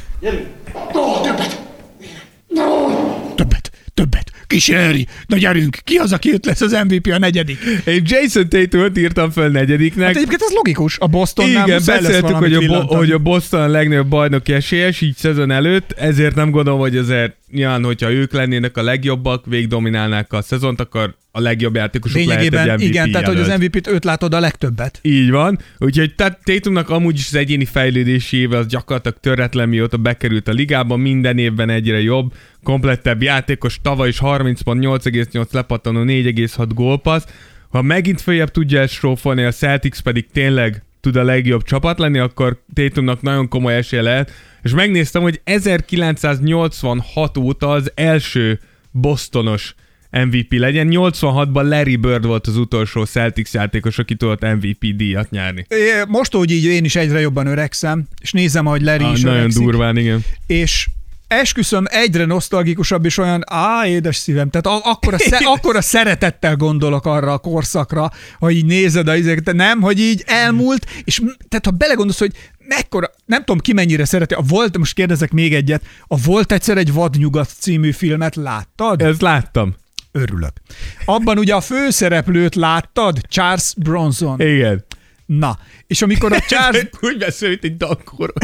Speaker 5: No, többet! No!
Speaker 3: Többet, többet. Kíséri. Na gyerünk. Ki az, aki itt lesz az em vé pé a negyedik?
Speaker 4: Én Jason Tatumot írtam föl negyediknek.
Speaker 3: Hát egyébként ez logikus. A Bostonnál
Speaker 4: igen, beszéltük, hogy a, bo- hogy a Boston a legnagyobb bajnoki esélyes, így szezon előtt, ezért nem gondolom, hogy azért nyilván, hogyha ők lennének a legjobbak, végdominálnák a szezont, akkor a legjobb játékosok
Speaker 3: lényegében,
Speaker 4: lehet egy em vé pé
Speaker 3: igen, tehát
Speaker 4: jelölt.
Speaker 3: hogy az em vé pét őt látod a legtöbbet.
Speaker 4: Így van. Úgyhogy Tatumnak amúgy is az egyéni fejlődési éve az gyakorlatilag töretlen, mióta bekerült a ligába, minden évben egyre jobb, komplettebb játékos, tavaly is harminc pont nyolc egész nyolc lepattanó, négy egész hat gólpassz. Ha megint följebb tudja ezt strófolni, a Celtics pedig tényleg tud a legjobb csapat lenni, akkor Tatumnak nagyon komoly esélye lehet. És megnéztem, hogy ezerkilencszáznyolcvanhat óta az első bostonos em vé pé legyen. nyolcvanhatban Larry Bird volt az utolsó Celtics játékos, aki tudott em vé pé díjat nyerni.
Speaker 3: Most, hogy így én is egyre jobban öregszem, és nézem, ahogy Larry
Speaker 4: ah,
Speaker 3: is
Speaker 4: nagyon
Speaker 3: öregszik.
Speaker 4: Nagyon durván, igen.
Speaker 3: És esküszöm, egyre nosztalgikusabb, és olyan, á, édes szívem. Tehát akkora, sze, akkora szeretettel gondolok arra a korszakra, ha így nézed a izéket, nem, hogy így elmúlt, és tehát ha belegondolsz, hogy mekkora, nem tudom ki mennyire szereti, a Volt, most kérdezek még egyet, a Volt egyszer egy Vadnyugat című filmet láttad?
Speaker 4: Ezt láttam.
Speaker 3: Örülök. Abban ugye a főszereplőt láttad? Charles Bronson.
Speaker 4: Igen.
Speaker 3: Na, és amikor a Charles...
Speaker 4: Úgy beszél, mint egy dankor.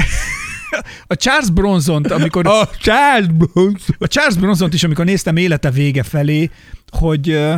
Speaker 3: A Charles Bronzont, amikor...
Speaker 4: A Charles Bronson.
Speaker 3: A Charles Bronzont is, amikor néztem élete vége felé, hogy uh,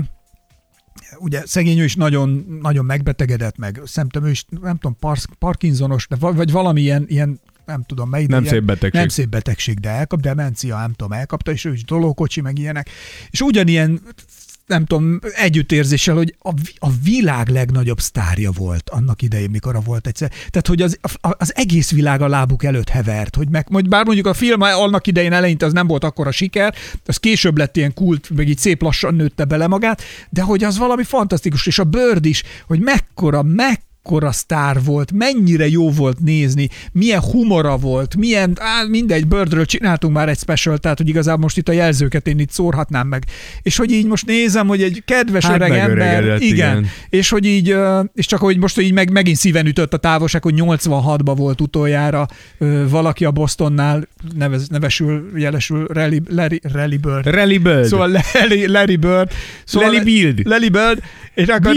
Speaker 3: ugye szegény ő is nagyon, nagyon megbetegedett, meg szerintem ő is, nem tudom, Parkinsonos, de vagy valami ilyen, ilyen nem tudom, melyik.
Speaker 4: Nem
Speaker 3: ilyen,
Speaker 4: szép betegség.
Speaker 3: Nem szép betegség, de elkap, demencia, nem tudom, elkapta, és ő is dolókocsi, meg ilyenek. És ugyanilyen, nem tudom, együttérzéssel, hogy a, a világ legnagyobb sztárja volt annak idején, mikor a Volt egyszer. Tehát, hogy az, az egész világ a lábuk előtt hevert, hogy meg, bár mondjuk a film annak idején eleinte az nem volt akkora siker, az később lett ilyen kult, meg így szép lassan nőtte bele magát, de hogy az valami fantasztikus, és a Bird is, hogy mekkora, mekkora akkora sztár volt, mennyire jó volt nézni, milyen humora volt, milyen, á, mindegy, Birdről csináltunk már egy special, tehát hogy igazából most itt a jelzőket én itt szórhatnám meg. És hogy így most nézem, hogy egy kedves hát öreg ember, igen, igen, és hogy így, és csak hogy most így meg, megint szíven ütött a távolság, hogy nyolcvanhatban volt utoljára valaki a Bostonnál, nevez, nevesül, jelesül Larry, Larry, Larry Bird.
Speaker 4: Larry Bird.
Speaker 3: Szóval Larry, Larry Bird. Szóval
Speaker 4: Larry Bird.
Speaker 3: Larry Bird. És akkor...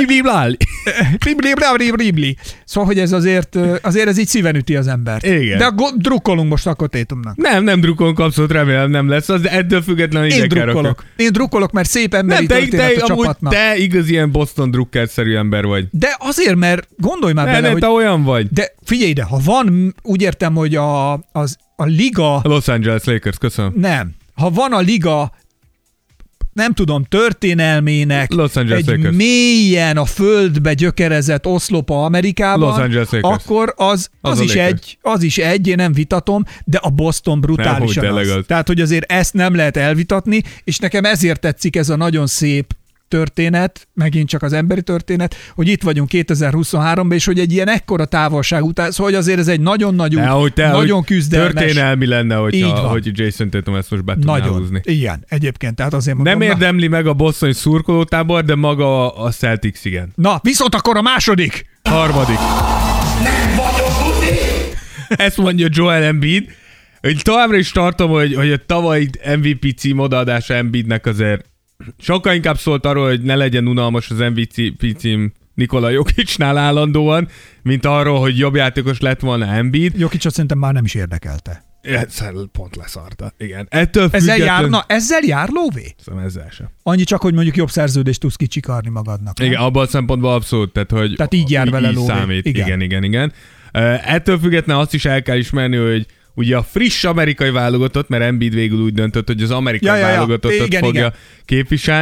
Speaker 3: Szóval, hogy ez azért, azért ez így szíven üti az embert.
Speaker 4: Igen.
Speaker 3: De akkor drukkolunk most akkor Tatumnak.
Speaker 4: Nem, nem drukkolunk, abszolút remélem nem lesz az, de ettől függetlenül
Speaker 3: ide kell drukkolok. Én drukkolok, mert szép emberi
Speaker 4: nem,
Speaker 3: történet
Speaker 4: te,
Speaker 3: a csapatnak.
Speaker 4: Te igaz ilyen Boston drukker-szerű ember vagy.
Speaker 3: De azért, mert gondolj már
Speaker 4: ne,
Speaker 3: bele,
Speaker 4: ne,
Speaker 3: hogy...
Speaker 4: te olyan vagy.
Speaker 3: De figyelj ide, ha van, úgy értem, hogy a, az, a liga...
Speaker 4: A Los Angeles Lakers, köszönöm.
Speaker 3: Nem. Ha van a liga nem tudom, történelmének
Speaker 4: Los Angeles
Speaker 3: egy
Speaker 4: Lakers.
Speaker 3: Mélyen a földbe gyökerezett oszlopa Amerikában,
Speaker 4: Los Angeles Lakers.
Speaker 3: akkor az, az,
Speaker 4: az,
Speaker 3: is egy, az is egy, én nem vitatom, de a Boston brutálisan
Speaker 4: nem,
Speaker 3: az.
Speaker 4: az.
Speaker 3: Tehát, hogy azért ezt nem lehet elvitatni, és nekem ezért tetszik ez a nagyon szép történet, megint csak az emberi történet, hogy itt vagyunk kétezer-huszonháromban, és hogy egy ilyen ekkora távolság után, szóval hogy azért ez egy nagyon-nagyon
Speaker 4: ne, te,
Speaker 3: nagyon küzdelmes.
Speaker 4: Történelmi lenne, hogyha, hogy Jason Tatum ezt most be tudná
Speaker 3: nagyon.
Speaker 4: húzni.
Speaker 3: Igen, egyébként, tehát azért mondom.
Speaker 4: Nem érdemli meg a bostoni szurkolótábor, de maga a Celtics igen.
Speaker 3: Na, viszont akkor a második!
Speaker 4: Harmadik.
Speaker 5: Nem vagyok buzi!
Speaker 4: Ezt mondja Joel Embiid. Hogy továbbra is tartom, hogy, hogy a tavalyi em vé pé cím odaadása Embiidnek azért sokkal inkább szólt arról, hogy ne legyen unalmas az em vé pé cím Nikola Jokicsnál állandóan, mint arról, hogy jobb játékos lett volna Embiid.
Speaker 3: Jokicsot szerintem már nem is érdekelte.
Speaker 4: Egyszer pont leszarta. Igen. Ettől
Speaker 3: ezzel
Speaker 4: független...
Speaker 3: jár, na, ezzel jár lóvé?
Speaker 4: Szóval ezzel sem.
Speaker 3: Annyi csak, hogy mondjuk jobb szerződést tudsz kicsikarni magadnak.
Speaker 4: Igen, abban a szempontból abszolút. Tehát, hogy
Speaker 3: tehát így jár vele lóvé.
Speaker 4: Számít. Igen, igen, igen. igen. Uh, ettől független azt is el kell ismerni, hogy ugye a friss amerikai válogatott, mert Embiid végül úgy döntött, hogy az amerikai ja, ja, ja. válogatottat igen, fogja igen. képviselni.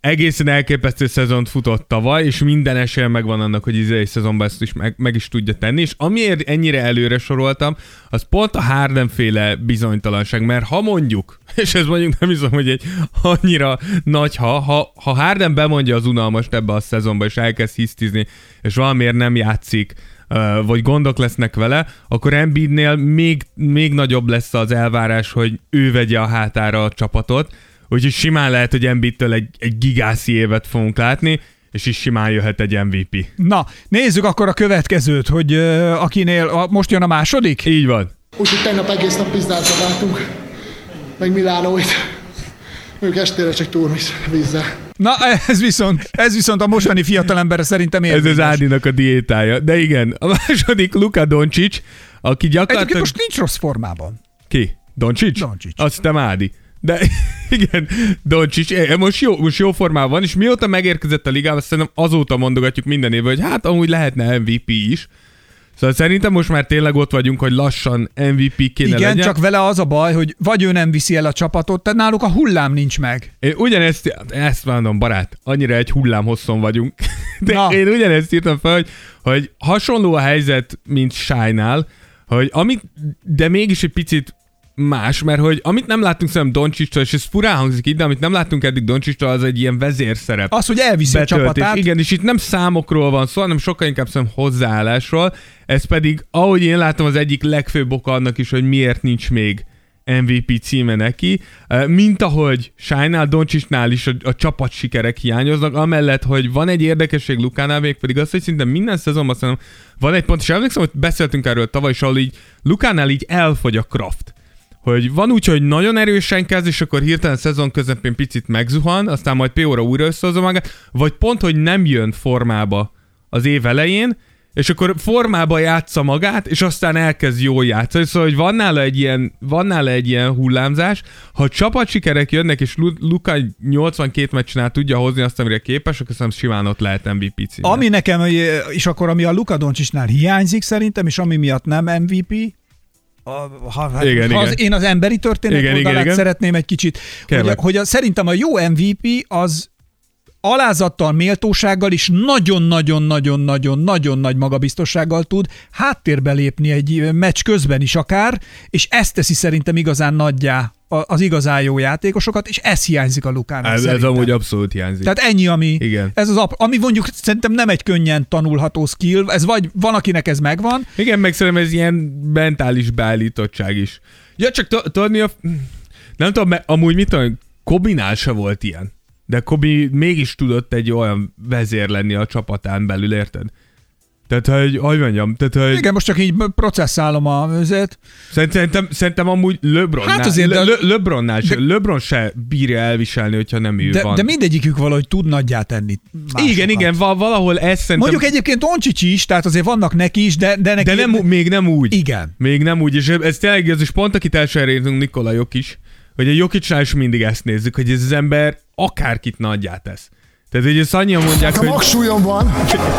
Speaker 4: egészen elképesztő szezont futott tavaly, és minden esélye megvan annak, hogy idei szezonban ezt is meg, meg is tudja tenni, és amiért ennyire előre soroltam, az pont a Harden-féle bizonytalanság, mert ha mondjuk, és ez mondjuk nem hiszem, hogy egy annyira nagy ha, ha, ha Harden bemondja az unalmast ebbe a szezonba, és elkezd hisztizni, és valamiért nem játszik, vagy gondok lesznek vele, akkor Embiidnél még, még nagyobb lesz az elvárás, hogy ő vegye a hátára a csapatot, úgyhogy simán lehet, hogy Embiidtől egy, egy gigászi évet fogunk látni, és is simán jöhet egy em vé pé.
Speaker 3: Na, nézzük akkor a következőt, hogy uh, akinél a, most jön a második?
Speaker 4: Így van.
Speaker 1: Úgyhogy tegnap egész nap pizzát zabáltunk, meg Milánóit. Ők estére csak turmis vízzel.
Speaker 3: Na, ez viszont, ez viszont a mostani fiatalemberre szerintem érvényes.
Speaker 4: Ez az Ádinak a diétája. De igen, a második Luka Doncic, aki gyakorlatilag...
Speaker 3: Egyébként most nincs rossz formában.
Speaker 4: Ki? Doncic?
Speaker 3: Doncic.
Speaker 4: Azt hiszem Ádi. De igen, Doncic most jó, most jó formában van, és mióta megérkezett a ligába, szerintem azóta mondogatjuk minden évben, hogy hát amúgy lehetne em vé pé is. Szóval szerintem most már tényleg ott vagyunk, hogy lassan em vé pé kéne
Speaker 3: Igen,
Speaker 4: legyen.
Speaker 3: csak vele az a baj, hogy vagy ő nem viszi el a csapatot, tehát náluk a hullám nincs meg.
Speaker 4: Én ugyanezt, ezt mondom, barát, annyira egy hullám hosszon vagyunk. De
Speaker 3: Na.
Speaker 4: én ugyanezt írtam fel, hogy, hogy hasonló a helyzet, mint Shine-nál, hogy amit, de mégis egy picit más, mert hogy amit nem láttunk szerintem Doncictól, és ez furán hangzik itt, de amit nem láttunk eddig Doncictól, az egy ilyen vezérszerep.
Speaker 3: Az, hogy elviszi
Speaker 4: betöltés.
Speaker 3: a csapatát.
Speaker 4: Igen, és itt nem számokról van szó, hanem sokkal inkább szerintem hozzáállásról. Ez pedig, ahogy én látom, az egyik legfőbb oka annak is, hogy miért nincs még em vé pé címe neki, mint ahogy Shine-nál, Doncicnál is a, a csapat sikerek hiányoznak, amellett, hogy van egy érdekesség Lukánál, még pedig az, hogy szinte minden szezonban szerintem van egy pont, és emlékszem, hogy beszéltünk erről tavaly is, ahol így Lukánál így elfogy a craft. Hogy van úgy, hogy nagyon erősen kezd, és akkor hirtelen szezon közepén picit megzuhan, aztán majd pé óra újra összehozza magát, vagy pont, hogy nem jön formába az év elején, és akkor formába játsza magát, és aztán elkezd jól játszani. Szóval, hogy van nála egy ilyen, van nála egy ilyen hullámzás. Ha csapatsikerek jönnek, és Luka nyolcvankét meccsen tudja hozni azt, amire képes, akkor szerintem simán ott lehet em vé pé címre.
Speaker 3: Ami nekem, és akkor ami a Luka Doncicnál hiányzik szerintem, és ami miatt nem em vé pé, A, ha,
Speaker 4: igen,
Speaker 3: ha az,
Speaker 4: igen.
Speaker 3: én az emberi történet
Speaker 4: igen,
Speaker 3: oldalát
Speaker 4: igen, igen.
Speaker 3: szeretném egy kicsit, hogy, hogy a, szerintem a jó em vé pé az alázattal, méltósággal és nagyon-nagyon-nagyon-nagyon-nagyon nagy magabiztossággal tud háttérbe lépni egy meccs közben is akár, és ezt teszi szerintem igazán nagyjá az igazán jó játékosokat, és ez hiányzik a Lukának.
Speaker 4: Ez, ez amúgy abszolút hiányzik.
Speaker 3: Tehát ennyi, ami,
Speaker 4: igen.
Speaker 3: ez az, ami mondjuk szerintem nem egy könnyen tanulható skill, ez vagy van, akinek ez megvan.
Speaker 4: Igen, meg szerintem ez ilyen mentális beállítottság is. Ja, csak tudni, a... nem tudom, amúgy mit tudom, Kobinál se volt ilyen. De Kobi mégis tudott egy olyan vezér lenni a csapatán belül, érted? Tehát, hogy, hogy mondjam, tehát, hogy...
Speaker 3: Igen, most csak így processzálom a őzét.
Speaker 4: Szerintem, szerintem amúgy LeBronnál,
Speaker 3: hát azért,
Speaker 4: Le, Le, LeBronnál se, LeBron se bírja elviselni, hogyha nem ő
Speaker 3: de,
Speaker 4: van.
Speaker 3: De mindegyikük valahogy tud nagyját tenni másokat.
Speaker 4: Igen, igen, valahol ez szerintem...
Speaker 3: Mondjuk egyébként Doncic is, tehát azért vannak neki is, de, de neki...
Speaker 4: De nem, még nem úgy.
Speaker 3: Igen.
Speaker 4: Még nem úgy, és ez tényleg az is pont, akit elsőre Nikola Jokic, hogy a Jokicnál is mindig ezt nézzük, hogy ez az ember akárkit nagyját tesz. Tehát ugye ezt annyian mondják,
Speaker 1: hogy... A magsúlyom van.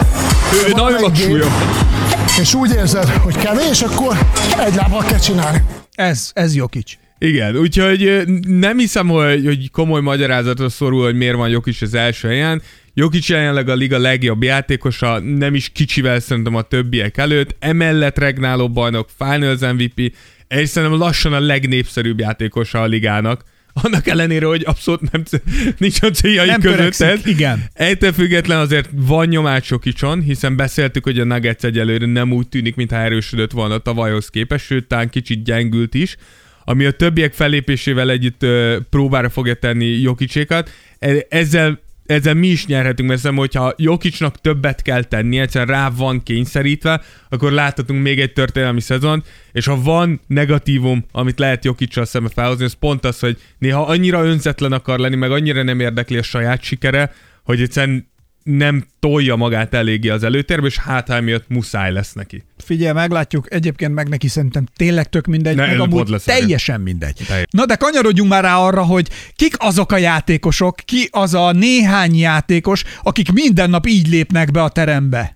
Speaker 4: Ő nagy magsúlyom.
Speaker 1: És úgy érzed, hogy kevés, akkor egy lábbal kell csinálni.
Speaker 3: Ez, ez Jokic.
Speaker 4: Igen, úgyhogy nem hiszem, hogy, hogy komoly magyarázatra szorul, hogy miért van Jokic az első helyen. Jokic jelenleg a liga legjobb játékosa, nem is kicsivel szerintem a többiek előtt. Emellett regnáló bajnok, Finals em vé pé, és szerintem lassan a legnépszerűbb játékosa a ligának. Annak ellenére, hogy abszolút nem, nincs a céljai
Speaker 3: nem
Speaker 4: között ez.
Speaker 3: Igen.
Speaker 4: Ettől független azért van nyomás Jokicon, hiszen beszéltük, hogy a Nuggets egyelőre nem úgy tűnik, mintha erősödött volna tavalyhoz képest, sőt, talán kicsit gyengült is, ami a többiek fellépésével együtt ö, próbára fogja tenni Jokicékat. Ezzel, ezzel mi is nyerhetünk, mert szerintem, hogyha Jokicnak többet kell tenni, egyszerűen rá van kényszerítve, akkor láthatunk még egy történelmi szezon, és ha van negatívum, amit lehet Jokicsal szembe felhozni, az pont az, hogy néha annyira önzetlen akar lenni, meg annyira nem érdekli a saját sikere, hogy egyszerűen nem tolja magát eléggé az előtérbe, és hát miatt muszáj lesz neki.
Speaker 3: Figyelj, meglátjuk, egyébként meg neki szerintem tényleg tök mindegy, ne, meg amúgy teljesen mindegy. Telj. Na de kanyarodjunk már rá arra, hogy kik azok a játékosok, ki az a néhány játékos, akik minden nap így lépnek be a terembe.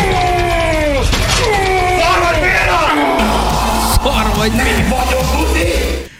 Speaker 3: Szar vagy mi?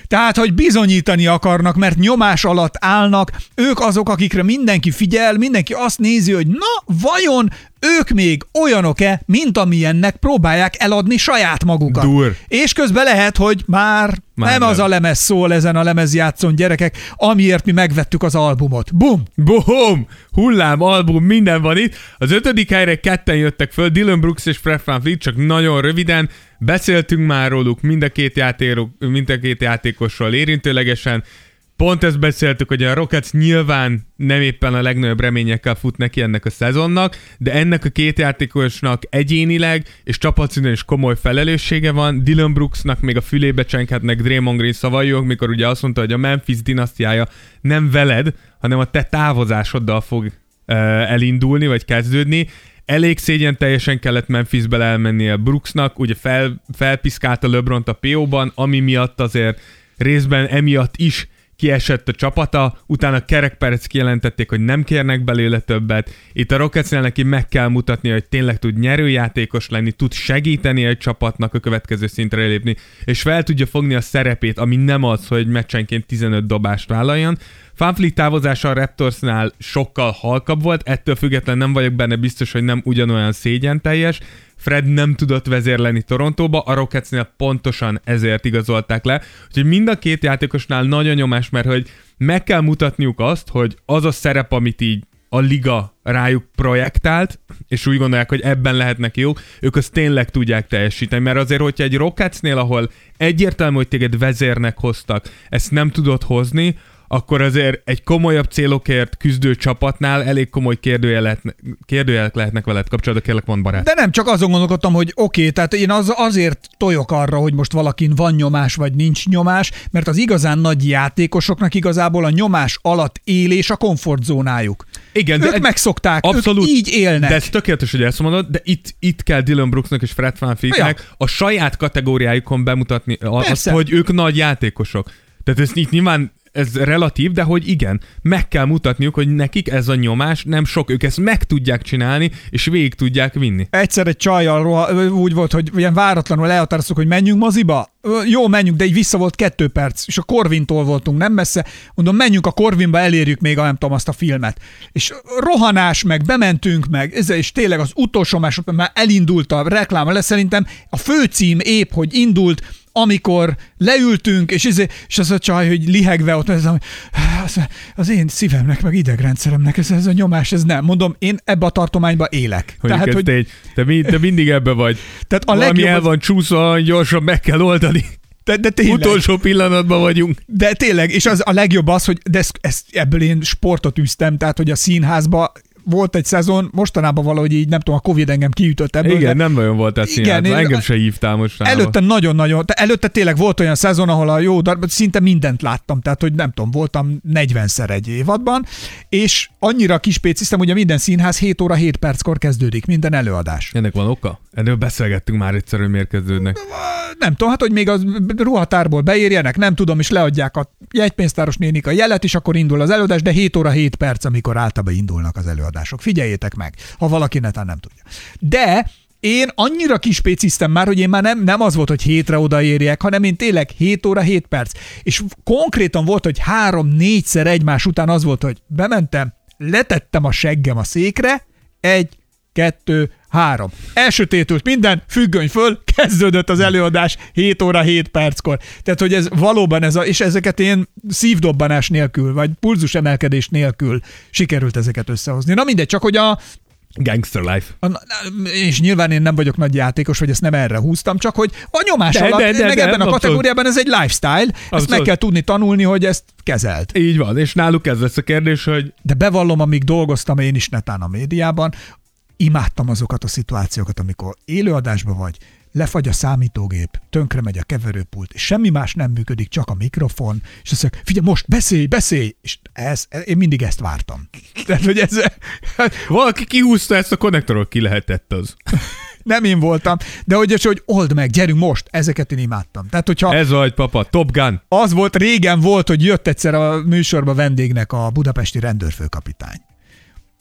Speaker 3: Tehát, hogy bizonyítani akarnak, mert nyomás alatt állnak, ők azok, akikre mindenki figyel, mindenki azt nézi, hogy na, vajon ők még olyanok-e, mint amilyennek próbálják eladni saját magukat.
Speaker 4: Dur.
Speaker 3: És közben lehet, hogy már, már nem, nem az a lemez szól ezen a lemezjátszón, gyerekek, amiért mi megvettük az albumot. Bum!
Speaker 4: Bum! Hullám, album, minden van itt. Az ötödik helyre ketten jöttek föl, Dylan Brooks és Fred VanVleet, csak nagyon röviden. Beszéltünk már róluk, mind a két, játékok, mind a két játékosról érintőlegesen. Pont ezt beszéltük, hogy a Rockets nyilván nem éppen a legnagyobb reményekkel fut neki ennek a szezonnak, de ennek a két játékosnak egyénileg és csapatszinten is komoly felelőssége van. Dylan Brooksnak még a fülébe csenghetnek Draymond Green szavaiok, mikor ugye azt mondta, hogy a Memphis dinasztiája nem veled, hanem a te távozásoddal fog uh, elindulni, vagy kezdődni. Elég szégyen teljesen kellett Memphisbe elmennie Brooksnak, ugye fel, felpiszkálta LeBront a pé ó-ban, ami miatt azért részben emiatt is kiesett a csapata, utána Kerek Perec kijelentették, hogy nem kérnek belőle többet. Itt a Rocketsnél neki meg kell mutatnia, hogy tényleg tud nyerőjátékos lenni, tud segíteni egy csapatnak a következő szintre lépni, és fel tudja fogni a szerepét, ami nem az, hogy meccsenként tizenöt dobást vállaljon. VanVleet távozása a Raptorsnál sokkal halkabb volt, ettől függetlenül nem vagyok benne biztos, hogy nem ugyanolyan szégyen teljes. Fred nem tudott vezérleni Torontóba, a Rocketsnél pontosan ezért igazolták le. Úgyhogy mind a két játékosnál nagy a nyomás, mert hogy meg kell mutatniuk azt, hogy az a szerep, amit így a liga rájuk projektált, és úgy gondolják, hogy ebben lehetnek jók, ők azt tényleg tudják teljesíteni, mert azért, hogyha egy Rocketsnél, ahol egyértelmű, hogy téged vezérnek hoztak, ezt nem tudod hozni, akkor azért egy komolyabb célokért küzdő csapatnál elég komoly kérdőjelek, kérdőjelek lehetnek veled kapcsolatban, kérlek, mondd barát.
Speaker 3: De nem, csak azon gondolkodtam, hogy oké, okay, tehát én az, azért tojok arra, hogy most valakin van nyomás, vagy nincs nyomás, mert az igazán nagy játékosoknak igazából a nyomás alatt élés a komfortzónájuk. Igen, ők de megszokták, abszolút, ők így élnek.
Speaker 4: De ez tökéletes, hogy ezt mondod, de itt, itt kell Dylan Brooksnak és Fred VanVleetnek ja. a saját kategóriájukon bemutatni azt, hogy ők nagy játékosok. Tehát ez itt nyilván ez relatív, de hogy igen, meg kell mutatniuk, hogy nekik ez a nyomás nem sok, ők ezt meg tudják csinálni, és végig tudják vinni.
Speaker 3: Egyszer egy csajjal roha, úgy volt, hogy ilyen váratlanul elhatároztuk, hogy menjünk moziba. Jó, menjünk, de így vissza volt kettő perc, és a Corvintól voltunk, nem messze. Mondom, menjünk a Corvinba, elérjük még, nem tudom, azt a filmet. És rohanás, meg bementünk, meg, és tényleg az utolsó másodperc már elindult a reklám, lesz szerintem a főcím épp, hogy indult, amikor leültünk, és, izé, és az a csaj, hogy lihegve ott, ez a, az, az én szívemnek, meg idegrendszeremnek, ez, ez a nyomás, ez nem. Mondom, én ebbe a tartományba élek.
Speaker 4: Hogy Tehát, hogy... Te, te, mi, te mindig ebbe vagy. Tehát a Valami el van csúszva, gyorsan meg kell oldani.
Speaker 3: De, de tényleg.
Speaker 4: Utolsó pillanatban vagyunk.
Speaker 3: De tényleg, és az a legjobb az, hogy de ezt, ezt, ebből én sportot üztem, tehát hogy a színházba volt egy szezon, mostanában valahogy így, nem tudom, a Covid engem kiütött ebből.
Speaker 4: Igen, de... nem nagyon volt ez színházban, engem se hívtál mostanában.
Speaker 3: Előtte nagyon-nagyon, előtte tényleg volt olyan szezon, ahol a jó darab, szinte mindent láttam, tehát hogy nem tudom, voltam negyvenszer egy évadban, és annyira kispéciztem, hogy a minden színház hét óra hét perckor kezdődik, minden előadás.
Speaker 4: Ennek van oka? Erről beszélgettünk már egyszer, hogy miért kezdődnek.
Speaker 3: Nem tudom, hát hogy még a ruhatárból beérjenek, nem tudom, és leadják a jegypénztáros nénik a jelet, és akkor indul az előadás, de hét óra hét perc, amikor általában indulnak az előadások. Figyeljétek meg, ha valaki netán nem tudja. De én annyira kispéciztem már, hogy én már nem, nem az volt, hogy hétre odaérjek, hanem én tényleg hét óra hét perc. És konkrétan volt, hogy három-négyszer egymás után az volt, hogy bementem, letettem a seggem a székre, egy, kettő, három. Elsötétült minden, függöny föl, kezdődött az előadás hét óra hét perckor. Tehát, hogy ez valóban ez a, és ezeket én szívdobbanás nélkül, vagy pulzusemelkedés nélkül sikerült ezeket összehozni. Na mindegy, csak hogy a
Speaker 4: Gangster life.
Speaker 3: A, és nyilván én nem vagyok nagy játékos, hogy ezt nem erre húztam, csak hogy a nyomás de, alatt, de, de, meg de, ebben de, a kategóriában ez egy lifestyle, ezt abszolút. Meg kell tudni tanulni, hogy ezt kezelt.
Speaker 4: Így van, és náluk ez lesz a kérdés, hogy...
Speaker 3: De bevallom, amíg dolgoztam én is netán a médiában, imádtam azokat a szituációkat, amikor élőadásban vagy, lefagy a számítógép, tönkre megy a keverőpult, és semmi más nem működik, csak a mikrofon, és azt mondja, figyelj, most beszélj, beszélj, és ez, én mindig ezt vártam. Tehát, hogy ez...
Speaker 4: Valaki kihúzta ezt a konnektorról, ki lehetett az.
Speaker 3: Nem én voltam, de hogy, hogy old meg, gyerünk most, ezeket én imádtam. Tehát, hogyha
Speaker 4: ez vagy, papa, Top Gun.
Speaker 3: Az volt, régen volt, hogy jött egyszer a műsorba vendégnek a budapesti rendőrfőkapitány.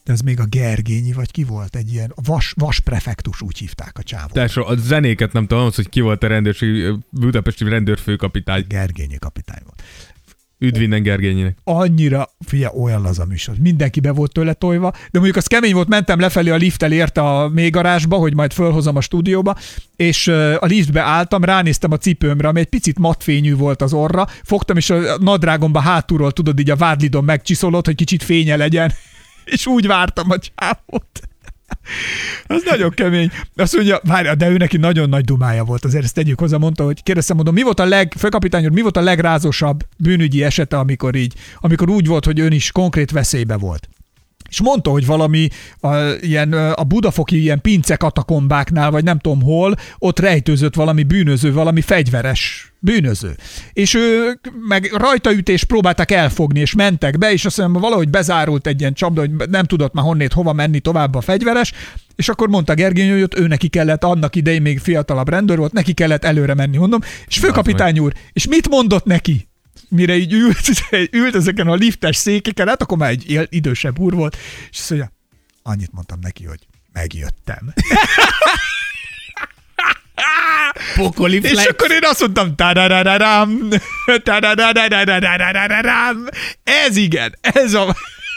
Speaker 3: De ez még a Gergényi, vagy ki volt egy ilyen vas, vas prefektus, úgy hívták a csávót.
Speaker 4: Tehát a zenéket nem tudom, az, hogy ki volt a rendőrség, budapesti rendőrfőkapitány.
Speaker 3: Gergényi kapitány volt.
Speaker 4: Üdv innen Gergényinek.
Speaker 3: Annyira, fia, olyan laza műsor. Mindenki be volt tőle tojva, de mondjuk az kemény volt, mentem lefelé a lifttel érte a mélygarázsba, hogy majd fölhozom a stúdióba, és a liftbe álltam, ránéztem a cipőmre, ami egy picit mattfényű volt az orra, fogtam, és a nadrágomba hátulról, tudod, így a vádlidon megcsiszolott, hogy kicsit fénye legyen, és úgy vártam a csávót. Az nagyon kemény. Azt mondja, várja, de ő neki nagyon nagy dumája volt, azért ezt tegyük hozzá, mondta, hogy kérdeztem, mondom, mi volt a leg, főkapitány úr, mi volt a legrázosabb bűnügyi esete, amikor így, amikor úgy volt, hogy ön is konkrét veszélybe volt. És mondta, hogy valami a, ilyen, a budafoki ilyen pince katakombáknál, vagy nem tudom hol, ott rejtőzött valami bűnöző, valami fegyveres bűnöző. És ő meg rajtaütés próbálták elfogni, és mentek be, és azt mondom, valahogy bezárult egy ilyen csapda, hogy nem tudott már honnét hova menni tovább a fegyveres, és akkor mondta Gergény, hogy ott ő neki kellett, annak idején még fiatalabb rendőr volt, neki kellett előre menni, mondom, és főkapitány úr, és mit mondott neki? Mire így ült, ült ezeken a liftes székeken, hát akkor már egy idősebb úr volt, és azt mondja, annyit mondtam neki, hogy megjöttem.
Speaker 4: Pokoli flex.
Speaker 3: És akkor én azt mondtam, tadadadadam, tadadadadadadadadadadam, ez igen, ez a...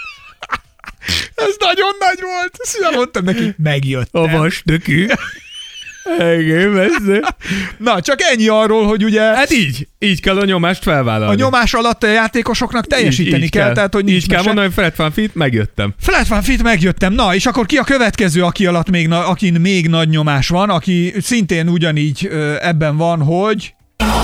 Speaker 3: Ez nagyon nagy volt. Azt mondtam neki, megjöttem.
Speaker 4: A vastökű. Igen, messze.
Speaker 3: Na, csak ennyi arról, hogy ugye...
Speaker 4: Hát így, így kell a nyomást felvállalni.
Speaker 3: A nyomás alatt a játékosoknak teljesíteni így, így kell, kell, tehát hogy nincs
Speaker 4: így kell mese. Mondani, hogy Fred Van Fleet, megjöttem.
Speaker 3: Fred Van Fleet, megjöttem. Na, és akkor ki a következő, aki alatt még, akin még nagy nyomás van, aki szintén ugyanígy ö, ebben van, hogy...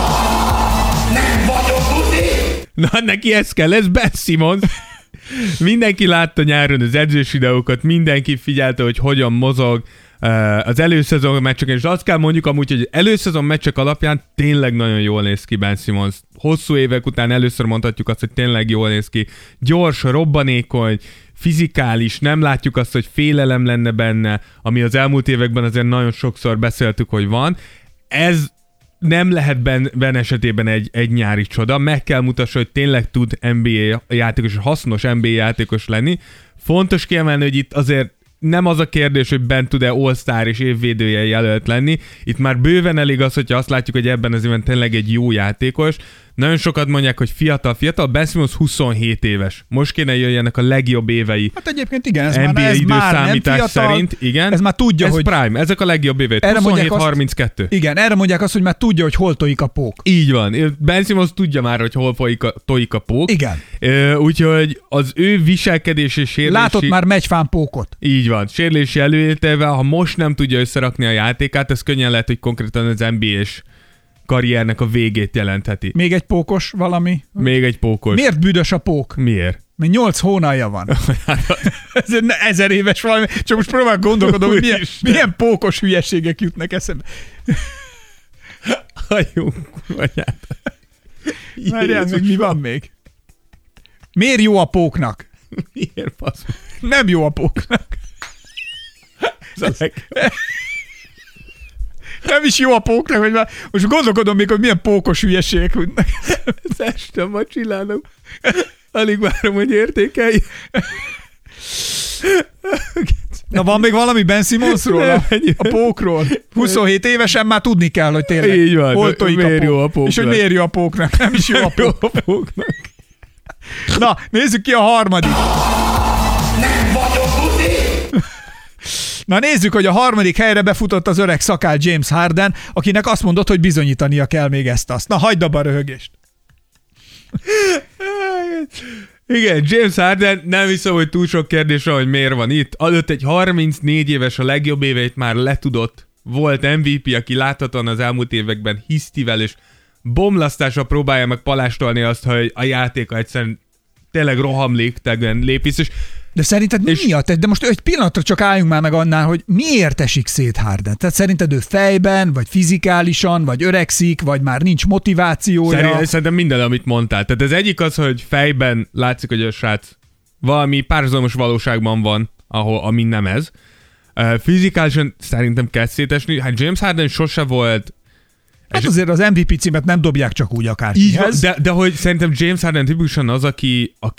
Speaker 5: Nem vagyok buti!
Speaker 4: Na, neki ez kell, ez Ben Simmons. Mindenki látta nyáron az edzős videókat, mindenki figyelte, hogy hogyan mozog az előszezon meccseken, és azt kell mondjuk amúgy, hogy előszezon meccsek alapján tényleg nagyon jól néz ki Ben Simmons. Hosszú évek után először mondhatjuk azt, hogy tényleg jól néz ki. Gyors, robbanékony, fizikális, nem látjuk azt, hogy félelem lenne benne, ami az elmúlt években azért nagyon sokszor beszéltük, hogy van. Ez nem lehet Ben, ben esetében egy, egy nyári csoda, meg kell mutassa, hogy tényleg tud en bé á játékos, hasznos en bé á játékos lenni. Fontos kiemelni, hogy itt azért nem az a kérdés, hogy Ben tud-e All-Star és évvédője jelölt lenni. Itt már bőven elég az, hogyha azt látjuk, hogy ebben az évben tényleg egy jó játékos. Nagyon sokat mondják, hogy fiatal, fiatal, Ben Simmons huszonhét éves. Most kéne jöjjenek a legjobb évei.
Speaker 3: Hát egyébként igen, ez
Speaker 4: en bé á
Speaker 3: már, ez már nem fiatal,
Speaker 4: szerint, igen.
Speaker 3: Ez már tudja,
Speaker 4: ez
Speaker 3: hogy...
Speaker 4: prime, ezek a legjobb évei. huszonhét harminckettő.
Speaker 3: Igen, erre mondják azt, hogy már tudja, hogy hol tojik a pók.
Speaker 4: Így van. Ben Simmons tudja már, hogy hol folyik a, tojik a pók.
Speaker 3: Igen.
Speaker 4: Úgyhogy az ő viselkedés és sérülési...
Speaker 3: Látott már megyfán pókot.
Speaker 4: Így van. Sérülési előéletével, ha most nem tudja összerakni a játékát, ez könnyen lehet, hogy konkrétan az en bé á-s karriernek a végét jelentheti.
Speaker 3: Még egy pókos valami?
Speaker 4: Még egy pókos.
Speaker 3: Miért büdös a pók?
Speaker 4: Miért?
Speaker 3: Mert nyolc hónalja van. Ez ezer éves valami. Csak most próbálok gondolkodom, hogy milyen, milyen pókos hülyeségek jutnak eszembe.
Speaker 4: Hagyjunk, anyát.
Speaker 3: Várjál meg, mi van még? Miért jó a póknak?
Speaker 4: Miért fasz?
Speaker 3: Nem jó a póknak. Nem is jó a póknak, hogy már most gondolkodom még, hogy milyen pókos hülyeségek jutnak.
Speaker 4: Ez este ma csinálom. Alig várom, hogy értékelj.
Speaker 3: Na van még valami Ben Simmonsról, a, a pókról? huszonhét évesen már tudni kell, hogy tényleg
Speaker 4: így van,
Speaker 3: hol tojik a pók.
Speaker 4: Jó a póknak.
Speaker 3: És hogy miért jó a póknak. Nem is jó a, pók.
Speaker 4: jó a póknak.
Speaker 3: Na, nézzük ki a harmadik.
Speaker 5: Nem vagyok buti!
Speaker 3: Na nézzük, hogy a harmadik helyre befutott az öreg szakál James Harden, akinek azt mondott, hogy bizonyítania kell még ezt-azt. Na, hagyd abba a röhögést.
Speaker 4: Igen, James Harden, nem hiszem, hogy túl sok kérdés van, hogy miért van itt. Adott egy harmincnégy éves, a legjobb éveit már letudott. Volt em vé pé, aki láthatóan az elmúlt években hisztivel és bomlasztásra próbálja meg palástolni azt, hogy a játéka egyszerűen tényleg rohamlégtegen lép vissza.
Speaker 3: De szerinted mi miatt? De most egy pillanatra csak álljunk már meg annál, hogy miért esik szét Harden? Tehát szerinted ő fejben, vagy fizikálisan, vagy öregszik, vagy már nincs motivációja?
Speaker 4: Szerint, szerintem minden, amit mondtál. Tehát az egyik az, hogy fejben látszik, hogy a srác valami párhuzamos valóságban van, ahol, ami nem ez. Uh, fizikálisan szerintem kezd szétesni. Hát James Harden sose volt...
Speaker 3: Hát azért az em vé pé címet nem dobják csak úgy akárkihez.
Speaker 4: De, de hogy szerintem James Harden tipikusan az, aki, aki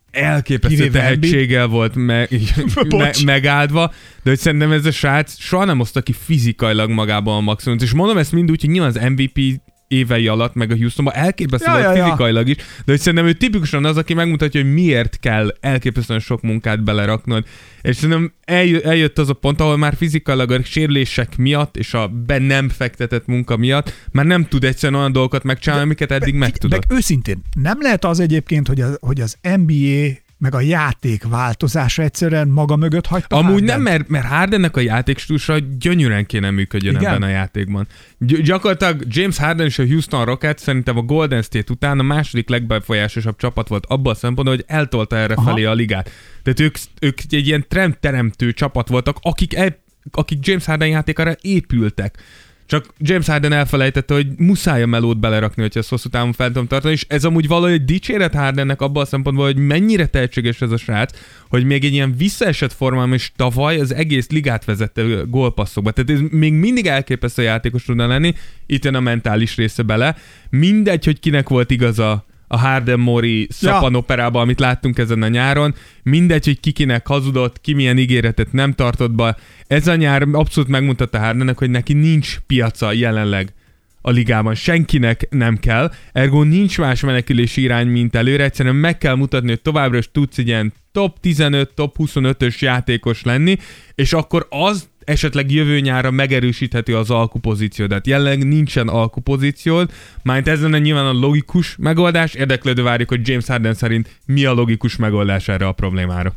Speaker 4: elképesztő
Speaker 3: Kivéve
Speaker 4: tehetséggel volt me- me- megáldva, de hogy szerintem ez a srác soha nem hozta ki fizikailag magában a maximumot. És mondom ezt mind úgy, hogy nyilván az em vé pé évei alatt, meg a Houstonban elképesztő
Speaker 3: ja,
Speaker 4: volt
Speaker 3: ja,
Speaker 4: fizikailag is, de hogy szerintem ő tipikusan az, aki megmutatja, hogy miért kell elképesztően sok munkát beleraknod. És szerintem eljö- eljött az a pont, ahol már fizikailag a sérülések miatt és a be nem fektetett munka miatt már nem tud egyszerűen olyan dolgokat megcsinálni, amiket eddig meg tudott.
Speaker 3: Meg őszintén, nem lehet az egyébként, hogy az, hogy az en bé á meg a játék változása egyszerűen maga mögött hagyta
Speaker 4: Amúgy
Speaker 3: Harden.
Speaker 4: nem, mert, mert Hardennek a játékstílusa gyönyörűen kéne működjön
Speaker 3: Igen?
Speaker 4: ebben a játékban. Gy- gyakorlatilag James Harden és a Houston Rockets szerintem a Golden State után a második legbefolyásosabb csapat volt abban a szempontból, hogy eltolta erre Aha. felé a ligát. Tehát ők, ők egy ilyen trendteremtő csapat voltak, akik, el, akik James Harden játékára épültek. Csak James Harden elfelejtette, hogy muszáj a melót belerakni, hogyha ezt hosszú távon fel tudom tartani, és ez amúgy valahogy dicséret Hardennek abban a szempontból, hogy mennyire tehetséges ez a srác, hogy még egy ilyen visszaesett formában is tavaly az egész ligát vezette gólpasszokba. Tehát ez még mindig elképesztő játékos tudna lenni, itt jön a mentális része bele. Mindegy, hogy kinek volt igaza a Harden-Mori szappanoperában, amit láttunk ezen a nyáron. Mindegy, hogy kikinek hazudott, ki milyen ígéretet nem tartott be. Ez a nyár abszolút megmutatta Hardennek, hogy neki nincs piaca jelenleg a ligában. Senkinek nem kell. Ergo nincs más menekülési irány, mint előre. Egyszerűen meg kell mutatni, hogy továbbra is tudsz egy ilyen top tizenöt, top huszonötös játékos lenni, és akkor az esetleg jövő nyárra megerősítheti az alkupozíciódat. Jelenleg nincsen alkupozíciód, már ez lenne nyilván a logikus megoldás, érdeklődő várjuk, hogy James Harden szerint mi a logikus megoldás erre a problémára.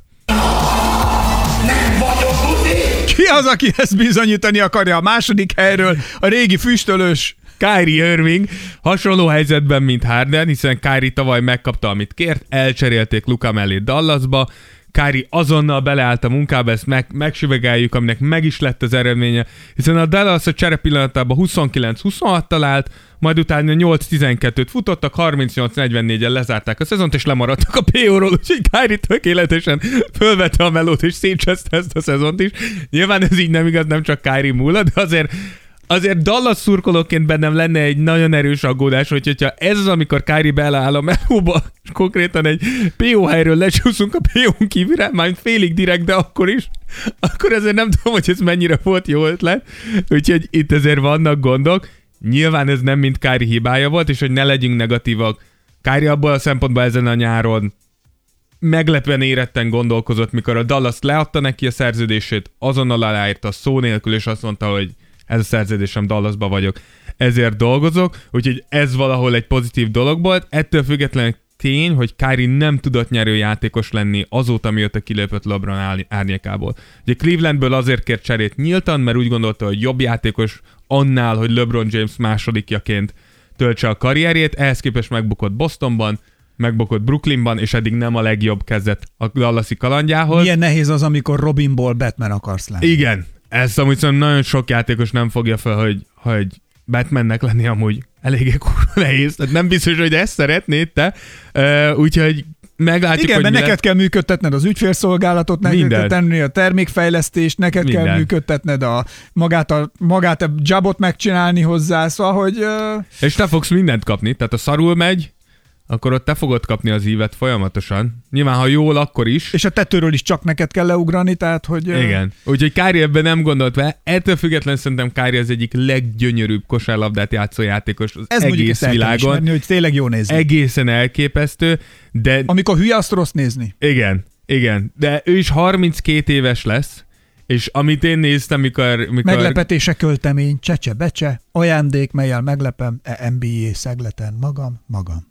Speaker 3: Ki az, aki ezt bizonyítani akarja a második helyről? A régi füstölős
Speaker 4: Kyrie Irving hasonló helyzetben, mint Harden, hiszen Kyrie tavaly megkapta, amit kért, elcserélték Luka mellé Dallasba, Kyrie azonnal beleállt a munkába, ezt meg, megsüvegeljük, aminek meg is lett az eredménye, hiszen a Dallas a csere pillanatában huszonkilenc huszonhat talált, majd utána nyolc tizenkettőt futottak, harmincnyolc negyvennégyen lezárták a szezont, és lemaradtak a pé ó-ról, úgyhogy Kyrie tökéletesen fölvette a melót, és szétcseszte ezt a szezont is. Nyilván ez így nem igaz, nem csak Kyrie múlva, de azért Azért Dallas szurkolóként bennem lenne egy nagyon erős aggódás, hogy hogyha ez az, amikor Kyrie beleáll a melóba, és konkrétan egy pé ó helyről lecsúszunk a pé ó-n kívülre, már félig direkt, de akkor is, akkor ezért nem tudom, hogy ez mennyire volt jó ötlet. Úgyhogy itt azért vannak gondok. Nyilván ez nem mind Kyrie hibája volt, és hogy ne legyünk negatívak. Kyrie abból a szempontból ezen a nyáron meglepően éretten gondolkozott, mikor a Dallas leadta neki a szerződését, azonnal aláírta szó nélkül, és azt mondta, hogy ez a szerződésem, Dallasba vagyok, ezért dolgozok, úgyhogy ez valahol egy pozitív dolog volt. Ettől függetlenül tény, hogy Kyrie nem tudott nyerő játékos lenni azóta, mióta kilépett LeBron árnyékából. Ugye Clevelandből azért kért cserét nyíltan, mert úgy gondolta, hogy jobb játékos annál, hogy LeBron James másodikjaként töltse a karrierjét, ehhez képest megbukott Bostonban, megbukott Brooklynban, és eddig nem a legjobb kezdett a Dallasi kalandjához.
Speaker 3: Milyen nehéz az, amikor Robinból Batman akarsz lenni.
Speaker 4: Igen. Ezt amúgy szerintem nagyon sok játékos nem fogja fel, hogy, hogy Batmannek lenni amúgy eléggé kurva nehéz. Tehát nem biztos, hogy ezt szeretnéd te. Uh, úgyhogy meglátjuk,
Speaker 3: igen,
Speaker 4: hogy
Speaker 3: mert neked
Speaker 4: lesz.
Speaker 3: kell működtetned az ügyfélszolgálatot, neked kell tenni a termékfejlesztést, neked
Speaker 4: Minden.
Speaker 3: kell működtetned a, magát, a, magát a jobot megcsinálni hozzá, szóval, hogy... Uh...
Speaker 4: És te fogsz mindent kapni, tehát a szarul megy, akkor ott te fogod kapni az ívet folyamatosan. Nyilván, ha jól, akkor is.
Speaker 3: És a tetőről is csak neked kell leugrani, tehát, hogy...
Speaker 4: Igen. Úgyhogy Kyrie ebben nem gondolt vele. Ettől függetlenül szerintem Kyrie az egyik leggyönyörűbb kosárlabdát játszó játékos az
Speaker 3: Ez
Speaker 4: egész világon.
Speaker 3: Ismerni, hogy tényleg jó nézni.
Speaker 4: Egészen elképesztő, de...
Speaker 3: Amikor hülye, azt rossz nézni.
Speaker 4: Igen, igen. De ő is harminckét éves lesz, és amit én néztem, mikor... mikor...
Speaker 3: Meglepetése költemény, csecse-becse, ajándék, melyel meglepem, e en bé á szegleten magam, magam.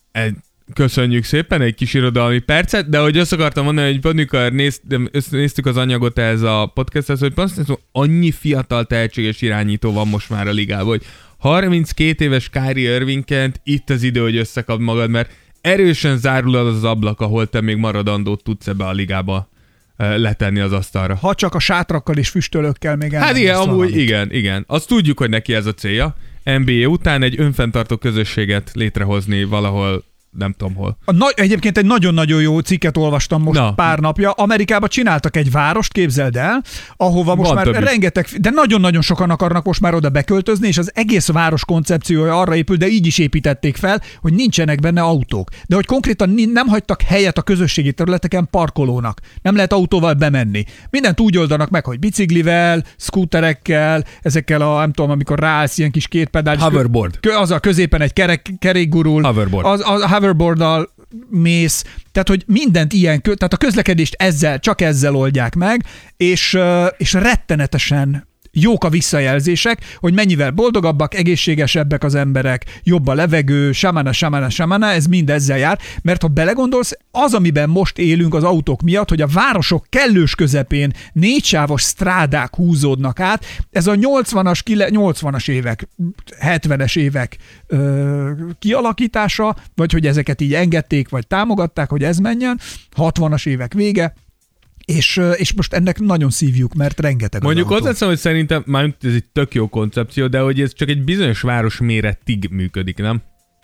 Speaker 4: Köszönjük szépen, egy kis irodalmi percet, de hogy azt akartam mondani, hogy pont mikor néztem, néztük az anyagot ez a podcasthez, hogy azt mondom, annyi fiatal tehetséges irányító van most már a ligában, hogy harminckét éves Kyrie Irvingként itt az idő, hogy összekap magad, mert erősen zárul az az ablak, ahol te még maradandót tudsz ebbe a ligába letenni az asztalra.
Speaker 3: Ha csak a sátrakkal és füstölőkkel még
Speaker 4: Hát igen, amúgy igen, igen. Azt tudjuk, hogy neki ez a célja. en bé á után egy önfenntartó közösséget létrehozni valahol nem tudom hol.
Speaker 3: A nagy, egyébként egy nagyon-nagyon jó cikket olvastam most Na. pár napja. Amerikában csináltak egy várost, képzeld el, ahova most Van már rengeteg, de nagyon-nagyon sokan akarnak most már oda beköltözni, és az egész város koncepciója arra épül, de így is építették fel, hogy nincsenek benne autók. De hogy konkrétan nem hagytak helyet a közösségi területeken parkolónak. Nem lehet autóval bemenni. Mindent úgy oldanak meg, hogy biciklivel, szkúterekkel, ezekkel a, nem tudom, amikor ráállsz ilyen kis kétpedális.
Speaker 4: Hoverboard.
Speaker 3: Kö, az a középen egy kerek, kerék gurul.
Speaker 4: Hoverboard.
Speaker 3: Az, az a hoverboarddal mész. Tehát, hogy mindent ilyen, tehát a közlekedést ezzel, csak ezzel oldják meg, és, és rettenetesen jók a visszajelzések, hogy mennyivel boldogabbak, egészségesebbek az emberek, jobb a levegő, samana, samana, samana, ez mind ezzel jár, mert ha belegondolsz, az, amiben most élünk az autók miatt, hogy a városok kellős közepén négysávos strádák húzódnak át, ez a nyolcvanas, nyolcvanas évek, hetvenes évek ö, kialakítása, vagy hogy ezeket így engedték, vagy támogatták, hogy ez menjen, hatvanas évek vége, És, és most ennek nagyon szívjuk, mert rengeteg
Speaker 4: Mondjuk hozzáteszem, hogy szerintem, már ez egy tök jó koncepció, de hogy ez csak egy bizonyos város méretig működik, nem?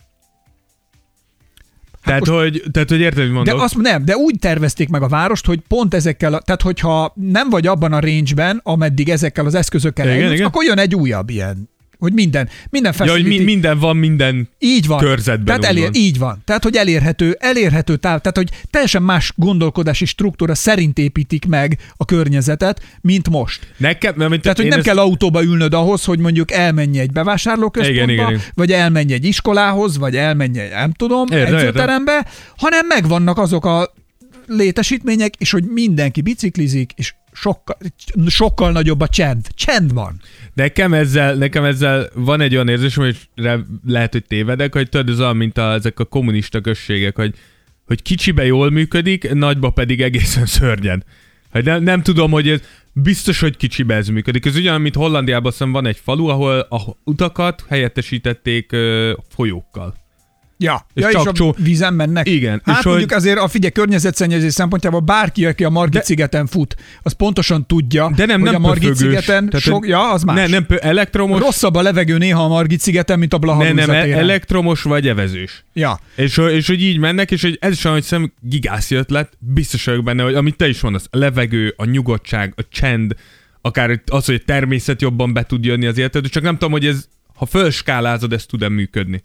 Speaker 4: Hát tehát, most, hogy, tehát, hogy érted, hogy mondok?
Speaker 3: De azt nem, de úgy tervezték meg a várost, hogy pont ezekkel, a, tehát hogyha nem vagy abban a range-ben, ameddig ezekkel az eszközökkel
Speaker 4: igen,
Speaker 3: eljutsz,
Speaker 4: igen.
Speaker 3: akkor jön egy újabb ilyen. Hogy minden, minden facility.
Speaker 4: Ja, hogy mi, minden van minden
Speaker 3: így van.
Speaker 4: körzetben.
Speaker 3: Tehát elér,
Speaker 4: van.
Speaker 3: Így van. Tehát, hogy elérhető, elérhető táv, tehát, hogy teljesen más gondolkodási struktúra szerint építik meg a környezetet, mint most.
Speaker 4: Nekem, mert
Speaker 3: tehát, hogy nem ezt... kell autóba ülnöd ahhoz, hogy mondjuk elmenj egy bevásárlóközpontba, igen, igen, igen. vagy elmenj egy iskolához, vagy elmenj egy, nem tudom, érde, edzőterembe, érde. hanem megvannak azok a létesítmények, és hogy mindenki biciklizik, és sokkal, sokkal nagyobb a csend. Csend van.
Speaker 4: Nekem ezzel, nekem ezzel van egy olyan érzésem, hogy lehet, hogy tévedek, hogy tudod, ez olyan, mint a, ezek a kommunista községek, hogy, hogy kicsibe jól működik, nagyba pedig egészen szörnyen. Hogy nem, nem tudom, hogy ez biztos, hogy kicsibe ez működik. Ez ugyan, mint Hollandiában azt van egy falu, ahol a utakat helyettesítették uh, folyókkal.
Speaker 3: Ja, és, ja, és a csó... vízen mennek.
Speaker 4: Igen.
Speaker 3: Hát
Speaker 4: és
Speaker 3: mondjuk
Speaker 4: hogy...
Speaker 3: azért a figyelj környezetszennyezés szempontjából bárki, aki a Margit-szigeten fut, az pontosan tudja,
Speaker 4: de nem,
Speaker 3: hogy
Speaker 4: nem
Speaker 3: a Margit-szigeten
Speaker 4: Tehát,
Speaker 3: sok... Ja, az más.
Speaker 4: Ne, nem elektromos...
Speaker 3: Rosszabb a levegő néha a Margit-szigeten, mint a Blaha-Lúza
Speaker 4: Ne, nem,
Speaker 3: téren.
Speaker 4: elektromos vagy evezős.
Speaker 3: Ja.
Speaker 4: És, és hogy így mennek, és hogy ez is olyan, hogy szem gigászi ötlet, biztos vagyok benne, hogy amit te is mondasz, a levegő, a nyugodtság, a csend, akár az, hogy a természet jobban be tud jönni az életed, csak nem tudom, hogy ez, ha fölskálázod, ez tud-e működni.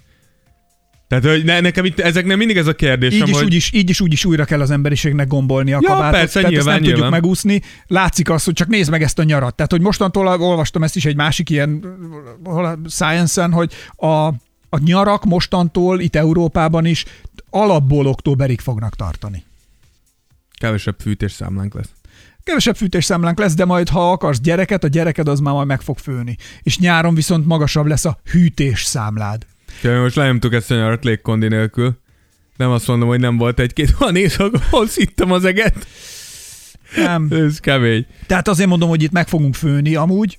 Speaker 4: Tehát, hogy ne, nekem itt ezeknek mindig ez a kérdésem,
Speaker 3: így is,
Speaker 4: hogy...
Speaker 3: Úgy is, így is úgy is újra kell az emberiségnek gombolni a
Speaker 4: ja,
Speaker 3: kabátot.
Speaker 4: Persze,
Speaker 3: tehát
Speaker 4: nyilván,
Speaker 3: ezt nem
Speaker 4: nyilván.
Speaker 3: tudjuk megúszni. Látszik az, hogy csak nézd meg ezt a nyarat. Tehát, hogy mostantól olvastam ezt is egy másik ilyen Science-en, hogy a, a nyarak mostantól itt Európában is alapból októberig fognak tartani.
Speaker 4: Kevesebb fűtésszámlánk lesz.
Speaker 3: Kevesebb fűtésszámlánk lesz, de majd ha akarsz gyereket, a gyereked az már majd meg fog főni. És nyáron viszont magasabb lesz a hűtésszámlád.
Speaker 4: Ja, most lenyomtuk ezt a nyarat légkondi nélkül. Nem azt mondom, hogy nem volt egy-két van éjszak, ahol szittem az eget.
Speaker 3: Nem.
Speaker 4: Ez kemény.
Speaker 3: Tehát azért mondom, hogy itt meg fogunk főni amúgy.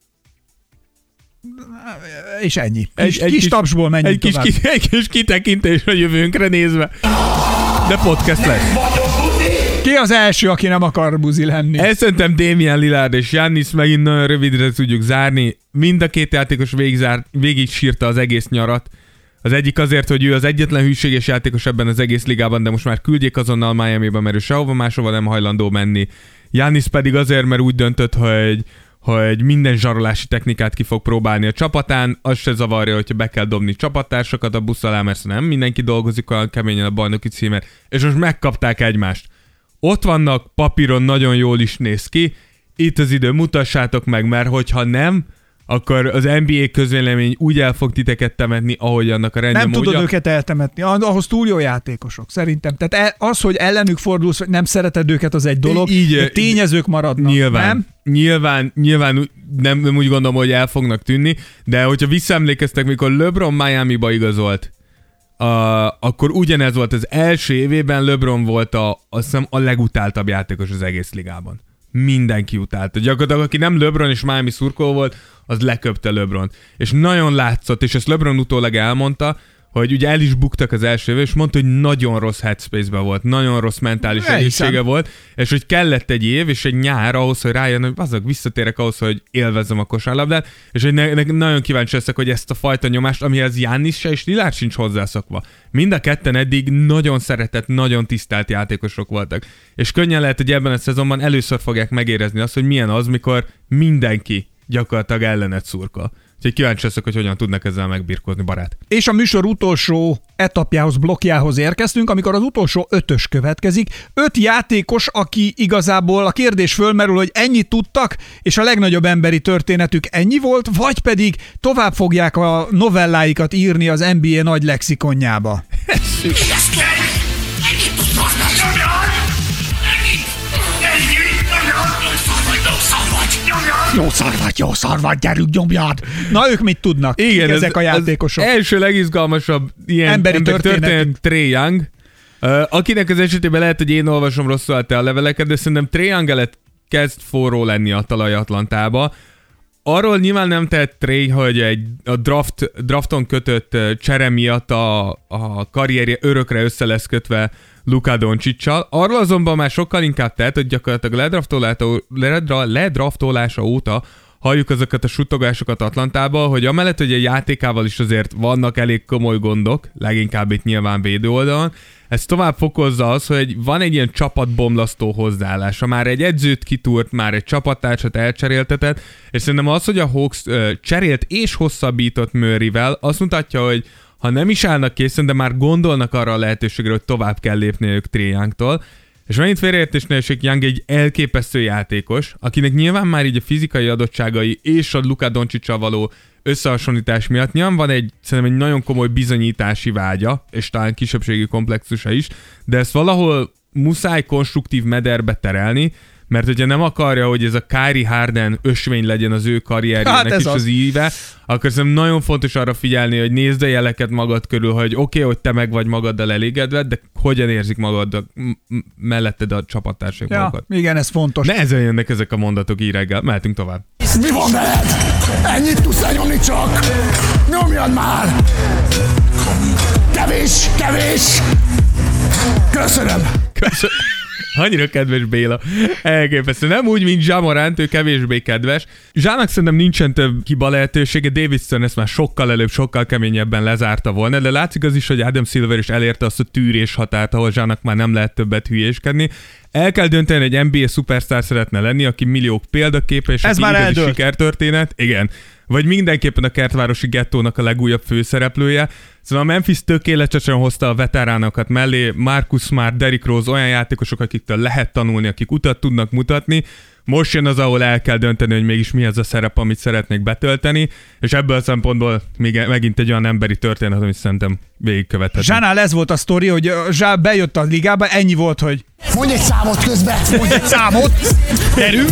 Speaker 3: És ennyi. Kis, egy, egy kis, kis tapsból menjünk
Speaker 4: egy
Speaker 3: tovább.
Speaker 4: Kis, egy kis kitekintés a jövőnkre nézve. De podcast lesz.
Speaker 3: Ki az első, aki nem akar buzi lenni?
Speaker 4: Ezt szerintem Damian Lillard és Giannis, megint nagyon rövidre tudjuk zárni. Mind a két játékos végig, zár, végig sírta az egész nyarat. Az egyik azért, hogy ő az egyetlen hűséges játékos ebben az egész ligában, de most már küldjék azonnal Miamiba, mert ő sehova máshova nem hajlandó menni. Giannis pedig azért, mert úgy döntött, hogy, hogy minden zsarolási technikát ki fog próbálni a csapatán. Az se zavarja, hogyha be kell dobni csapattársakat a busz alá, mert nem mindenki dolgozik olyan keményen a bajnoki címért. És most megkapták egymást. Ott vannak, papíron nagyon jól is néz ki, itt az idő, mutassátok meg, mert hogyha nem, akkor az en bé á közvélemény úgy el fog titeket temetni, ahogy annak a rendje
Speaker 3: Nem
Speaker 4: módja.
Speaker 3: tudod őket eltemetni, ahhoz túl jó játékosok, szerintem. Tehát az, hogy ellenük fordulsz, vagy nem szereted őket, az egy dolog, így, de tényezők maradnak,
Speaker 4: nyilván,
Speaker 3: nem?
Speaker 4: Nyilván, nyilván nem, nem úgy gondolom, hogy el fognak tűnni, de hogyha visszaemlékeztek, mikor LeBron Miamiba igazolt, Uh, akkor ugyanez volt az első évében, LeBron volt a, azt hiszem, a legutáltabb játékos az egész ligában. Mindenki utálta. Gyakorlatilag, aki nem LeBron és Miami szurkoló volt, az leköpte LeBron. És nagyon látszott, és ezt LeBron utólag elmondta, hogy ugye el is buktak az első év, és mondta, hogy nagyon rossz headspace-ben volt, nagyon rossz mentális egészsége volt, és hogy kellett egy év és egy nyár ahhoz, hogy rájön, hogy azok visszatérek ahhoz, hogy élvezzem a kosárlabdát, és hogy ne, ne, nagyon kíváncsi leszek, hogy ezt a fajta nyomást, amihez Giannis se és Lillard sincs hozzászokva. Mind a ketten eddig nagyon szeretett, nagyon tisztelt játékosok voltak. És könnyen lehet, hogy ebben a szezonban először fogják megérezni azt, hogy milyen az, mikor mindenki gyakorlatilag ellenet szurkol. Úgyhogy kíváncsi leszek, hogy hogyan tudnak ezzel megbirkózni, barát.
Speaker 3: És a műsor utolsó etapjához, blokkjához érkeztünk, amikor az utolsó ötös következik. Öt játékos, aki igazából a kérdés fölmerül, hogy ennyit tudtak, és a legnagyobb emberi történetük ennyi volt, vagy pedig tovább fogják a novelláikat írni az en bé á nagy lexikonjába. Jó szar vagy, jó szar vagy, gyerünk, nyomjad! Na, ők mit tudnak?
Speaker 4: Igen,
Speaker 3: ezek
Speaker 4: ez,
Speaker 3: a játékosok.
Speaker 4: Az első legizgalmasabb ilyen
Speaker 3: emberi
Speaker 4: ember
Speaker 3: történet
Speaker 4: Trae Young, uh, akinek az esetében lehet, hogy én olvasom rosszul te a leveleket, de szerintem Trae Young elett kezd forró lenni a talaj Atlantába. Arról nyilván nem tett Trae, hogy egy a draft, drafton kötött csere miatt a, a karrierje örökre össze lesz kötve Luka Doncsicsal. Arról azonban már sokkal inkább tett, hogy gyakorlatilag ledraftolása óta halljuk azokat a suttogásokat Atlantába, hogy amellett, hogy a játékával is azért vannak elég komoly gondok, leginkább itt nyilván védő oldalon, ez tovább fokozza az, hogy van egy ilyen csapatbomlasztó hozzáállása. Már egy edzőt kitúrt, már egy csapattársat elcseréltetett, és szerintem az, hogy a Hawks ö, cserélt és hosszabbított Murrayvel, azt mutatja, hogy ha nem is állnak készen, de már gondolnak arra a lehetőségre, hogy tovább kell lépniük Trae Youngtól. És megint félreértésnél esik, Young egy elképesztő játékos, akinek nyilván már így a fizikai adottságai és a Luka Doncsicsal való összehasonlítás miatt nyilván van egy, szerintem egy nagyon komoly bizonyítási vágya, és talán kisebbségi komplexusa is, de ezt valahol muszáj konstruktív mederbe terelni, mert hogyha nem akarja, hogy ez a Kyrie Harden ösvény legyen az ő karrierjének hát is az. az íve, akkor szerintem nagyon fontos arra figyelni, hogy nézd a jeleket magad körül, hogy oké, okay, hogy te meg vagy magaddal elégedve, de hogyan érzik magad melletted a csapattársak
Speaker 3: ja,
Speaker 4: magukat.
Speaker 3: Igen, ez fontos.
Speaker 4: Nehezen jönnek ezek a mondatok így reggel. Mehetünk tovább.
Speaker 5: Mi van veled? Ennyit tudsz elnyomni csak? Nyomjad már! Kevés, kevés! Köszönöm!
Speaker 4: Köszönöm. Annyira kedves Béla. Elképesztő. Nem úgy, mint Ja Morant, ő kevésbé kedves. Zsának szerintem nincsen több hiba lehetősége. Davidson ezt már sokkal előbb, sokkal keményebben lezárta volna, de látszik az is, hogy Adam Silver is elérte azt a tűrés határt, ahol Zsának már nem lehet többet hülyéskedni. El kell dönteni, hogy en bé á szupersztár szeretne lenni, aki milliók példaképe, és
Speaker 3: ez már
Speaker 4: igazi sikertörténet. Igen. Vagy mindenképpen a kertvárosi gettónak a legújabb főszereplője. Szóval a Memphis tökéletesen hozta a veteránokat mellé, Marcus Smart, Derrick Rose, olyan játékosok, akiktől lehet tanulni, akik utat tudnak mutatni. Most jön az, ahol el kell dönteni, hogy mégis mi az a szerep, amit szeretnék betölteni, és ebből a szempontból még megint egy olyan emberi történet, amit szerintem végigkövethetünk.
Speaker 3: Zsánál ez volt a sztori, hogy Zsá bejött a ligába, ennyi volt, hogy
Speaker 5: mondj egy számot közben!
Speaker 3: Mondj egy számot! Gyerünk!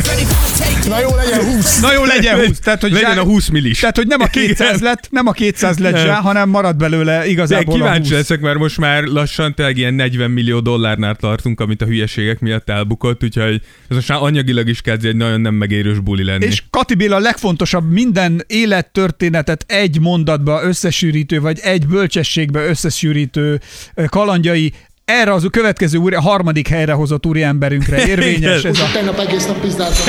Speaker 5: Na jó, legyen húsz!
Speaker 3: Na jó, legyen húsz! Tehát, hogy
Speaker 4: legyen Zsá... a húsz millis.
Speaker 3: Tehát, hogy nem a kétszáz lett, nem a kétszáz lett Zsá, hanem marad belőle igazából
Speaker 4: de kíváncsi
Speaker 3: a
Speaker 4: leszek, mert most már lassan tényleg ilyen negyven millió dollárnál tartunk, amit a hülyeségek miatt elbukott, úgyhogy ez most már anyagilag is kezd egy nagyon nem megérős buli lenni.
Speaker 3: És Kati Béla a legfontosabb, minden élettörténetet egy mondatba összesűrítő, vagy egy bölcsességbe összesűrítő kalandjai erre az a következő úri, a harmadik helyre hozott úriemberünkre érvényes. Ez
Speaker 5: a... Tegnap egész nap pizdáltam.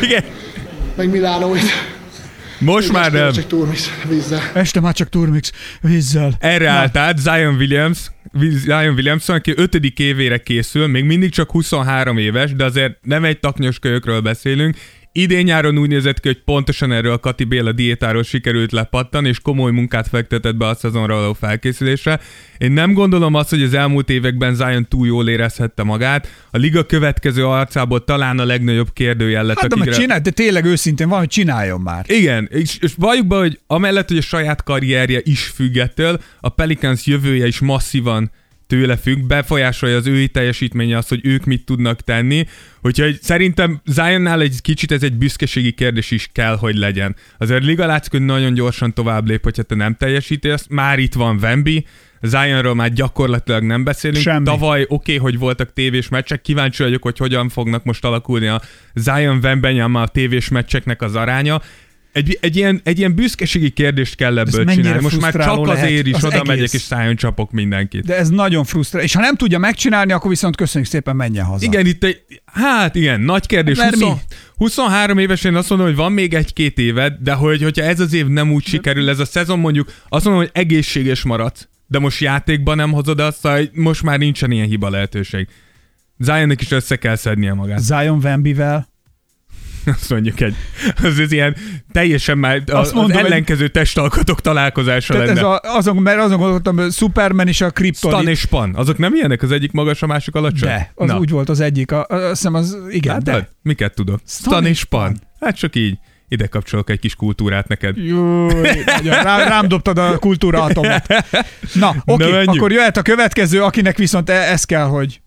Speaker 5: Meg Milánóit.
Speaker 4: Most már nem.
Speaker 5: Csak turmix vízzel.
Speaker 3: Este már csak turmix vízzel.
Speaker 4: Erre állt át Zion Williams, Zion Williamson, aki ötödik évére készül, még mindig csak huszonhárom éves, de azért nem egy taknyos kölyökről beszélünk. Idén nyáron úgy nézett ki, hogy pontosan erről a Kati Béla diétáról sikerült lepattan, és komoly munkát fektetett be a szezonra való felkészülésre. Én nem gondolom azt, hogy az elmúlt években Zion túl jól érezhette magát. A liga következő arcából talán a legnagyobb kérdőjel lett.
Speaker 3: Hát de, akikre... csinál, de tényleg őszintén van, hogy csináljon már.
Speaker 4: Igen, és, és valljuk be, hogy amellett, hogy a saját karrierje is függettől, a Pelicans jövője is masszívan tőle függ, befolyásolja az ő teljesítménye azt, hogy ők mit tudnak tenni. Úgyhogy szerintem Zionnál egy kicsit ez egy büszkeségi kérdés is kell, hogy legyen. Azért liga látszik, hogy nagyon gyorsan tovább lép, hogyha te nem teljesítél. Már itt van Wemby, Zionról már gyakorlatilag nem beszélünk.
Speaker 3: Semmi.
Speaker 4: Tavaly oké, okay, hogy voltak tévés meccsek, kíváncsi vagyok, hogy hogyan fognak most alakulni a Zion Wembenyama a tévés meccseknek az aránya. Egy, egy, ilyen, egy ilyen büszkeségi kérdést kell ebből csinálni. Most már csak
Speaker 3: lehet,
Speaker 4: azért is
Speaker 3: az
Speaker 4: oda
Speaker 3: egész.
Speaker 4: megyek és szájon csapok mindenkit.
Speaker 3: De ez nagyon frusztráló. És ha nem tudja megcsinálni, akkor viszont köszönjük szépen, menjen haza.
Speaker 4: Igen, itt egy, hát igen, nagy kérdés.
Speaker 3: Mert
Speaker 4: húsz,
Speaker 3: mi?
Speaker 4: huszonhárom évesen azt mondom, hogy van még egy-két éved, de hogy, hogyha ez az év nem úgy sikerül, ez a szezon mondjuk, azt mondom, hogy egészséges maradsz, de most játékban nem hozod azt, hogy most már nincsen ilyen hiba lehetőség. Zionnek is össze kell szednie magát.
Speaker 3: Zion Wembyvel.
Speaker 4: Azt mondjuk egy, az, az ilyen teljesen már az,
Speaker 3: mondom,
Speaker 4: az ellenkező testalkatok találkozása
Speaker 3: Tehát
Speaker 4: lenne.
Speaker 3: ez a, azon, mert azon gondoltam, hogy Superman és a Kryptonit.
Speaker 4: Stan és Pan, azok nem ilyenek? Az egyik magas, a másik alacsony?
Speaker 3: De, az
Speaker 4: Na.
Speaker 3: úgy volt az egyik. A, azt hiszem az, igen,
Speaker 4: Hát,
Speaker 3: de.
Speaker 4: miket tudok?
Speaker 3: Stan
Speaker 4: Stan
Speaker 3: és
Speaker 4: és Pan. Hát csak így. Ide kapcsolok egy kis kultúrát neked.
Speaker 3: Jó, rá, rám dobtad a kultúra atomot. Na, oké, okay, akkor jöhet a következő, akinek viszont e- ez kell, hogy...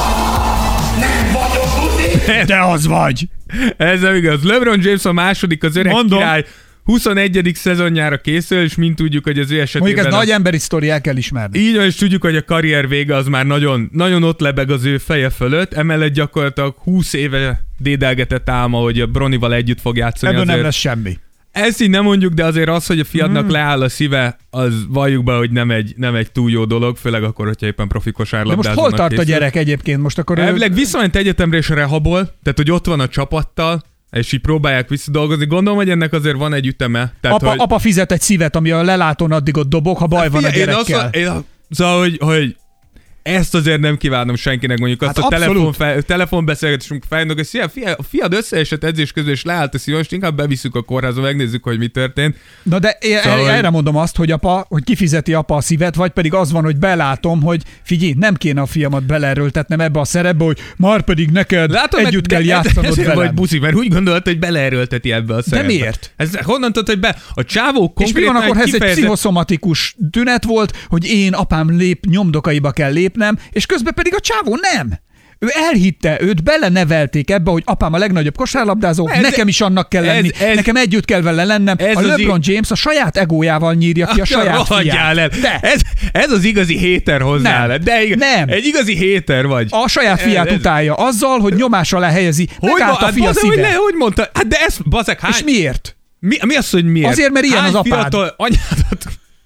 Speaker 5: Nem vagyok buzi!
Speaker 3: De az vagy!
Speaker 4: Ez nem igaz. LeBron James a második, az öreg
Speaker 3: Mondom.
Speaker 4: király huszonegyedik szezonjára készül, és mint tudjuk, hogy az ő esetében...
Speaker 3: Mondjuk ez
Speaker 4: a...
Speaker 3: nagy emberi sztori, el kell ismerni.
Speaker 4: Így van, és tudjuk, hogy a karrier vége az már nagyon, nagyon ott lebeg az ő feje fölött, emellett gyakorlatilag húsz éve dédelgetett álma, hogy a Bronival együtt fog játszani.
Speaker 3: Ebből
Speaker 4: azért...
Speaker 3: nem lesz semmi.
Speaker 4: Ezt így nem mondjuk, de azért az, hogy a fiadnak mm. leáll a szíve, az valljuk be, hogy nem egy, nem egy túl jó dolog, főleg akkor, hogyha éppen profi
Speaker 3: De
Speaker 4: kosárlabdázónak
Speaker 3: most hol tart
Speaker 4: készül.
Speaker 3: a gyerek egyébként? Most akkor...
Speaker 4: Elvileg visszament egyetemre és rehabol, tehát hogy ott van a csapattal, és így próbálják visszadolgozni. Gondolom, hogy ennek azért van egy üteme. Tehát,
Speaker 3: Apa,
Speaker 4: hogy...
Speaker 3: apa fizet egy szívet, ami a lelátón addig ott dobok, ha baj van a
Speaker 4: Figyelj, én azt
Speaker 3: gyerekkel.
Speaker 4: mond- én, szóval, hogy, hogy ezt azért nem kívánom senkinek, mondjuk azt
Speaker 3: Hát
Speaker 4: a telefon,
Speaker 3: abszolút.
Speaker 4: fe, telefonbeszélgetésünk fejlődök, hogy szia, fia, a fiad összeesett edzés közben, és leállt a szív, most inkább bevisszük a kórházba, megnézzük, hogy mi történt.
Speaker 3: Na de én
Speaker 4: Szóval,
Speaker 3: szóval,
Speaker 4: hogy-
Speaker 3: erre mondom azt, hogy apa, hogy kifizeti apa a szívet, vagy pedig az van, hogy belátom, hogy figyelj, nem kéne a fiamat beleerőltetnem ebbe a szerepbe, hogy már pedig neked
Speaker 4: Látod,
Speaker 3: együtt
Speaker 4: meg-
Speaker 3: kell
Speaker 4: de-
Speaker 3: játszanod
Speaker 4: ezért
Speaker 3: velem.
Speaker 4: vagy buszi, mert úgy gondolt, hogy beleerőlteti ebbe a szerepbe.
Speaker 3: miért?
Speaker 4: Ez, honnan tudod, hogy be? A csávó
Speaker 3: És mi
Speaker 4: konkrétan
Speaker 3: van akkor, ha ez egy
Speaker 4: kifejezett-
Speaker 3: pszichoszomatikus tünet volt, hogy én apám lép, nyomdokaiba kell lépnem, és közben pedig a csávó nem. Ő elhitte, őt belenevelték ebbe, hogy apám a legnagyobb kosárlabdázó,
Speaker 4: Ez-
Speaker 3: nekem is annak kell lenni,
Speaker 4: ez- ez-
Speaker 3: nekem együtt kell vele lennem.
Speaker 4: ez
Speaker 3: A
Speaker 4: az
Speaker 3: LeBron
Speaker 4: i-
Speaker 3: James a saját egójával nyírja ki a saját
Speaker 4: Rohadjál el.
Speaker 3: fiát. De
Speaker 4: Ez, ez az igazi héter hozzá.
Speaker 3: Nem.
Speaker 4: De igaz,
Speaker 3: Nem.
Speaker 4: Egy igazi héter vagy.
Speaker 3: a saját fiát
Speaker 4: Ez- ez-
Speaker 3: utálja azzal, hogy nyomás alá helyezi, megállt a
Speaker 4: hát
Speaker 3: fia
Speaker 4: bazeg, hogy,
Speaker 3: szíve.
Speaker 4: le, hogy mondta? Hát de ez, bazeg, hány...
Speaker 3: És miért?
Speaker 4: Mi, mi az, hogy miért?
Speaker 3: Azért, mert ilyen
Speaker 4: Hány
Speaker 3: az apád.
Speaker 4: Fiatal, anyádat...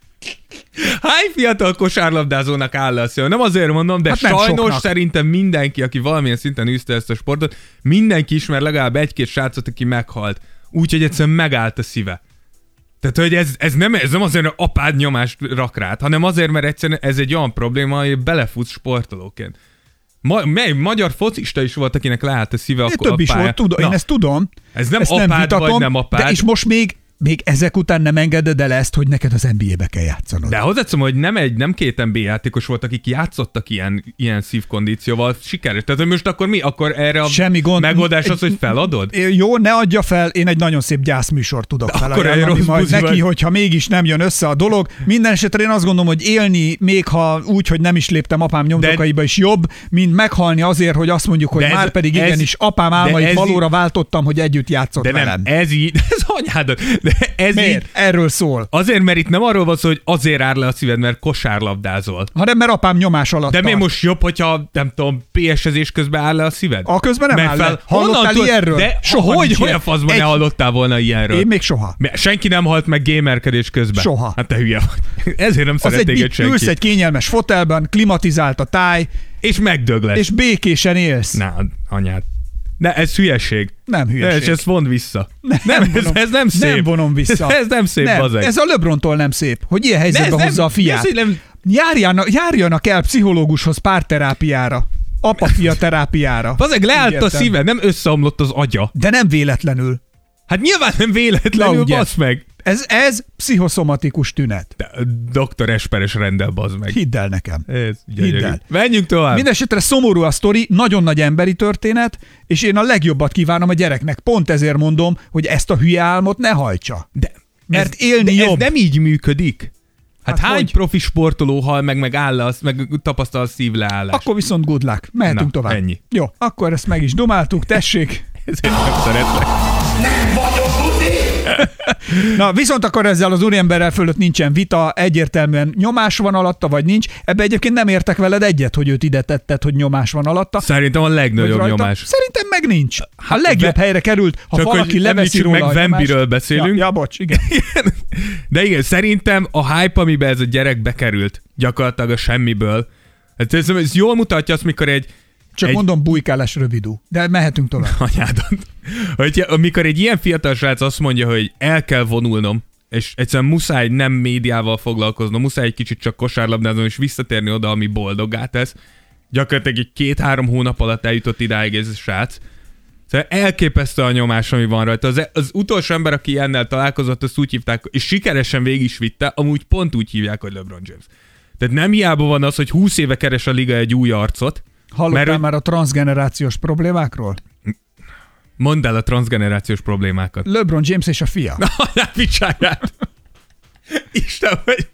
Speaker 4: Hány fiatal kosárlabdázónak áll le a szíve? Nem azért mondom, de
Speaker 3: Hát nem
Speaker 4: sajnos
Speaker 3: soknak.
Speaker 4: szerintem mindenki, aki valamilyen szinten űzte ezt a sportot, mindenki ismer legalább egy-két srácot, aki meghalt. Úgyhogy egyszerűen megállt a szíve. Tehát, hogy ez, ez, nem, ez nem azért, hogy apád nyomást rak rád, hanem azért, mert egyszerűen ez egy olyan probléma, hogy belefutsz sportolóként. Ma, mely magyar focista is volt, akinek leállt a szíve,
Speaker 3: De
Speaker 4: akkor
Speaker 3: több is
Speaker 4: a pálya.
Speaker 3: volt, tudom,
Speaker 4: Na,
Speaker 3: én ezt tudom.
Speaker 4: Ez nem
Speaker 3: ezt
Speaker 4: apád
Speaker 3: vitatom,
Speaker 4: vagy nem apád.
Speaker 3: De és most még, még ezek után nem engeded el ezt, hogy neked az en bé á-be kell játszanod.
Speaker 4: De hozzátszom, hogy nem egy, nem két en bé játékos volt, akik játszottak ilyen, ilyen szívkondícióval, sikeres. Tehát, hogy most akkor mi? Akkor erre a
Speaker 3: Semmi gond.
Speaker 4: megoldás az, hogy feladod?
Speaker 3: Jó, ne adja fel, én egy nagyon szép gyászműsort tudok
Speaker 4: De akkor
Speaker 3: felajánlani
Speaker 4: egy rossz
Speaker 3: majd
Speaker 4: buzi
Speaker 3: neki,
Speaker 4: vagy.
Speaker 3: hogyha mégis nem jön össze a dolog. Minden esetre én azt gondolom, hogy élni, még ha úgy, hogy nem is léptem apám nyomdokaiba is jobb, mint meghalni azért, hogy azt mondjuk, hogy
Speaker 4: De ez-
Speaker 3: már pedig
Speaker 4: ez-
Speaker 3: igenis apám
Speaker 4: de
Speaker 3: álmait
Speaker 4: ez
Speaker 3: valóra
Speaker 4: így-
Speaker 3: váltottam, hogy együtt játszott
Speaker 4: De
Speaker 3: velem.
Speaker 4: nem, ez így, ez anyádat. De ez
Speaker 3: Miért?
Speaker 4: így,
Speaker 3: Erről szól.
Speaker 4: azért, mert itt nem arról van szó, hogy azért áll le a szíved, mert kosárlabdázol.
Speaker 3: Hanem mert apám nyomás alatt
Speaker 4: De miért
Speaker 3: tart.
Speaker 4: most jobb, hogyha, nem tudom, pé es-ezés közben áll le a szíved?
Speaker 3: A közben nem
Speaker 4: Mert
Speaker 3: áll le.
Speaker 4: Honnan
Speaker 3: Hallottál
Speaker 4: tudod-
Speaker 3: ilyenről?
Speaker 4: De
Speaker 3: Soha
Speaker 4: hogy,
Speaker 3: nincs
Speaker 4: hogy
Speaker 3: ilyen.
Speaker 4: a faszban
Speaker 3: Egy-
Speaker 4: ne hallottál volna ilyenről?
Speaker 3: Én még soha.
Speaker 4: Mert senki nem halt meg gamerkedés közben.
Speaker 3: Soha.
Speaker 4: Hát te hülye vagy. Ezért nem
Speaker 3: Az
Speaker 4: szeret
Speaker 3: egy,
Speaker 4: téged
Speaker 3: bi- ülsz
Speaker 4: senki.
Speaker 3: egy kényelmes fotelben, klimatizált a táj,
Speaker 4: És megdög lesz.
Speaker 3: és békésen élsz.
Speaker 4: Na, anyád. Ne, ez hülyeség.
Speaker 3: Nem hülyeség.
Speaker 4: És ezt vond vissza.
Speaker 3: Nem,
Speaker 4: nem, ez,
Speaker 3: vonom,
Speaker 4: ez nem szép.
Speaker 3: Nem vonom vissza.
Speaker 4: Ez nem szép,
Speaker 3: nem,
Speaker 4: bazeg.
Speaker 3: ez a LeBrontól nem szép, hogy ilyen helyzetbe
Speaker 4: nem-
Speaker 3: hozza a fiát.
Speaker 4: ez, hogy nem-
Speaker 3: Járjanak, járjanak el pszichológushoz párterápiára, apa-fia terápiára.
Speaker 4: Bazeg, leállt
Speaker 3: Úgy
Speaker 4: a
Speaker 3: értem.
Speaker 4: szíve, nem összeomlott az agya.
Speaker 3: De nem véletlenül.
Speaker 4: Hát nyilván nem véletlenül,
Speaker 3: Na, ugye.
Speaker 4: basz meg.
Speaker 3: Ez, ez pszichoszomatikus tünet.
Speaker 4: De, doktor Esperes rendel, bazd meg.
Speaker 3: Hidd el nekem.
Speaker 4: Ez,
Speaker 3: Hidd el.
Speaker 4: Menjünk tovább.
Speaker 3: Mindenesetre szomorú a sztori, nagyon nagy emberi történet, és én a legjobbat kívánom a gyereknek. Pont ezért mondom, hogy ezt a hülye álmot ne hajtsa.
Speaker 4: De,
Speaker 3: Mert
Speaker 4: ez,
Speaker 3: élni
Speaker 4: de
Speaker 3: jobb.
Speaker 4: ez nem így működik. Hát,
Speaker 3: Hát
Speaker 4: hány
Speaker 3: hogy?
Speaker 4: profi sportoló hal meg, meg áll le, azt, meg tapasztal a szívleállást.
Speaker 3: Akkor viszont good luck. Mehetünk
Speaker 4: Na,
Speaker 3: tovább.
Speaker 4: ennyi.
Speaker 3: Jó, akkor ezt meg is domáltuk, tessék.
Speaker 4: Ezért nem szeretlek.
Speaker 5: Nem vagyok buzi!
Speaker 3: Na, viszont akkor ezzel az úriemberrel fölött nincsen vita, egyértelműen nyomás van alatta, vagy nincs. Ebbe egyébként nem értek veled egyet, hogy őt ide tetted, hogy nyomás van alatta.
Speaker 4: Szerintem a legnagyobb nyomás.
Speaker 3: Szerintem meg nincs. A legjobb be... helyre került, ha
Speaker 4: csak
Speaker 3: valaki leveszi róla
Speaker 4: meg Wembyről beszélünk.
Speaker 3: Ja, ja, bocs, igen.
Speaker 4: De igen, szerintem a hype, amiben ez a gyerek bekerült, gyakorlatilag a semmiből, ez, ez, ez jól mutatja azt, mikor egy
Speaker 3: Csak
Speaker 4: egy...
Speaker 3: mondom, bujkálás rövidú. De mehetünk tovább.
Speaker 4: Anyádat. Hogy amikor egy ilyen fiatal srác azt mondja, hogy el kell vonulnom, és egyszerűen muszáj nem médiával foglalkoznom, muszáj egy kicsit csak kosárlabdáznom, és visszatérni oda, ami boldoggá tesz. Gyakorlatilag egy két-három hónap alatt eljutott idáig ez a srác. Szóval elképesztő a nyomás, ami van rajta. Az, az utolsó ember, aki ilyennel találkozott, azt úgy hívták, és sikeresen végig is vitte, amúgy pont úgy hívják, hogy LeBron James. Tehát nem hiába van az, hogy húsz éve keres a liga egy új arcot.
Speaker 3: Hallottál mert, már a transzgenerációs problémákról?
Speaker 4: Mondd el a transzgenerációs problémákat.
Speaker 3: LeBron James és a fia.
Speaker 4: Na, nem picsáját. Isten vagy.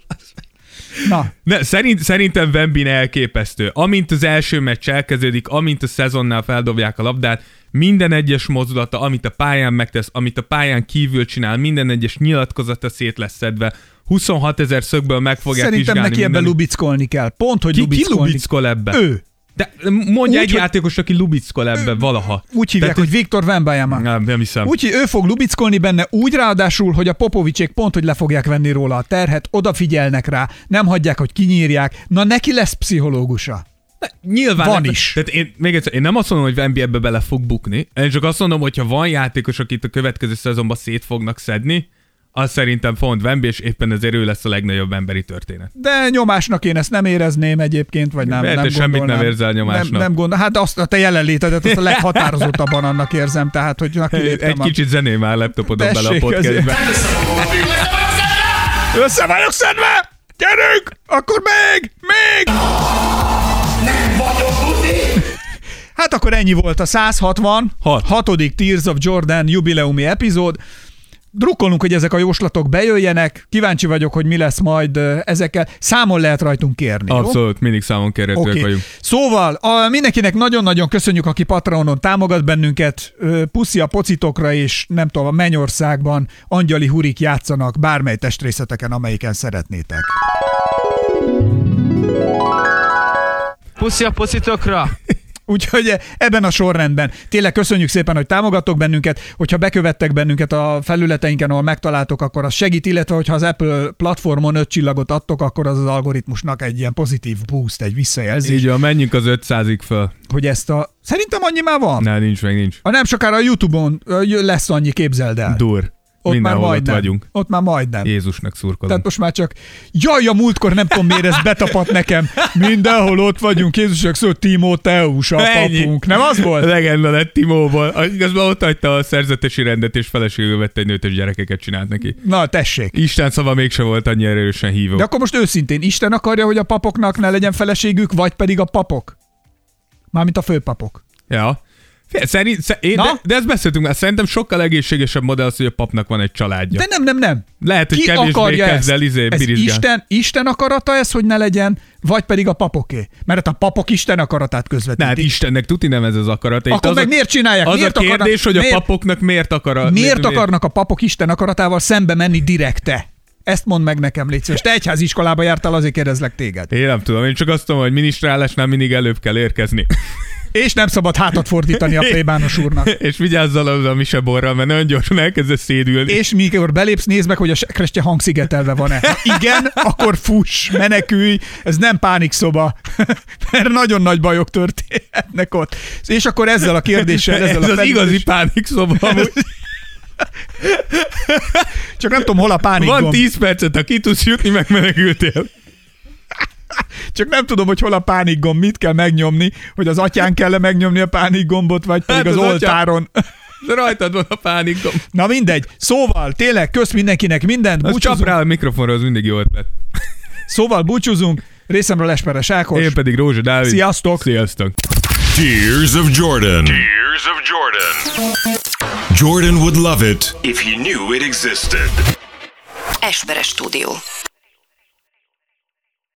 Speaker 3: Na.
Speaker 4: Ne, szerint, szerintem Wembin elképesztő. Amint az első meccs elkezdődik, amint a szezonnál feldobják a labdát, minden egyes mozdulata, amit a pályán megtesz, amit a pályán kívül csinál, minden egyes nyilatkozata szét lesz szedve. huszonhat ezer szögből meg fogják
Speaker 3: Szerintem
Speaker 4: vizsgálni.
Speaker 3: Szerintem neki ebben lubickolni kell. Pont, hogy
Speaker 4: ki,
Speaker 3: lubickolni.
Speaker 4: Ki lubickol ebbe?
Speaker 3: Ő.
Speaker 4: De mondja
Speaker 3: úgy,
Speaker 4: egy játékos, aki lubickol ebbe valaha.
Speaker 3: Úgy hívják, Tehát, hogy Viktor Wembanyama.
Speaker 4: Nem, nem hiszem.
Speaker 3: Úgy, hogy ő fog lubickolni benne úgy ráadásul, hogy a Popovicsék pont, hogy le fogják venni róla a terhet, odafigyelnek rá, nem hagyják, hogy kinyírják. Na neki lesz pszichológusa.
Speaker 4: De nyilván.
Speaker 3: Van
Speaker 4: ebbe,
Speaker 3: is.
Speaker 4: Tehát én, még egyszer, én nem azt mondom, hogy Wemby ebbe bele fog bukni. Én csak azt mondom, hogy ha van játékos, akit a következő szezonban szét fognak szedni, az szerintem pont Wemby, és éppen ezért ő lesz a legnagyobb emberi történet.
Speaker 3: De nyomásnak én ezt nem érezném egyébként, vagy nem,
Speaker 4: Mert
Speaker 3: nem
Speaker 4: semmit
Speaker 3: gondolnám.
Speaker 4: nem érzel nyomásnak.
Speaker 3: Nem, nem gondol, hát azt a te jelenlétedet, azt a leghatározottabban annak érzem, tehát, hogy na,
Speaker 4: egy
Speaker 3: a...
Speaker 4: kicsit zeném már laptopodon bele a podcastbe.
Speaker 3: Össze vagyok szedve! Gyerünk! Akkor még! Még!
Speaker 5: Nem vagyok buzi!
Speaker 3: Hát akkor ennyi volt a száz hatvanhatodik Tears of Jordan jubileumi epizód. Drukkolunk, hogy ezek a jóslatok bejöjjenek. Kíváncsi vagyok, hogy mi lesz majd ezekkel. Számon lehet rajtunk kérni.
Speaker 4: Abszolút, jó? Mindig számon kérhetőek
Speaker 3: okay.
Speaker 4: vagyunk.
Speaker 3: Szóval a, mindenkinek nagyon-nagyon köszönjük, aki Patreonon támogat bennünket. Puszi a pocitokra, és nem tudom, a Mennyországban angyali hurik játszanak bármely testrészeteken, amelyiken szeretnétek.
Speaker 6: Puszi a pocitokra!
Speaker 3: Úgyhogy ebben a sorrendben. Tényleg köszönjük szépen, hogy támogattok bennünket, hogyha bekövettek bennünket a felületeinken, ahol megtaláltok, akkor az segít, illetve hogyha az Apple platformon öt csillagot adtok, akkor az az algoritmusnak egy ilyen pozitív boost, egy visszajelzés.
Speaker 4: Így van, menjünk az ötszázig föl.
Speaker 3: Hogy ezt a... Szerintem annyi már van.
Speaker 4: Ne, nincs meg, nincs.
Speaker 3: Ha nem sokára a YouTube-on lesz annyi, képzeld el.
Speaker 4: Dur.
Speaker 3: Ott már
Speaker 4: majdnem. vagyunk.
Speaker 3: Ott már majdnem.
Speaker 4: Jézusnak szurkolom.
Speaker 3: Tehát most már csak, jaj, a múltkor nem tudom miért ez betapadt nekem. Mindenhol ott vagyunk, Jézusnak szó, Timóteus a papunk. Nem az volt?
Speaker 4: Legenda lett Timóból. Igazban ott hagyta a szerzetesi rendet, és feleségül vette egy nőt, és gyerekeket csinált neki.
Speaker 3: Na, tessék.
Speaker 4: Isten szava mégse volt annyira erősen hívó.
Speaker 3: De akkor most őszintén, Isten akarja, hogy a papoknak ne legyen feleségük, vagy pedig a papok? Mármint a főpapok.
Speaker 4: Ja. Szerint, szer, én, de, de ezt beszéltünk már, szerintem sokkal egészségesebb modell az, hogy a papnak van egy családja.
Speaker 3: De nem, nem, nem.
Speaker 4: Lehet, hogy
Speaker 3: Ki
Speaker 4: kevésbé kezd el izé
Speaker 3: Isten, Isten akarata ez, hogy ne legyen, vagy pedig a papoké. Mert a papok Isten akaratát közvetítik.
Speaker 4: Hát Istennek tuti nem ez az akarat.
Speaker 3: Akkor
Speaker 4: az
Speaker 3: meg
Speaker 4: a,
Speaker 3: miért csinálják?
Speaker 4: Az
Speaker 3: miért
Speaker 4: a kérdés,
Speaker 3: akarnak,
Speaker 4: hogy
Speaker 3: miért,
Speaker 4: a papoknak miért akar...
Speaker 3: Miért,
Speaker 4: miért
Speaker 3: akarnak a papok Isten akaratával szembe menni direkte? Ezt mondd meg nekem, légy szíves. Te egyháziskolába jártál, azért kérdezlek téged.
Speaker 4: Én nem tudom, én csak azt tudom, hogy minisztrálásnál mindig előbb kell érkezni.
Speaker 3: És nem szabad hátat fordítani a plébános úrnak.
Speaker 4: És vigyázzal az a miseborral, mert nagyon gyorsan elkezdesz szédülni.
Speaker 3: És mikor belépsz, nézd meg, hogy a sekrestye hangszigetelve van-e. Ha igen, akkor fuss, menekülj, ez nem pánikszoba, mert nagyon nagy bajok történhetnek ott. És akkor ezzel a kérdéssel, ezzel
Speaker 4: ez
Speaker 3: a
Speaker 4: az igazi pánikszoba.
Speaker 3: Csak nem tudom, hol a pánikgomb.
Speaker 4: Van tíz percet, ha ki tudsz jutni, megmenekültél.
Speaker 3: Csak nem tudom, hogy hol a pánikgomb, mit kell megnyomni, hogy az atyán kell megnyomni a pánikgombot, vagy pedig hát az, az oltáron.
Speaker 4: De rajtad van a pánikgomb.
Speaker 3: Na mindegy. Szóval, tényleg, kösz mindenkinek mindent.
Speaker 4: Az csap rá a mikrofonra, az mindig jó ötlet.
Speaker 3: Szóval búcsúzunk. Részemről Esperes Ákos.
Speaker 4: Én pedig Rózsa Dávid.
Speaker 3: Sziasztok.
Speaker 4: Sziasztok.
Speaker 2: Tears of Jordan. Tears of Jordan. Jordan would love it if he knew it existed.
Speaker 7: Esperes Stúdió.